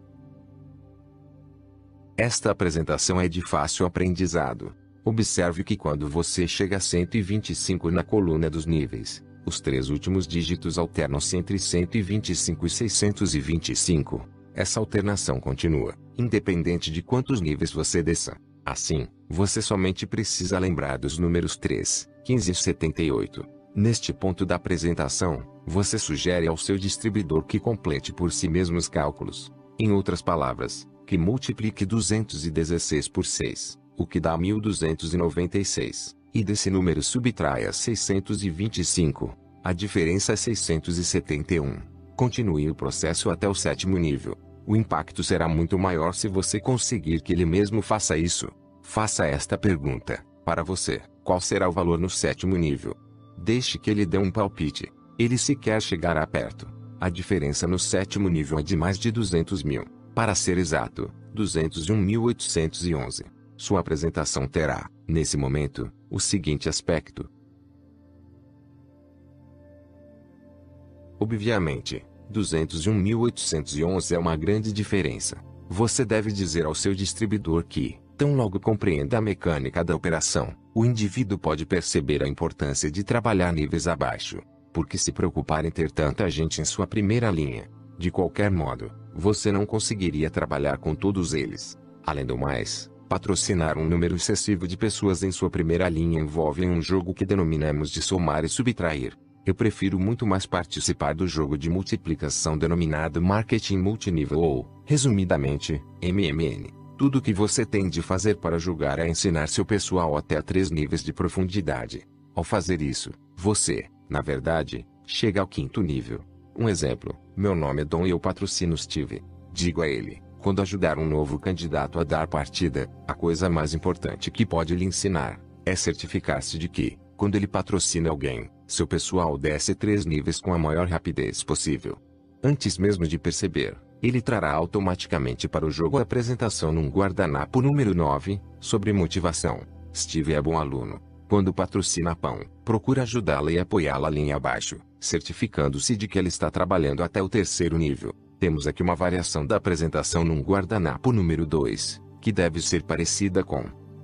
Esta apresentação é de fácil aprendizado. Observe que quando você chega a cento e vinte e cinco na coluna dos níveis, os três últimos dígitos alternam-se entre cento e vinte e cinco e seiscentos e vinte e cinco. Essa alternação continua, independente de quantos níveis você desça. Assim, você somente precisa lembrar dos números três, quinze e setenta e oito. Neste ponto da apresentação, você sugere ao seu distribuidor que complete por si mesmo os cálculos. Em outras palavras, que multiplique duzentos e dezesseis por seis, o que dá mil duzentos e noventa e seis. e desse número subtraia seiscentos e vinte e cinco. A diferença é seiscentos e setenta e um. Continue o processo até o sétimo nível. O impacto será muito maior se você conseguir que ele mesmo faça isso. Faça esta pergunta: para você, qual será o valor no sétimo nível? Deixe que ele dê um palpite. Ele sequer chegará perto. A diferença no sétimo nível é de mais de duzentos mil. Para ser exato, duzentos e um mil oitocentos e onze. Sua apresentação terá, nesse momento, o seguinte aspecto. Obviamente, duzentos e um mil oitocentos e onze é uma grande diferença. Você deve dizer ao seu distribuidor que, tão logo compreenda a mecânica da operação, o indivíduo pode perceber a importância de trabalhar níveis abaixo. Porque se preocupar em ter tanta gente em sua primeira linha. De qualquer modo, você não conseguiria trabalhar com todos eles. Além do mais, patrocinar um número excessivo de pessoas em sua primeira linha envolve um jogo que denominamos de somar e subtrair. Eu prefiro muito mais participar do jogo de multiplicação denominado Marketing Multinível ou, resumidamente, M M N. Tudo o que você tem de fazer para jogar é ensinar seu pessoal até três níveis de profundidade. Ao fazer isso, você, na verdade, chega ao quinto nível. Um exemplo: meu nome é Dom e eu patrocino Steve. Digo a ele, quando ajudar um novo candidato a dar partida, a coisa mais importante que pode lhe ensinar é certificar-se de que, quando ele patrocina alguém, seu pessoal desce três níveis com a maior rapidez possível. Antes mesmo de perceber, ele trará automaticamente para o jogo a apresentação num guardanapo número nove, sobre motivação. Steve é bom aluno. Quando patrocina pão, procura ajudá-la e apoiá-la linha abaixo, certificando-se de que ela está trabalhando até o terceiro nível. Temos aqui uma variação da apresentação num guardanapo número dois, que deve ser parecida com.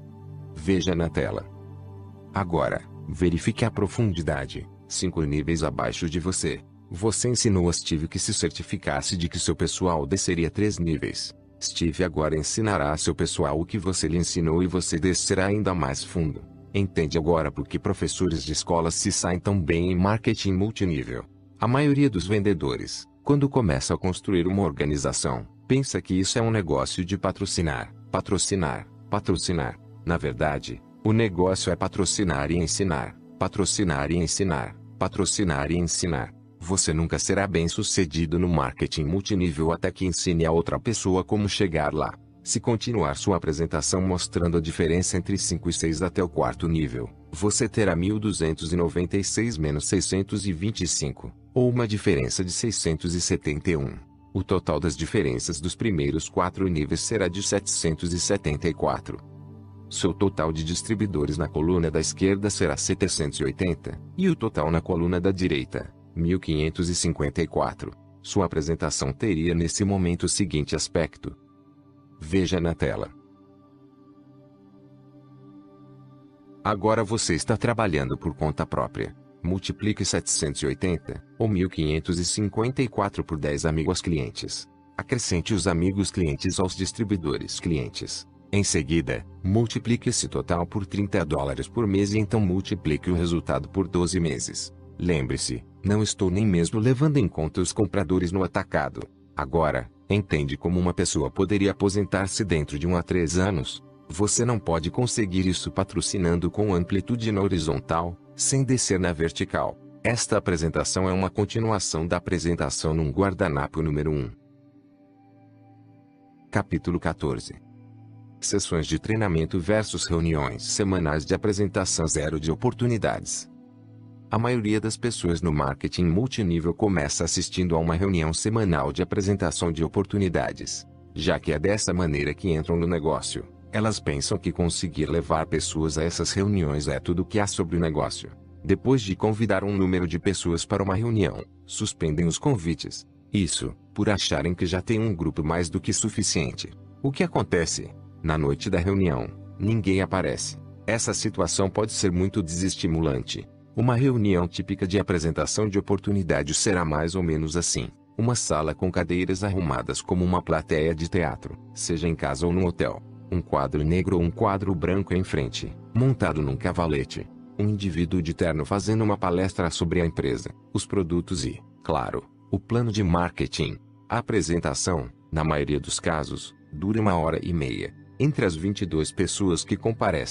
Veja na tela. Agora, verifique a profundidade, cinco níveis abaixo de você. Você ensinou a Steve que se certificasse de que seu pessoal desceria três níveis. Steve agora ensinará a seu pessoal o que você lhe ensinou e você descerá ainda mais fundo. Entende agora por que professores de escolas se saem tão bem em marketing multinível? A maioria dos vendedores, quando começa a construir uma organização, pensa que isso é um negócio de patrocinar, patrocinar, patrocinar. Na verdade, o negócio é patrocinar e ensinar, patrocinar e ensinar, patrocinar e ensinar. Você nunca será bem-sucedido no marketing multinível até que ensine a outra pessoa como chegar lá. Se continuar sua apresentação mostrando a diferença entre cinco e seis até o quarto nível, você terá mil duzentos e noventa e seis menos seiscentos e vinte e cinco, ou uma diferença de seiscentos e setenta e um. O total das diferenças dos primeiros quatro níveis será de setecentos e setenta e quatro. Seu total de distribuidores na coluna da esquerda será setecentos e oitenta, e o total na coluna da direita, mil quinhentos e cinquenta e quatro. Sua apresentação teria nesse momento o seguinte aspecto. Veja na tela. Agora você está trabalhando por conta própria. Multiplique setecentos e oitenta, ou mil quinhentos e cinquenta e quatro por dez amigos clientes. Acrescente os amigos clientes aos distribuidores clientes. Em seguida, multiplique esse total por trinta dólares por mês e então multiplique o resultado por doze meses. Lembre-se, não estou nem mesmo levando em conta os compradores no atacado. Agora, entende como uma pessoa poderia aposentar-se dentro de um a três anos? Você não pode conseguir isso patrocinando com amplitude na horizontal, sem descer na vertical. Esta apresentação é uma continuação da apresentação num guardanapo número um. Capítulo quatorze. Sessões de treinamento versus reuniões semanais de apresentação zero de oportunidades. A maioria das pessoas no marketing multinível começa assistindo a uma reunião semanal de apresentação de oportunidades. Já que é dessa maneira que entram no negócio, elas pensam que conseguir levar pessoas a essas reuniões é tudo o que há sobre o negócio. Depois de convidar um número de pessoas para uma reunião, suspendem os convites. Isso, por acharem que já tem um grupo mais do que suficiente. O que acontece? Na noite da reunião, ninguém aparece. Essa situação pode ser muito desestimulante. Uma reunião típica de apresentação de oportunidade será mais ou menos assim. Uma sala com cadeiras arrumadas como uma plateia de teatro, seja em casa ou no hotel. Um quadro negro ou um quadro branco em frente, montado num cavalete. Um indivíduo de terno fazendo uma palestra sobre a empresa, os produtos e, claro, o plano de marketing. A apresentação, na maioria dos casos, dura uma hora e meia. Entre as vinte e duas pessoas que comparecem,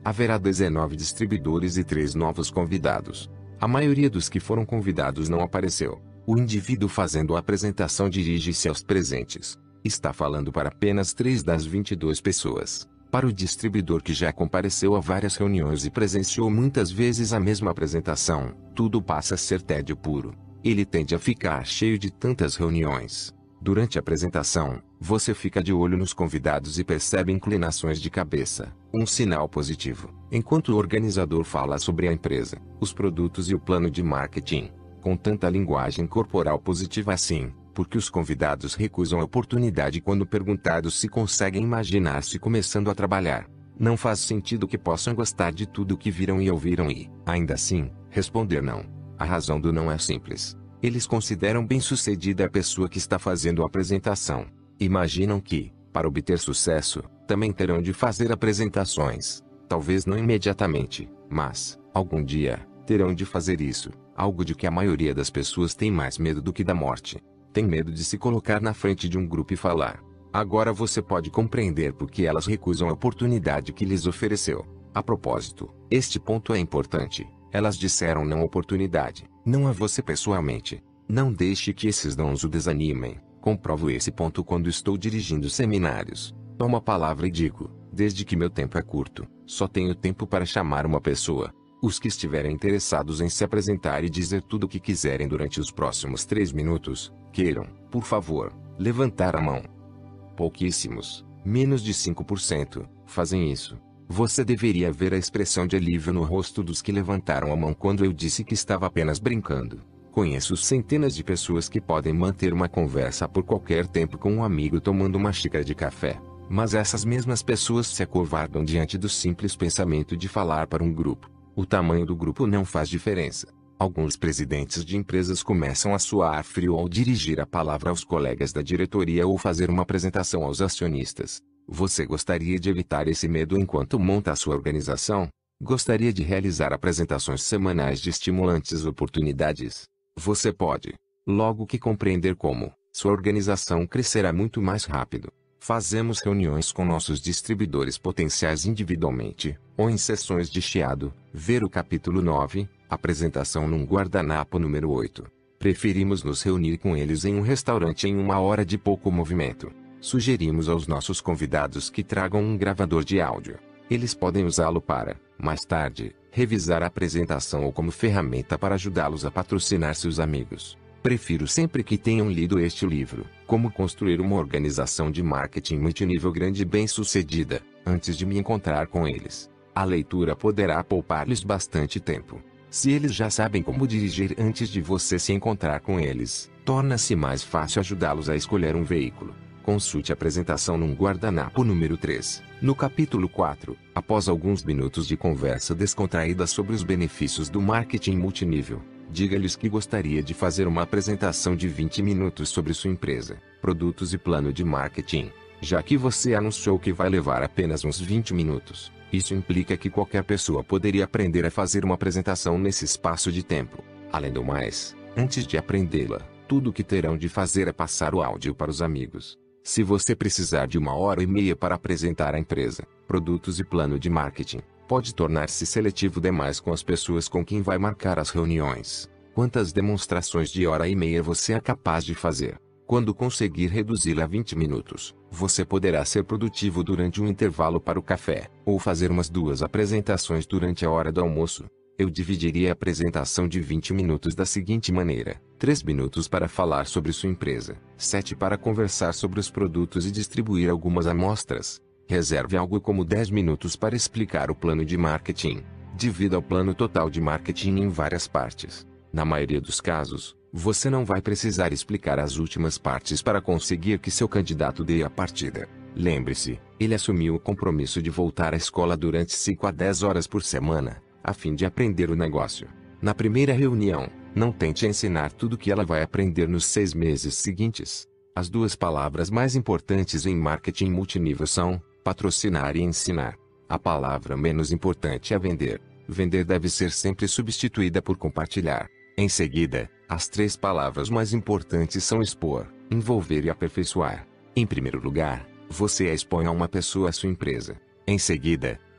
Haverá dezenove distribuidores e três novos convidados. A maioria dos que foram convidados não apareceu. O indivíduo fazendo a apresentação dirige-se aos presentes. Está falando para apenas três das vinte e duas pessoas. Para o distribuidor que já compareceu a várias reuniões e presenciou muitas vezes a mesma apresentação, tudo passa a ser tédio puro. Ele tende a ficar cheio de tantas reuniões. Durante a apresentação, você fica de olho nos convidados e percebe inclinações de cabeça, um sinal positivo, enquanto o organizador fala sobre a empresa, os produtos e o plano de marketing. Com tanta linguagem corporal positiva assim, porque os convidados recusam a oportunidade quando perguntados se conseguem imaginar-se começando a trabalhar. Não faz sentido que possam gostar de tudo o que viram e ouviram e, ainda assim, responder não. A razão do não é simples. Eles consideram bem-sucedida a pessoa que está fazendo a apresentação. Imaginam que, para obter sucesso, também terão de fazer apresentações. Talvez não imediatamente, mas, algum dia, terão de fazer isso, algo de que a maioria das pessoas tem mais medo do que da morte. Tem medo de se colocar na frente de um grupo e falar. Agora você pode compreender por que elas recusam a oportunidade que lhes ofereceu. A propósito, este ponto é importante. Elas disseram não à oportunidade, não a você pessoalmente. Não deixe que esses nãos o desanimem. Comprovo esse ponto quando estou dirigindo seminários. Tomo a palavra e digo, desde que meu tempo é curto, só tenho tempo para chamar uma pessoa. Os que estiverem interessados em se apresentar e dizer tudo o que quiserem durante os próximos três minutos, queiram, por favor, levantar a mão. Pouquíssimos, menos de cinco por cento, fazem isso. Você deveria ver a expressão de alívio no rosto dos que levantaram a mão quando eu disse que estava apenas brincando. Conheço centenas de pessoas que podem manter uma conversa por qualquer tempo com um amigo tomando uma xícara de café. Mas essas mesmas pessoas se acovardam diante do simples pensamento de falar para um grupo. O tamanho do grupo não faz diferença. Alguns presidentes de empresas começam a suar frio ao dirigir a palavra aos colegas da diretoria ou fazer uma apresentação aos acionistas. Você gostaria de evitar esse medo enquanto monta a sua organização? Gostaria de realizar apresentações semanais de estimulantes oportunidades? Você pode. Logo que compreender como, sua organização crescerá muito mais rápido. Fazemos reuniões com nossos distribuidores potenciais individualmente, ou em sessões de chiado. Ver o capítulo nove, apresentação num guardanapo número oito. Preferimos nos reunir com eles em um restaurante em uma hora de pouco movimento. Sugerimos aos nossos convidados que tragam um gravador de áudio. Eles podem usá-lo para, mais tarde, revisar a apresentação ou como ferramenta para ajudá-los a patrocinar seus amigos. Prefiro sempre que tenham lido este livro, Como Construir uma Organização de Marketing Multinível Grande e Bem-Sucedida, antes de me encontrar com eles. A leitura poderá poupar-lhes bastante tempo. Se eles já sabem como dirigir antes de você se encontrar com eles, torna-se mais fácil ajudá-los a escolher um veículo. Consulte a apresentação num guardanapo número três. No capítulo quatro, após alguns minutos de conversa descontraída sobre os benefícios do marketing multinível, diga-lhes que gostaria de fazer uma apresentação de vinte minutos sobre sua empresa, produtos e plano de marketing. Já que você anunciou que vai levar apenas uns vinte minutos, isso implica que qualquer pessoa poderia aprender a fazer uma apresentação nesse espaço de tempo. Além do mais, antes de aprendê-la, tudo o que terão de fazer é passar o áudio para os amigos. Se você precisar de uma hora e meia para apresentar a empresa, produtos e plano de marketing, pode tornar-se seletivo demais com as pessoas com quem vai marcar as reuniões. Quantas demonstrações de hora e meia você é capaz de fazer? Quando conseguir reduzi-la a vinte minutos, você poderá ser produtivo durante um intervalo para o café, ou fazer umas duas apresentações durante a hora do almoço. Eu dividiria a apresentação de vinte minutos da seguinte maneira: três minutos para falar sobre sua empresa, sete para conversar sobre os produtos e distribuir algumas amostras. Reserve algo como dez minutos para explicar o plano de marketing. Divida o plano total de marketing em várias partes. Na maioria dos casos, você não vai precisar explicar as últimas partes para conseguir que seu candidato dê a partida. Lembre-se, ele assumiu o compromisso de voltar à escola durante cinco a dez horas por semana, a fim de aprender o negócio. Na primeira reunião, não tente ensinar tudo o que ela vai aprender nos seis meses seguintes. As duas palavras mais importantes em marketing multinível são patrocinar e ensinar. A palavra menos importante é vender. Vender deve ser sempre substituída por compartilhar. Em seguida, as três palavras mais importantes são expor, envolver e aperfeiçoar. Em primeiro lugar, você expõe a uma pessoa a sua empresa. Em seguida,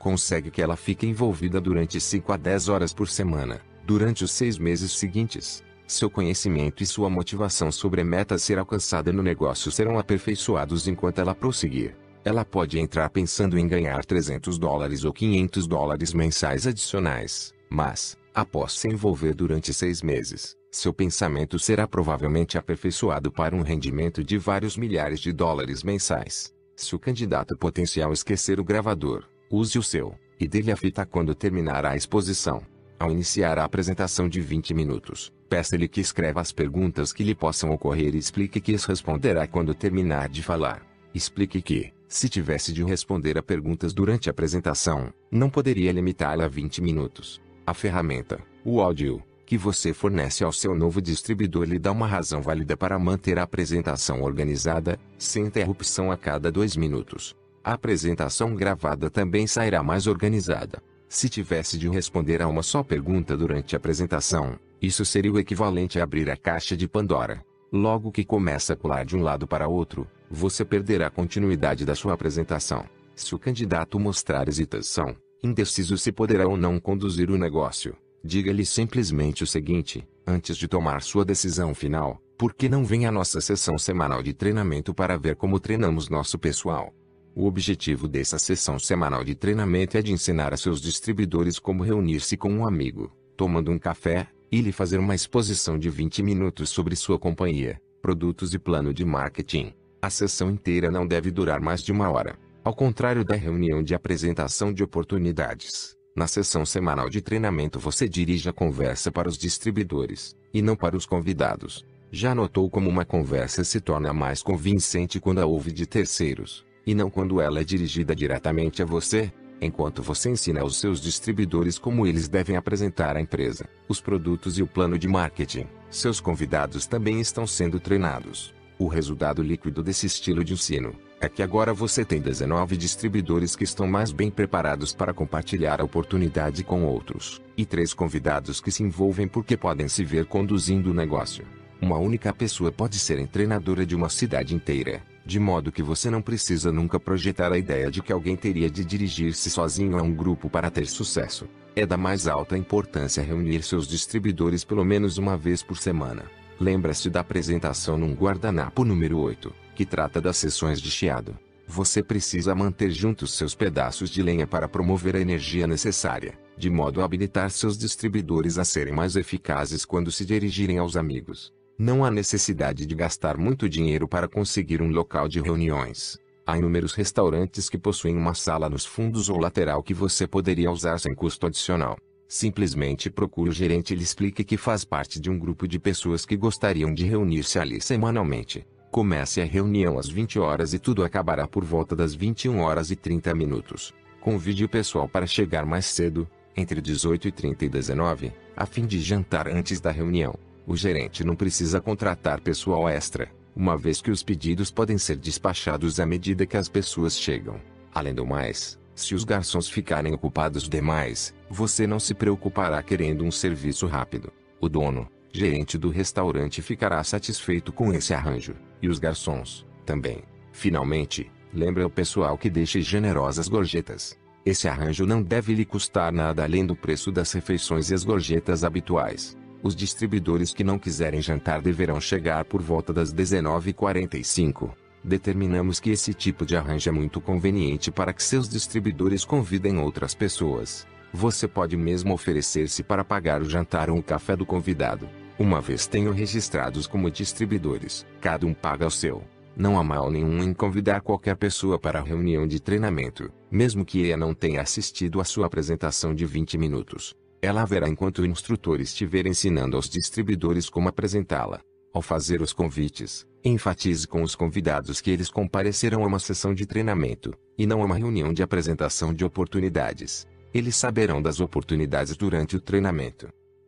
Consegue que ela fique envolvida durante cinco a dez horas por semana, durante os seis meses seguintes. Seu conhecimento e sua motivação sobre a meta a ser alcançada no negócio serão aperfeiçoados enquanto ela prosseguir. Ela pode entrar pensando em ganhar trezentos dólares ou quinhentos dólares mensais adicionais, mas, após se envolver durante seis meses, seu pensamento será provavelmente aperfeiçoado para um rendimento de vários milhares de dólares mensais. Se o candidato potencial esquecer o gravador, use o seu, e dê-lhe a fita quando terminar a exposição. Ao iniciar a apresentação de vinte minutos, peça-lhe que escreva as perguntas que lhe possam ocorrer e explique que as responderá quando terminar de falar. Explique que, se tivesse de responder a perguntas durante a apresentação, não poderia limitá-la a vinte minutos. A ferramenta, o áudio, que você fornece ao seu novo distribuidor lhe dá uma razão válida para manter a apresentação organizada, sem interrupção a cada dois minutos. A apresentação gravada também sairá mais organizada. Se tivesse de responder a uma só pergunta durante a apresentação, isso seria o equivalente a abrir a caixa de Pandora. Logo que começa a pular de um lado para outro, você perderá a continuidade da sua apresentação. Se o candidato mostrar hesitação, indeciso se poderá ou não conduzir o negócio, diga-lhe simplesmente o seguinte: antes de tomar sua decisão final, por que não vem à nossa sessão semanal de treinamento para ver como treinamos nosso pessoal? O objetivo dessa sessão semanal de treinamento é de ensinar a seus distribuidores como reunir-se com um amigo, tomando um café, e lhe fazer uma exposição de vinte minutos sobre sua companhia, produtos e plano de marketing. A sessão inteira não deve durar mais de uma hora. Ao contrário da reunião de apresentação de oportunidades, na sessão semanal de treinamento você dirige a conversa para os distribuidores, e não para os convidados. Já notou como uma conversa se torna mais convincente quando a ouve de terceiros, e não quando ela é dirigida diretamente a você? Enquanto você ensina aos seus distribuidores como eles devem apresentar a empresa, os produtos e o plano de marketing, seus convidados também estão sendo treinados. O resultado líquido desse estilo de ensino é que agora você tem dezenove distribuidores que estão mais bem preparados para compartilhar a oportunidade com outros, e três convidados que se envolvem porque podem se ver conduzindo o negócio. Uma única pessoa pode ser treinadora de uma cidade inteira, de modo que você não precisa nunca projetar a ideia de que alguém teria de dirigir-se sozinho a um grupo para ter sucesso. É da mais alta importância reunir seus distribuidores pelo menos uma vez por semana. Lembra-se da apresentação num guardanapo número oito, que trata das sessões de chiado. Você precisa manter juntos seus pedaços de lenha para promover a energia necessária, de modo a habilitar seus distribuidores a serem mais eficazes quando se dirigirem aos amigos. Não há necessidade de gastar muito dinheiro para conseguir um local de reuniões. Há inúmeros restaurantes que possuem uma sala nos fundos ou lateral que você poderia usar sem custo adicional. Simplesmente procure o gerente e lhe explique que faz parte de um grupo de pessoas que gostariam de reunir-se ali semanalmente. Comece a reunião às vinte horas e tudo acabará por volta das vinte e uma horas e trinta minutos. Convide o pessoal para chegar mais cedo, entre dezoito e trinta e dezenove, a fim de jantar antes da reunião. O gerente não precisa contratar pessoal extra, uma vez que os pedidos podem ser despachados à medida que as pessoas chegam. Além do mais, se os garçons ficarem ocupados demais, você não se preocupará querendo um serviço rápido. O dono, gerente do restaurante ficará satisfeito com esse arranjo, e os garçons, também. Finalmente, lembra o pessoal que deixe generosas gorjetas. Esse arranjo não deve lhe custar nada além do preço das refeições e as gorjetas habituais. Os distribuidores que não quiserem jantar deverão chegar por volta das dezenove e quarenta e cinco. Determinamos que esse tipo de arranjo é muito conveniente para que seus distribuidores convidem outras pessoas. Você pode mesmo oferecer-se para pagar o jantar ou o café do convidado. Uma vez tenho registrados como distribuidores, cada um paga o seu. Não há mal nenhum em convidar qualquer pessoa para a reunião de treinamento, mesmo que ela não tenha assistido à sua apresentação de vinte minutos. Ela haverá enquanto o instrutor estiver ensinando aos distribuidores como apresentá-la. Ao fazer os convites, enfatize com os convidados que eles comparecerão a uma sessão de treinamento, e não a uma reunião de apresentação de oportunidades. Eles saberão das oportunidades durante o treinamento.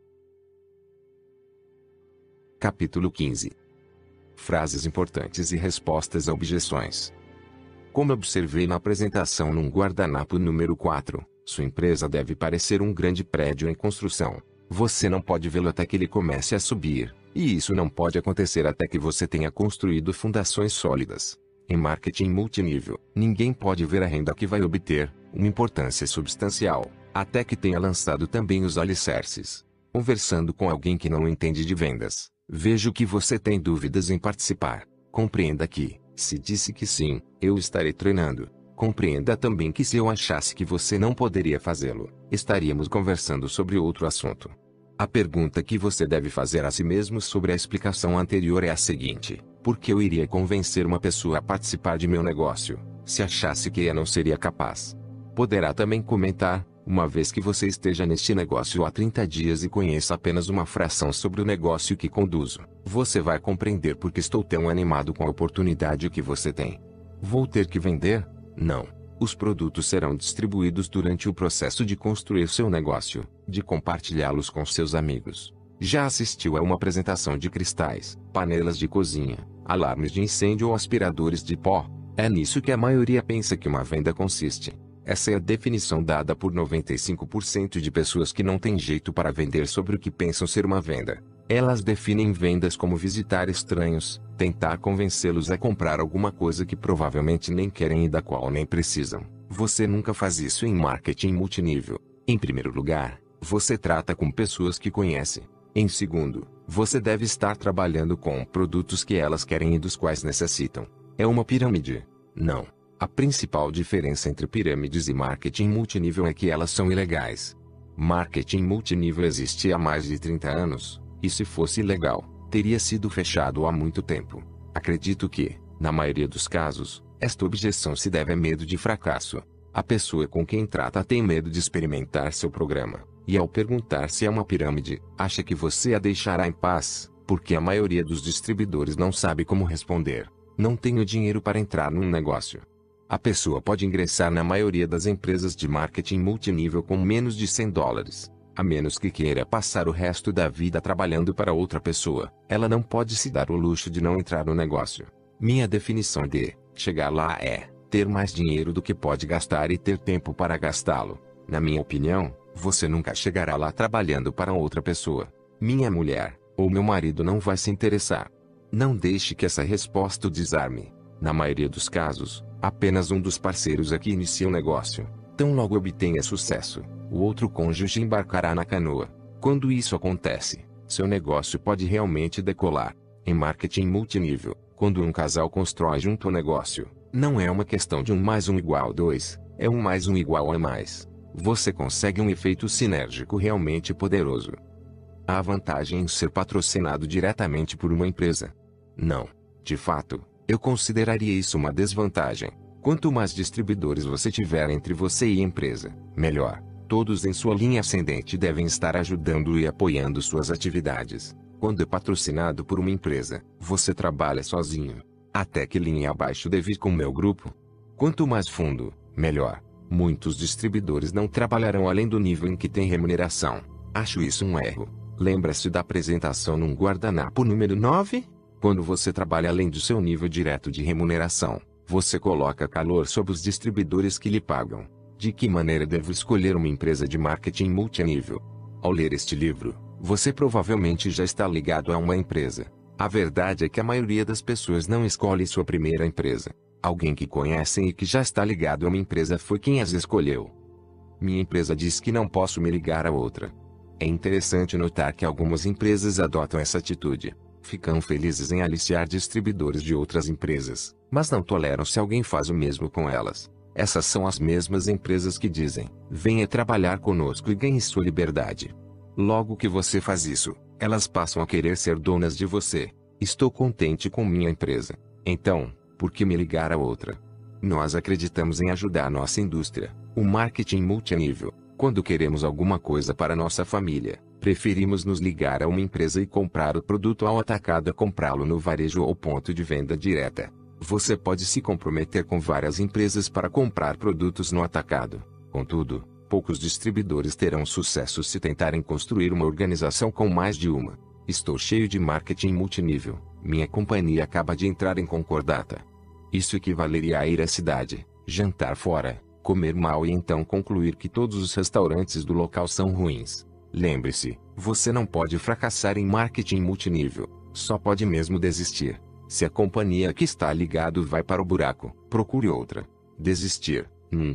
Capítulo quinze. Frases importantes e respostas a objeções. Como observei na apresentação num guardanapo número quatro, sua empresa deve parecer um grande prédio em construção. Você não pode vê-lo até que ele comece a subir, e isso não pode acontecer até que você tenha construído fundações sólidas. Em marketing multinível, ninguém pode ver a renda que vai obter, uma importância substancial, até que tenha lançado também os alicerces. Conversando com alguém que não entende de vendas, vejo que você tem dúvidas em participar. Compreenda que, se disse que sim, eu estarei treinando. Compreenda também que se eu achasse que você não poderia fazê-lo, estaríamos conversando sobre outro assunto. A pergunta que você deve fazer a si mesmo sobre a explicação anterior é a seguinte: por que eu iria convencer uma pessoa a participar de meu negócio, se achasse que ela não seria capaz? Poderá também comentar, uma vez que você esteja neste negócio há trinta dias e conheça apenas uma fração sobre o negócio que conduzo, você vai compreender por que estou tão animado com a oportunidade que você tem. Vou ter que vender? Não. Os produtos serão distribuídos durante o processo de construir seu negócio, de compartilhá-los com seus amigos. Já assistiu a uma apresentação de cristais, panelas de cozinha, alarmes de incêndio ou aspiradores de pó? É nisso que a maioria pensa que uma venda consiste. Essa é a definição dada por noventa e cinco por cento de pessoas que não têm jeito para vender sobre o que pensam ser uma venda. Elas definem vendas como visitar estranhos, tentar convencê-los a comprar alguma coisa que provavelmente nem querem e da qual nem precisam. Você nunca faz isso em marketing multinível. Em primeiro lugar, você trata com pessoas que conhece. Em segundo, você deve estar trabalhando com produtos que elas querem e dos quais necessitam. É uma pirâmide? Não. A principal diferença entre pirâmides e marketing multinível é que elas são ilegais. Marketing multinível existe há mais de trinta anos. E se fosse ilegal, teria sido fechado há muito tempo. Acredito que, na maioria dos casos, esta objeção se deve a medo de fracasso. A pessoa com quem trata tem medo de experimentar seu programa, e ao perguntar se é uma pirâmide, acha que você a deixará em paz, porque a maioria dos distribuidores não sabe como responder. Não tenho dinheiro para entrar num negócio. A pessoa pode ingressar na maioria das empresas de marketing multinível com menos de cem dólares. A menos que queira passar o resto da vida trabalhando para outra pessoa, ela não pode se dar o luxo de não entrar no negócio. Minha definição de chegar lá é ter mais dinheiro do que pode gastar e ter tempo para gastá-lo. Na minha opinião, você nunca chegará lá trabalhando para outra pessoa. Minha mulher, ou meu marido não vai se interessar. Não deixe que essa resposta o desarme. Na maioria dos casos, apenas um dos parceiros aqui inicia o negócio. Tão logo obtenha sucesso, o outro cônjuge embarcará na canoa. Quando isso acontece, seu negócio pode realmente decolar. Em marketing multinível, quando um casal constrói junto o negócio, não é uma questão de um mais um igual dois, é um mais um igual a mais. Você consegue um efeito sinérgico realmente poderoso. Há vantagem em ser patrocinado diretamente por uma empresa? Não. De fato, eu consideraria isso uma desvantagem. Quanto mais distribuidores você tiver entre você e a empresa, melhor. Todos em sua linha ascendente devem estar ajudando e apoiando suas atividades. Quando é patrocinado por uma empresa, você trabalha sozinho. Até que linha abaixo devo ir com meu grupo? Quanto mais fundo, melhor. Muitos distribuidores não trabalharão além do nível em que tem remuneração. Acho isso um erro. Lembra-se da apresentação num guardanapo número nove? Quando você trabalha além do seu nível direto de remuneração, você coloca calor sobre os distribuidores que lhe pagam. De que maneira devo escolher uma empresa de marketing multinível? Ao ler este livro, você provavelmente já está ligado a uma empresa. A verdade é que a maioria das pessoas não escolhe sua primeira empresa. Alguém que conhecem e que já está ligado a uma empresa foi quem as escolheu. Minha empresa diz que não posso me ligar a outra. É interessante notar que algumas empresas adotam essa atitude. Ficam felizes em aliciar distribuidores de outras empresas, mas não toleram se alguém faz o mesmo com elas. Essas são as mesmas empresas que dizem: venha trabalhar conosco e ganhe sua liberdade. Logo que você faz isso, elas passam a querer ser donas de você. Estou contente com minha empresa. Então, por que me ligar a outra? Nós acreditamos em ajudar nossa indústria, o marketing multinível. Quando queremos alguma coisa para nossa família, preferimos nos ligar a uma empresa e comprar o produto ao atacado a comprá-lo no varejo ou ponto de venda direta. Você pode se comprometer com várias empresas para comprar produtos no atacado. Contudo, poucos distribuidores terão sucesso se tentarem construir uma organização com mais de uma. Estou cheio de marketing multinível. Minha companhia acaba de entrar em concordata. Isso equivaleria a ir à cidade, jantar fora, comer mal e então concluir que todos os restaurantes do local são ruins. Lembre-se, você não pode fracassar em marketing multinível, só pode mesmo desistir. Se a companhia que está ligado vai para o buraco, procure outra. Desistir, nunca.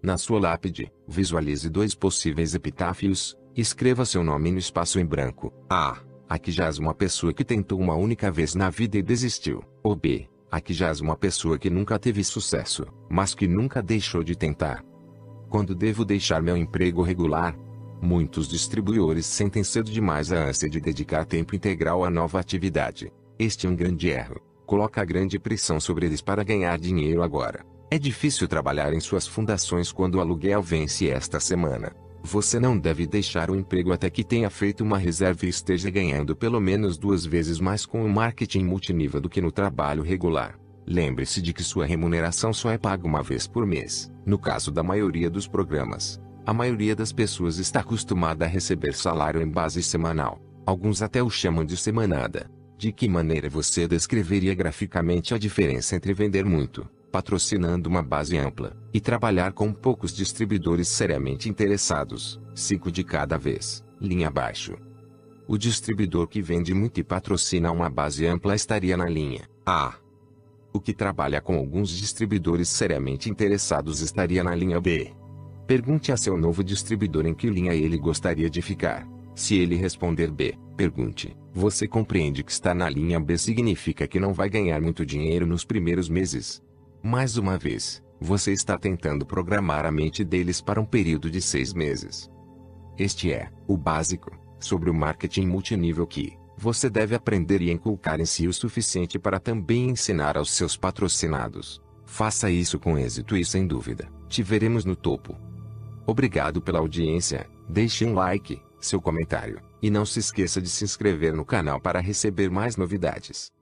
Na sua lápide, visualize dois possíveis epitáfios. Escreva seu nome no espaço em branco. A. Aqui jaz uma pessoa que tentou uma única vez na vida e desistiu. Ou B. Aqui jaz uma pessoa que nunca teve sucesso, mas que nunca deixou de tentar. Quando devo deixar meu emprego regular? Muitos distribuidores sentem cedo demais a ânsia de dedicar tempo integral à nova atividade. Este é um grande erro. Coloca grande pressão sobre eles para ganhar dinheiro agora. É difícil trabalhar em suas fundações quando o aluguel vence esta semana. Você não deve deixar o emprego até que tenha feito uma reserva e esteja ganhando pelo menos duas vezes mais com o marketing multinível do que no trabalho regular. Lembre-se de que sua remuneração só é paga uma vez por mês, no caso da maioria dos programas. A maioria das pessoas está acostumada a receber salário em base semanal. Alguns até o chamam de semanada. De que maneira você descreveria graficamente a diferença entre vender muito, patrocinando uma base ampla, e trabalhar com poucos distribuidores seriamente interessados, cinco de cada vez, linha abaixo? O distribuidor que vende muito e patrocina uma base ampla estaria na linha A. O que trabalha com alguns distribuidores seriamente interessados estaria na linha B. Pergunte a seu novo distribuidor em que linha ele gostaria de ficar. Se ele responder B, pergunte: você compreende que estar na linha B significa que não vai ganhar muito dinheiro nos primeiros meses? Mais uma vez, você está tentando programar a mente deles para um período de seis meses. Este é o básico sobre o marketing multinível que você deve aprender e inculcar em si o suficiente para também ensinar aos seus patrocinados. Faça isso com êxito e sem dúvida, te veremos no topo. Obrigado pela audiência, deixe um like, seu comentário, e não se esqueça de se inscrever no canal para receber mais novidades.